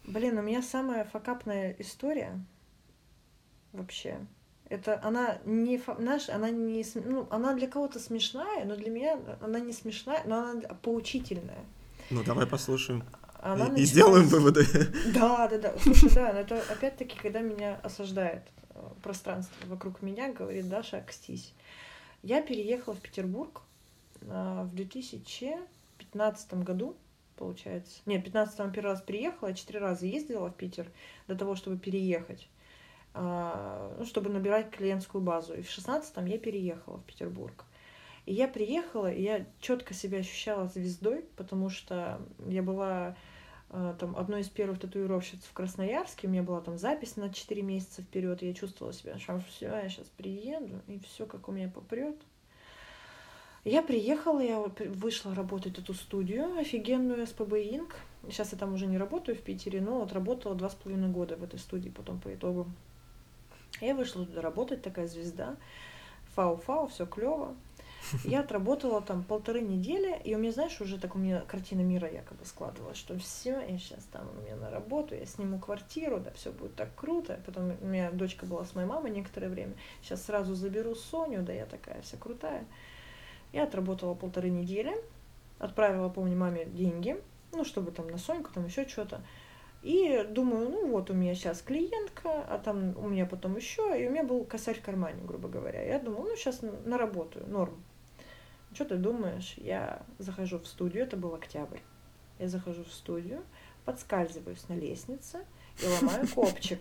[SPEAKER 2] Блин, у меня самая факапная история вообще. Это она не, фа- знаешь, она не, см- ну, она для кого-то смешная, но для меня она не смешная, но она поучительная.
[SPEAKER 1] Ну, давай послушаем. И,
[SPEAKER 2] Она
[SPEAKER 1] и сделаем
[SPEAKER 2] началась...
[SPEAKER 1] выводы.
[SPEAKER 2] Да, да, да. Слушай, да, но это опять-таки, когда меня осаждает э, пространство вокруг меня, говорит: Даша, окстись. Я переехала в Петербург э, в две тысячи пятнадцатом году, получается. Нет, в пятнадцатом первый раз приехала, четыре раза ездила в Питер для того, чтобы переехать, а, ну, чтобы набирать клиентскую базу. И в шестнадцатом я переехала в Петербург. И я приехала, и я четко себя ощущала звездой, потому что я была а, там одной из первых татуировщиц в Красноярске. У меня была там запись на четыре месяца вперед, и я чувствовала себя, что все, я сейчас приеду, и все как у меня попрет. Я приехала, я вышла работать в эту студию офигенную, эс пэ бэ Инк. Сейчас я там уже не работаю в Питере, но вот работала два с половиной года в этой студии потом по итогу. Я вышла туда работать, такая звезда. Фау-фау, все клево. Я отработала там полторы недели, и у меня, знаешь, уже так у меня картина мира якобы складывалась, что все, я сейчас там у меня на работу, я сниму квартиру, да, все будет так круто. Потом у меня дочка была с моей мамой некоторое время. Сейчас сразу заберу Соню, да я такая вся крутая. Я отработала полторы недели, отправила, помню, маме деньги, ну, чтобы там на Соньку, там еще что-то. И думаю, ну вот у меня сейчас клиентка, а там у меня потом еще, и у меня был косарь в кармане, грубо говоря. Я думаю, ну сейчас наработаю, норм. Что ты думаешь? Я захожу в студию, это был октябрь. Я захожу в студию, подскальзываюсь на лестнице и ломаю копчик.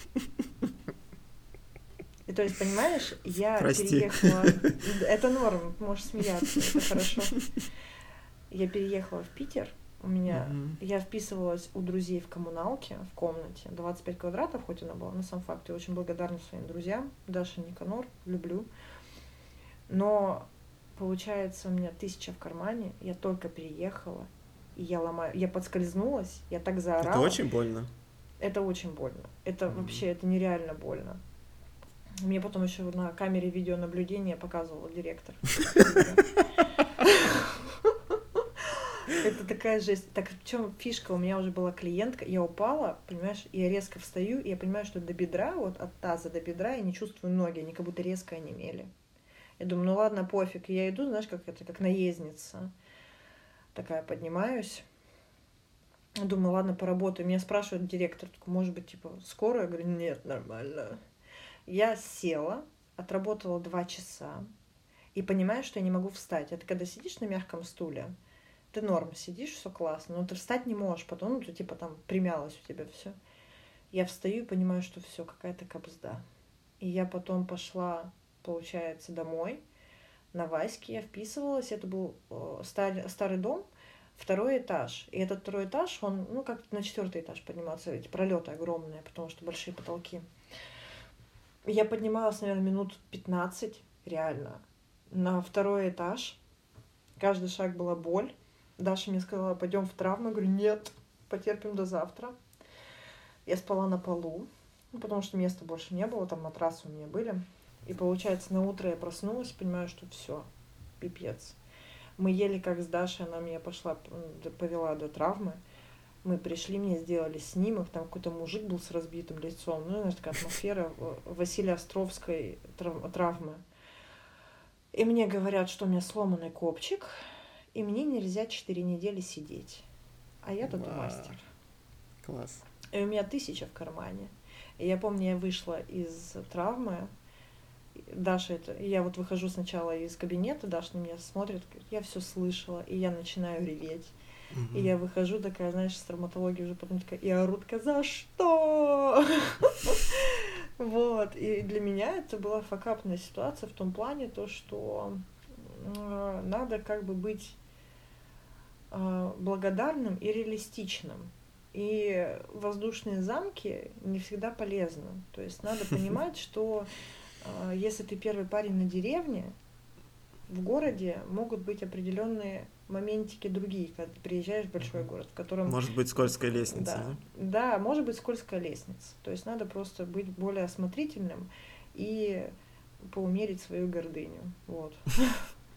[SPEAKER 2] И то есть, понимаешь, я
[SPEAKER 1] Прости.
[SPEAKER 2] переехала... Это норм, можешь смеяться, это хорошо. Я переехала в Питер, у меня...
[SPEAKER 1] Мгм.
[SPEAKER 2] Я вписывалась у друзей в коммуналке, в комнате, двадцать пять квадратов, хоть она была, на самом факте, очень благодарна своим друзьям, Даша, Никанор, люблю. Но, получается, у меня тысяча в кармане, я только переехала, и я ломаю... Я подскользнулась, я так заорала.
[SPEAKER 1] Это очень больно.
[SPEAKER 2] Это очень больно. Это
[SPEAKER 1] Мгм.
[SPEAKER 2] вообще, это нереально больно. Мне потом еще на камере видеонаблюдения показывал директор. Это такая жесть. Так в чем фишка? У меня уже была клиентка, я упала, понимаешь, я резко встаю, и я понимаю, что до бедра, вот от таза до бедра я не чувствую ноги, они как будто резко онемели. Я думаю, ну ладно, пофиг. И я иду, знаешь, как это, как наездница. Такая поднимаюсь. Думаю, ладно, поработаю. Меня спрашивает директор, такой, может быть, типа, скоро? Я говорю, нет, нормально. Я села, отработала два часа и понимаю, что я не могу встать. Это когда сидишь на мягком стуле, ты норм сидишь, все классно, но ты встать не можешь, потом, ну, ты типа там примялось у тебя все. Я встаю и понимаю, что все, какая-то кабзда. И я потом пошла, получается, домой. На Ваське я вписывалась, это был э, старый, старый дом, второй этаж. И этот второй этаж, он, ну, как на четвертый этаж подниматься, эти пролеты огромные, потому что большие потолки. Я поднималась, наверное, минут пятнадцать, реально, на второй этаж. Каждый шаг была боль. Даша мне сказала, пойдем в травму. Я говорю, нет, потерпим до завтра. Я спала на полу, ну, потому что места больше не было, там матрасы у меня были. И получается, на утро я проснулась, понимаю, что все, пипец. Мы ели как с Дашей, она меня пошла, повела до травмы. Мы пришли, мне сделали снимок, там какой-то мужик был с разбитым лицом. Ну, знаешь, такая атмосфера Василия Островской трав- травмы. И мне говорят, что у меня сломанный копчик, и мне нельзя четыре недели сидеть. А я тату-мастер.
[SPEAKER 1] Класс.
[SPEAKER 2] И у меня тысяча в кармане. И я помню, я вышла из травмы. Даша, это, я вот выхожу сначала из кабинета, Даша на меня смотрит, говорит, я все слышала, и я начинаю реветь.
[SPEAKER 1] Мгм.
[SPEAKER 2] И я выхожу такая, знаешь, с травматологии уже потом такая, и ору такая, за что? Вот, и для меня это была факапная ситуация в том плане, то, что э, надо как бы быть э, благодарным и реалистичным. И воздушные замки не всегда полезны. То есть надо понимать, что э, если ты первый парень на деревне, в городе могут быть определенные моментики другие, когда ты приезжаешь в большой город, в котором...
[SPEAKER 1] Может быть, скользкая лестница,
[SPEAKER 2] Да,
[SPEAKER 1] да?
[SPEAKER 2] да, может быть скользкая лестница. То есть надо просто быть более осмотрительным и поумерить свою гордыню. Вот.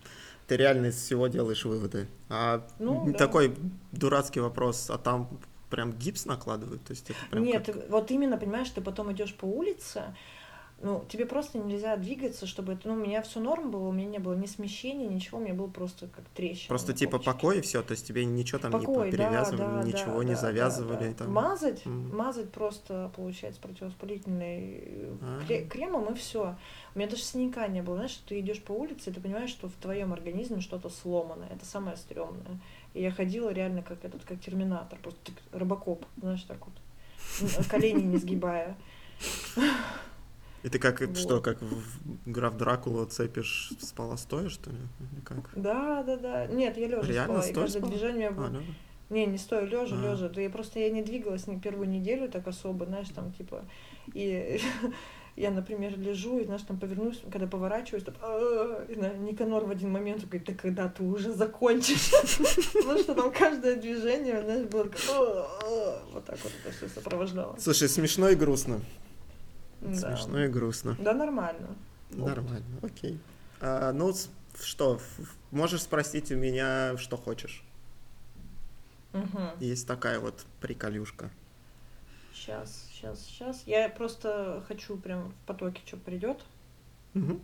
[SPEAKER 1] Ты реально из всего делаешь выводы. А
[SPEAKER 2] Ну, да.
[SPEAKER 1] такой дурацкий вопрос, а там прям гипс накладывают? То есть это прям
[SPEAKER 2] Нет,
[SPEAKER 1] как...
[SPEAKER 2] ты, вот именно, понимаешь, ты потом идешь по улице, ну, тебе просто нельзя двигаться, чтобы это, ну, у меня все норм было, у меня не было ни смещения, ничего, у меня было просто как трещина
[SPEAKER 1] Просто
[SPEAKER 2] на
[SPEAKER 1] типа
[SPEAKER 2] копчике.
[SPEAKER 1] покой и все, то есть тебе ничего там не
[SPEAKER 2] Покой, да,
[SPEAKER 1] перевязывали,
[SPEAKER 2] да,
[SPEAKER 1] ничего
[SPEAKER 2] да,
[SPEAKER 1] не
[SPEAKER 2] да, да,
[SPEAKER 1] завязывали
[SPEAKER 2] да.
[SPEAKER 1] там.
[SPEAKER 2] Мазать,
[SPEAKER 1] М.
[SPEAKER 2] мазать просто, получается, противовоспалительный
[SPEAKER 1] А.
[SPEAKER 2] кре- кремом, и все. У меня даже синяка не было. Знаешь, ты идешь по улице, и ты понимаешь, что в твоем организме что-то сломано. Это самое стрёмное. И я ходила реально как этот, как терминатор, просто так, робокоп, знаешь, так вот, н- колени не сгибая.
[SPEAKER 1] И ты как, что,
[SPEAKER 2] Вот.
[SPEAKER 1] как в граф Дракула цепишь, спала стоя, что ли? Или как?
[SPEAKER 2] Да, да, да. Нет, я лежа
[SPEAKER 1] Реально
[SPEAKER 2] спала, и
[SPEAKER 1] стоя
[SPEAKER 2] каждое
[SPEAKER 1] спала?
[SPEAKER 2] движение
[SPEAKER 1] А,
[SPEAKER 2] было.
[SPEAKER 1] лёжа?
[SPEAKER 2] Не, не стоя, лежа,
[SPEAKER 1] А.
[SPEAKER 2] лежа. Да я просто я не двигалась ни первую неделю так особо, знаешь, там типа. И я, например, лежу, и знаешь, там повернусь, когда поворачиваюсь, там, «А-а-а», и на- Никанор в один момент говорит, да когда ты уже закончишь? Потому что там каждое движение, знаешь, было так, «А-а-а». Вот так вот это все сопровождало.
[SPEAKER 1] Слушай, смешно и грустно.
[SPEAKER 2] Да.
[SPEAKER 1] Смешно и грустно.
[SPEAKER 2] Да, нормально. Опыт.
[SPEAKER 1] Нормально, окей. А, ну, с- что, ф- ф- можешь спросить у меня, что хочешь.
[SPEAKER 2] Мгм.
[SPEAKER 1] Есть такая вот приколюшка.
[SPEAKER 2] Сейчас, сейчас, сейчас. Я просто хочу прям в потоке, что придет.
[SPEAKER 1] Мгм.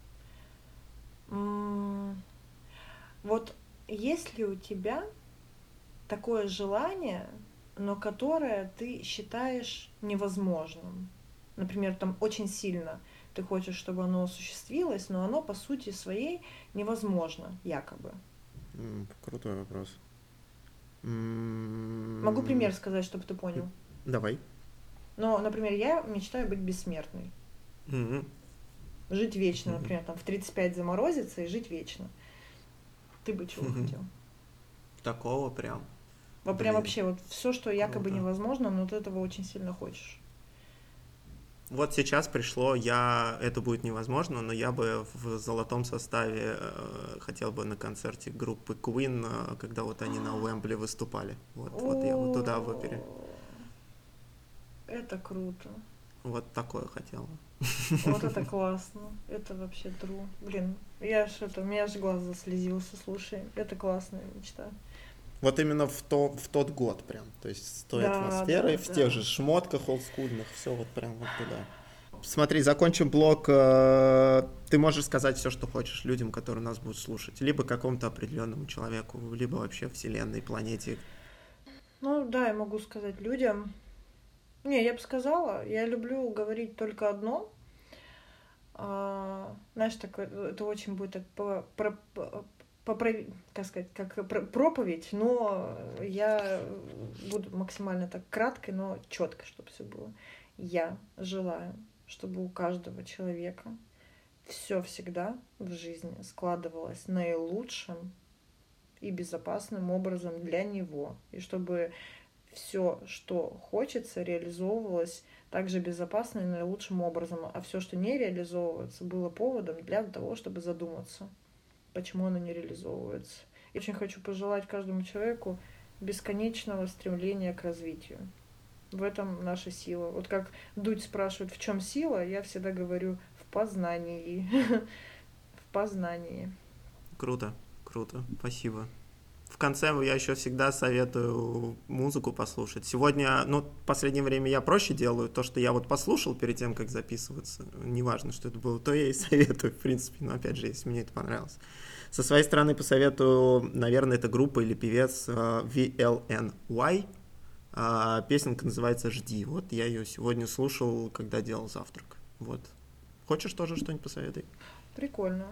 [SPEAKER 2] М, Вот есть ли у тебя такое желание, но которое ты считаешь невозможным? Например, там очень сильно ты хочешь, чтобы оно осуществилось, но оно по сути своей невозможно, якобы.
[SPEAKER 1] М, Крутой вопрос.
[SPEAKER 2] Могу
[SPEAKER 1] М,
[SPEAKER 2] пример сказать, чтобы ты понял.
[SPEAKER 1] Давай.
[SPEAKER 2] Но, например, я мечтаю быть бессмертной.
[SPEAKER 1] Мгм.
[SPEAKER 2] Жить вечно,
[SPEAKER 1] Мгм.
[SPEAKER 2] например, там в тридцать пять заморозиться и жить вечно. Ты бы чего
[SPEAKER 1] Мгм.
[SPEAKER 2] хотел?
[SPEAKER 1] Такого прям.
[SPEAKER 2] Вот прям
[SPEAKER 1] Блин,
[SPEAKER 2] вообще вот все, что якобы
[SPEAKER 1] круто.
[SPEAKER 2] невозможно, но ты этого очень сильно хочешь.
[SPEAKER 1] Вот сейчас пришло, я, это будет невозможно, но я бы в золотом составе э, хотел бы на концерте группы Queen, э, когда вот они на Уэмбли выступали. Вот, вот я бы туда бы пере...
[SPEAKER 2] О, это круто.
[SPEAKER 1] Вот такое хотел бы.
[SPEAKER 2] Вот это классно. Это вообще true. Блин, я ж это, у меня аж глаз заслезился, слушай. Это классная мечта.
[SPEAKER 1] Вот именно в, то, в тот год прям, то есть с той
[SPEAKER 2] Да,
[SPEAKER 1] атмосферой,
[SPEAKER 2] да,
[SPEAKER 1] в тех
[SPEAKER 2] да.
[SPEAKER 1] же шмотках олдскульных, все вот прям вот туда. Смотри, закончим блок. э, Ты можешь сказать все, что хочешь людям, которые нас будут слушать. Либо какому-то определенному человеку, либо вообще вселенной, планете.
[SPEAKER 2] Ну да, я могу сказать людям. Не, я бы сказала, я люблю говорить только одно. А, знаешь, так, э, это очень будет так по, про- по- попро- как сказать, как про- проповедь, но я буду максимально так краткой, но четко, чтобы все было. Я желаю, чтобы у каждого человека все всегда в жизни складывалось наилучшим и безопасным образом для него, и чтобы все, что хочется, реализовывалось также безопасно и наилучшим образом, а все, что не реализовывается, было поводом для того, чтобы задуматься, почему оно не реализовывается. Я очень хочу пожелать каждому человеку бесконечного стремления к развитию. В этом наша сила. Вот как Дудь спрашивает, в чем сила, я всегда говорю в познании. В познании.
[SPEAKER 1] Круто, круто, спасибо. В конце я еще всегда советую музыку послушать. Сегодня, ну, в последнее время я проще делаю. То, что я вот послушал перед тем, как записываться, неважно, что это было, то я и советую, в принципе. Но, опять же, если мне это понравилось. Со своей стороны посоветую, наверное, это группа или певец э, ви эл эн уай. А, песенка называется «Жди». Вот я ее сегодня слушал, когда делал завтрак. Вот. Хочешь тоже что-нибудь посоветовать?
[SPEAKER 2] Прикольно.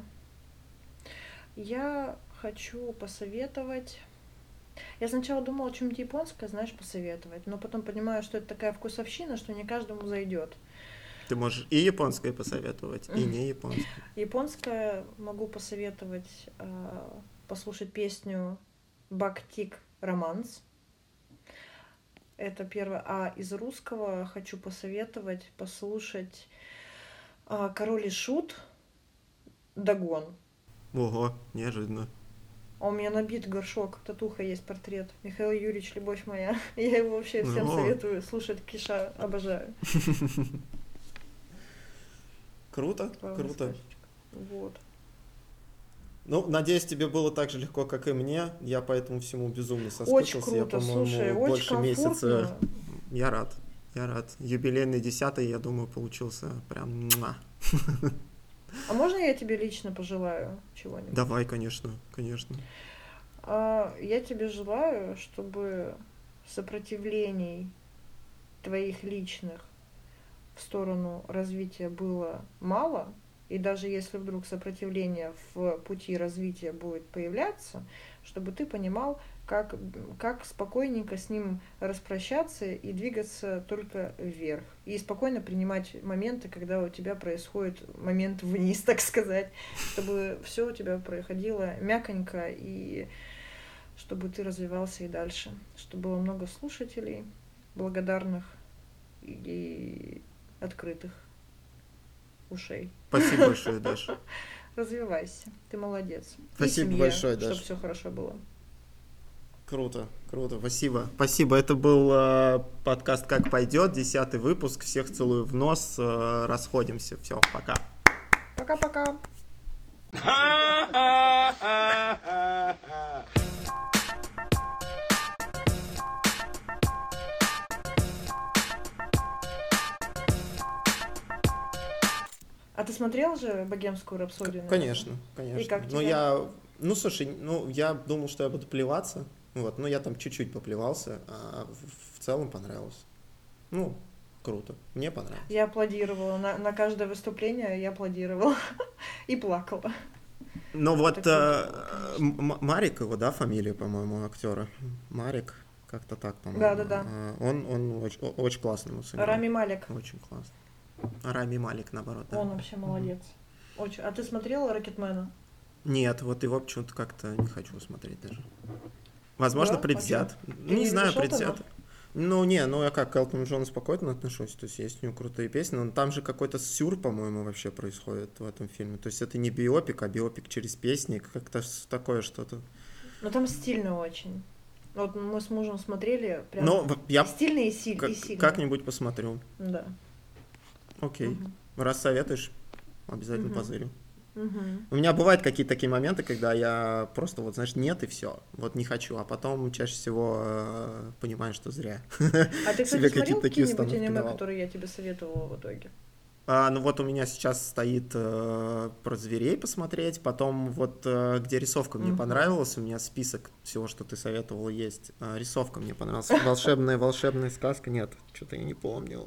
[SPEAKER 2] Я хочу посоветовать. Я сначала думала что-нибудь японское, знаешь, посоветовать, но потом понимаю, что это такая вкусовщина, что не каждому зайдет.
[SPEAKER 1] Ты можешь и японское посоветовать, и не японское.
[SPEAKER 2] Японское могу посоветовать э, послушать песню Бактик Романс. Это первое. А из русского хочу посоветовать послушать э, Король и Шут Дагон.
[SPEAKER 1] Ого, неожиданно.
[SPEAKER 2] А у меня набит горшок, татуха есть портрет. Михаил Юрьевич, любовь моя. Я его вообще всем
[SPEAKER 1] О.
[SPEAKER 2] советую слушать. Киша, обожаю.
[SPEAKER 1] Круто,
[SPEAKER 2] Главная
[SPEAKER 1] круто.
[SPEAKER 2] сказочка. Вот.
[SPEAKER 1] Ну, надеюсь, тебе было так же легко, как и мне. Я по этому всему безумно
[SPEAKER 2] Очень
[SPEAKER 1] соскучился. Я,
[SPEAKER 2] круто,
[SPEAKER 1] по-моему,
[SPEAKER 2] слушай, очень
[SPEAKER 1] больше месяца.
[SPEAKER 2] комфортно.
[SPEAKER 1] Я рад. Я рад. Юбилейный десятый, я думаю, получился прям... муа.
[SPEAKER 2] А можно я тебе лично пожелаю чего-нибудь?
[SPEAKER 1] Давай, конечно, конечно.
[SPEAKER 2] А, я тебе желаю, чтобы сопротивлений твоих личных в сторону развития было мало, и даже если вдруг сопротивление в пути развития будет появляться, чтобы ты понимал, как, как спокойненько с ним распрощаться и двигаться только вверх. И спокойно принимать моменты, когда у тебя происходит момент вниз, так сказать, чтобы все у тебя происходило мягонько и чтобы ты развивался и дальше, чтобы было много слушателей, благодарных и открытых ушей.
[SPEAKER 1] Спасибо большое, Даша.
[SPEAKER 2] Развивайся, ты молодец.
[SPEAKER 1] Спасибо
[SPEAKER 2] и семья,
[SPEAKER 1] большое, Даша.
[SPEAKER 2] чтобы все хорошо было.
[SPEAKER 1] Круто, круто, спасибо. Спасибо, это был э, подкаст «Как пойдет», десятый выпуск. Всех целую в нос, э, расходимся. Все, пока.
[SPEAKER 2] Пока-пока. А ты смотрел же «Богемскую рапсодию»?
[SPEAKER 1] Конечно, конечно.
[SPEAKER 2] И как
[SPEAKER 1] Но
[SPEAKER 2] тебе?
[SPEAKER 1] я, ну слушай, ну я думал, что я буду плеваться, вот, но я там чуть-чуть поплевался, а в, в целом понравилось. Ну, круто, мне понравилось.
[SPEAKER 2] Я аплодировала на, на каждое выступление, я аплодировала и плакала.
[SPEAKER 1] Но вот
[SPEAKER 2] Это
[SPEAKER 1] э,
[SPEAKER 2] круто было,
[SPEAKER 1] М- Марик его, да, фамилия, по-моему, актера. Марик, как-то так, по-моему.
[SPEAKER 2] Да-да-да.
[SPEAKER 1] А, Он, он очень, о- очень классно ему сыграл.
[SPEAKER 2] Рами Малик.
[SPEAKER 1] Очень классно. Рами Малик, наоборот, да.
[SPEAKER 2] Он вообще молодец. Очень. А ты смотрела «Рокетмена»?
[SPEAKER 1] Нет, вот его почему-то как-то не хочу смотреть даже. Возможно,
[SPEAKER 2] Да?
[SPEAKER 1] предвзят.
[SPEAKER 2] Ты
[SPEAKER 1] Ну, не
[SPEAKER 2] не
[SPEAKER 1] знаю,
[SPEAKER 2] любишь Элтона?
[SPEAKER 1] предвзят. Ну, не, ну я как к Элтону Джону спокойно отношусь, то есть есть у него крутые песни, но там же какой-то сюр, по-моему, вообще происходит в этом фильме. То есть это не биопик, а биопик через песни, как-то с- такое что-то.
[SPEAKER 2] Ну там стильно очень. Вот мы с мужем смотрели, прям
[SPEAKER 1] Но в- я
[SPEAKER 2] стильно и, силь,
[SPEAKER 1] как-
[SPEAKER 2] и сильно.
[SPEAKER 1] как-нибудь посмотрю.
[SPEAKER 2] Да.
[SPEAKER 1] Окей.
[SPEAKER 2] Мгм.
[SPEAKER 1] Раз советуешь, обязательно
[SPEAKER 2] Мгм.
[SPEAKER 1] позырю.
[SPEAKER 2] Мгм.
[SPEAKER 1] У меня бывают какие-то такие моменты, когда я просто вот, знаешь, нет и все, вот не хочу, а потом чаще всего э, понимаю, что зря.
[SPEAKER 2] А ты,
[SPEAKER 1] Себе
[SPEAKER 2] кстати, смотрел
[SPEAKER 1] какие-то такие
[SPEAKER 2] какие-нибудь
[SPEAKER 1] установки
[SPEAKER 2] аниме,
[SPEAKER 1] давал.
[SPEAKER 2] которые я тебе советовала в итоге?
[SPEAKER 1] А, ну вот у меня сейчас стоит э, про зверей посмотреть, потом вот э, где рисовка мне
[SPEAKER 2] Мгм.
[SPEAKER 1] понравилась, у меня список всего, что ты советовал, есть. А, рисовка мне понравилась. Волшебная, волшебная сказка, нет, что-то я не помню.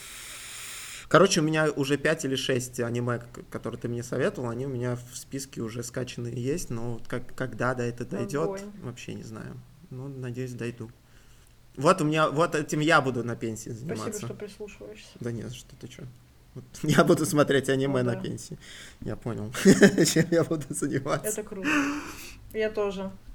[SPEAKER 1] Короче, у меня уже пять или шесть аниме, к- которые ты мне советовал, они у меня в списке уже скачанные есть, но вот как, когда до этого дойдет,
[SPEAKER 2] Огонь.
[SPEAKER 1] вообще не знаю. Ну, надеюсь, дойду. Вот у меня, вот этим я буду на пенсии
[SPEAKER 2] Спасибо,
[SPEAKER 1] заниматься.
[SPEAKER 2] что прислушиваешься.
[SPEAKER 1] Да нет, что ты что? Вот я буду смотреть аниме
[SPEAKER 2] Ну
[SPEAKER 1] на
[SPEAKER 2] да.
[SPEAKER 1] пенсии. Я понял, чем я буду заниматься.
[SPEAKER 2] Это круто. Я тоже.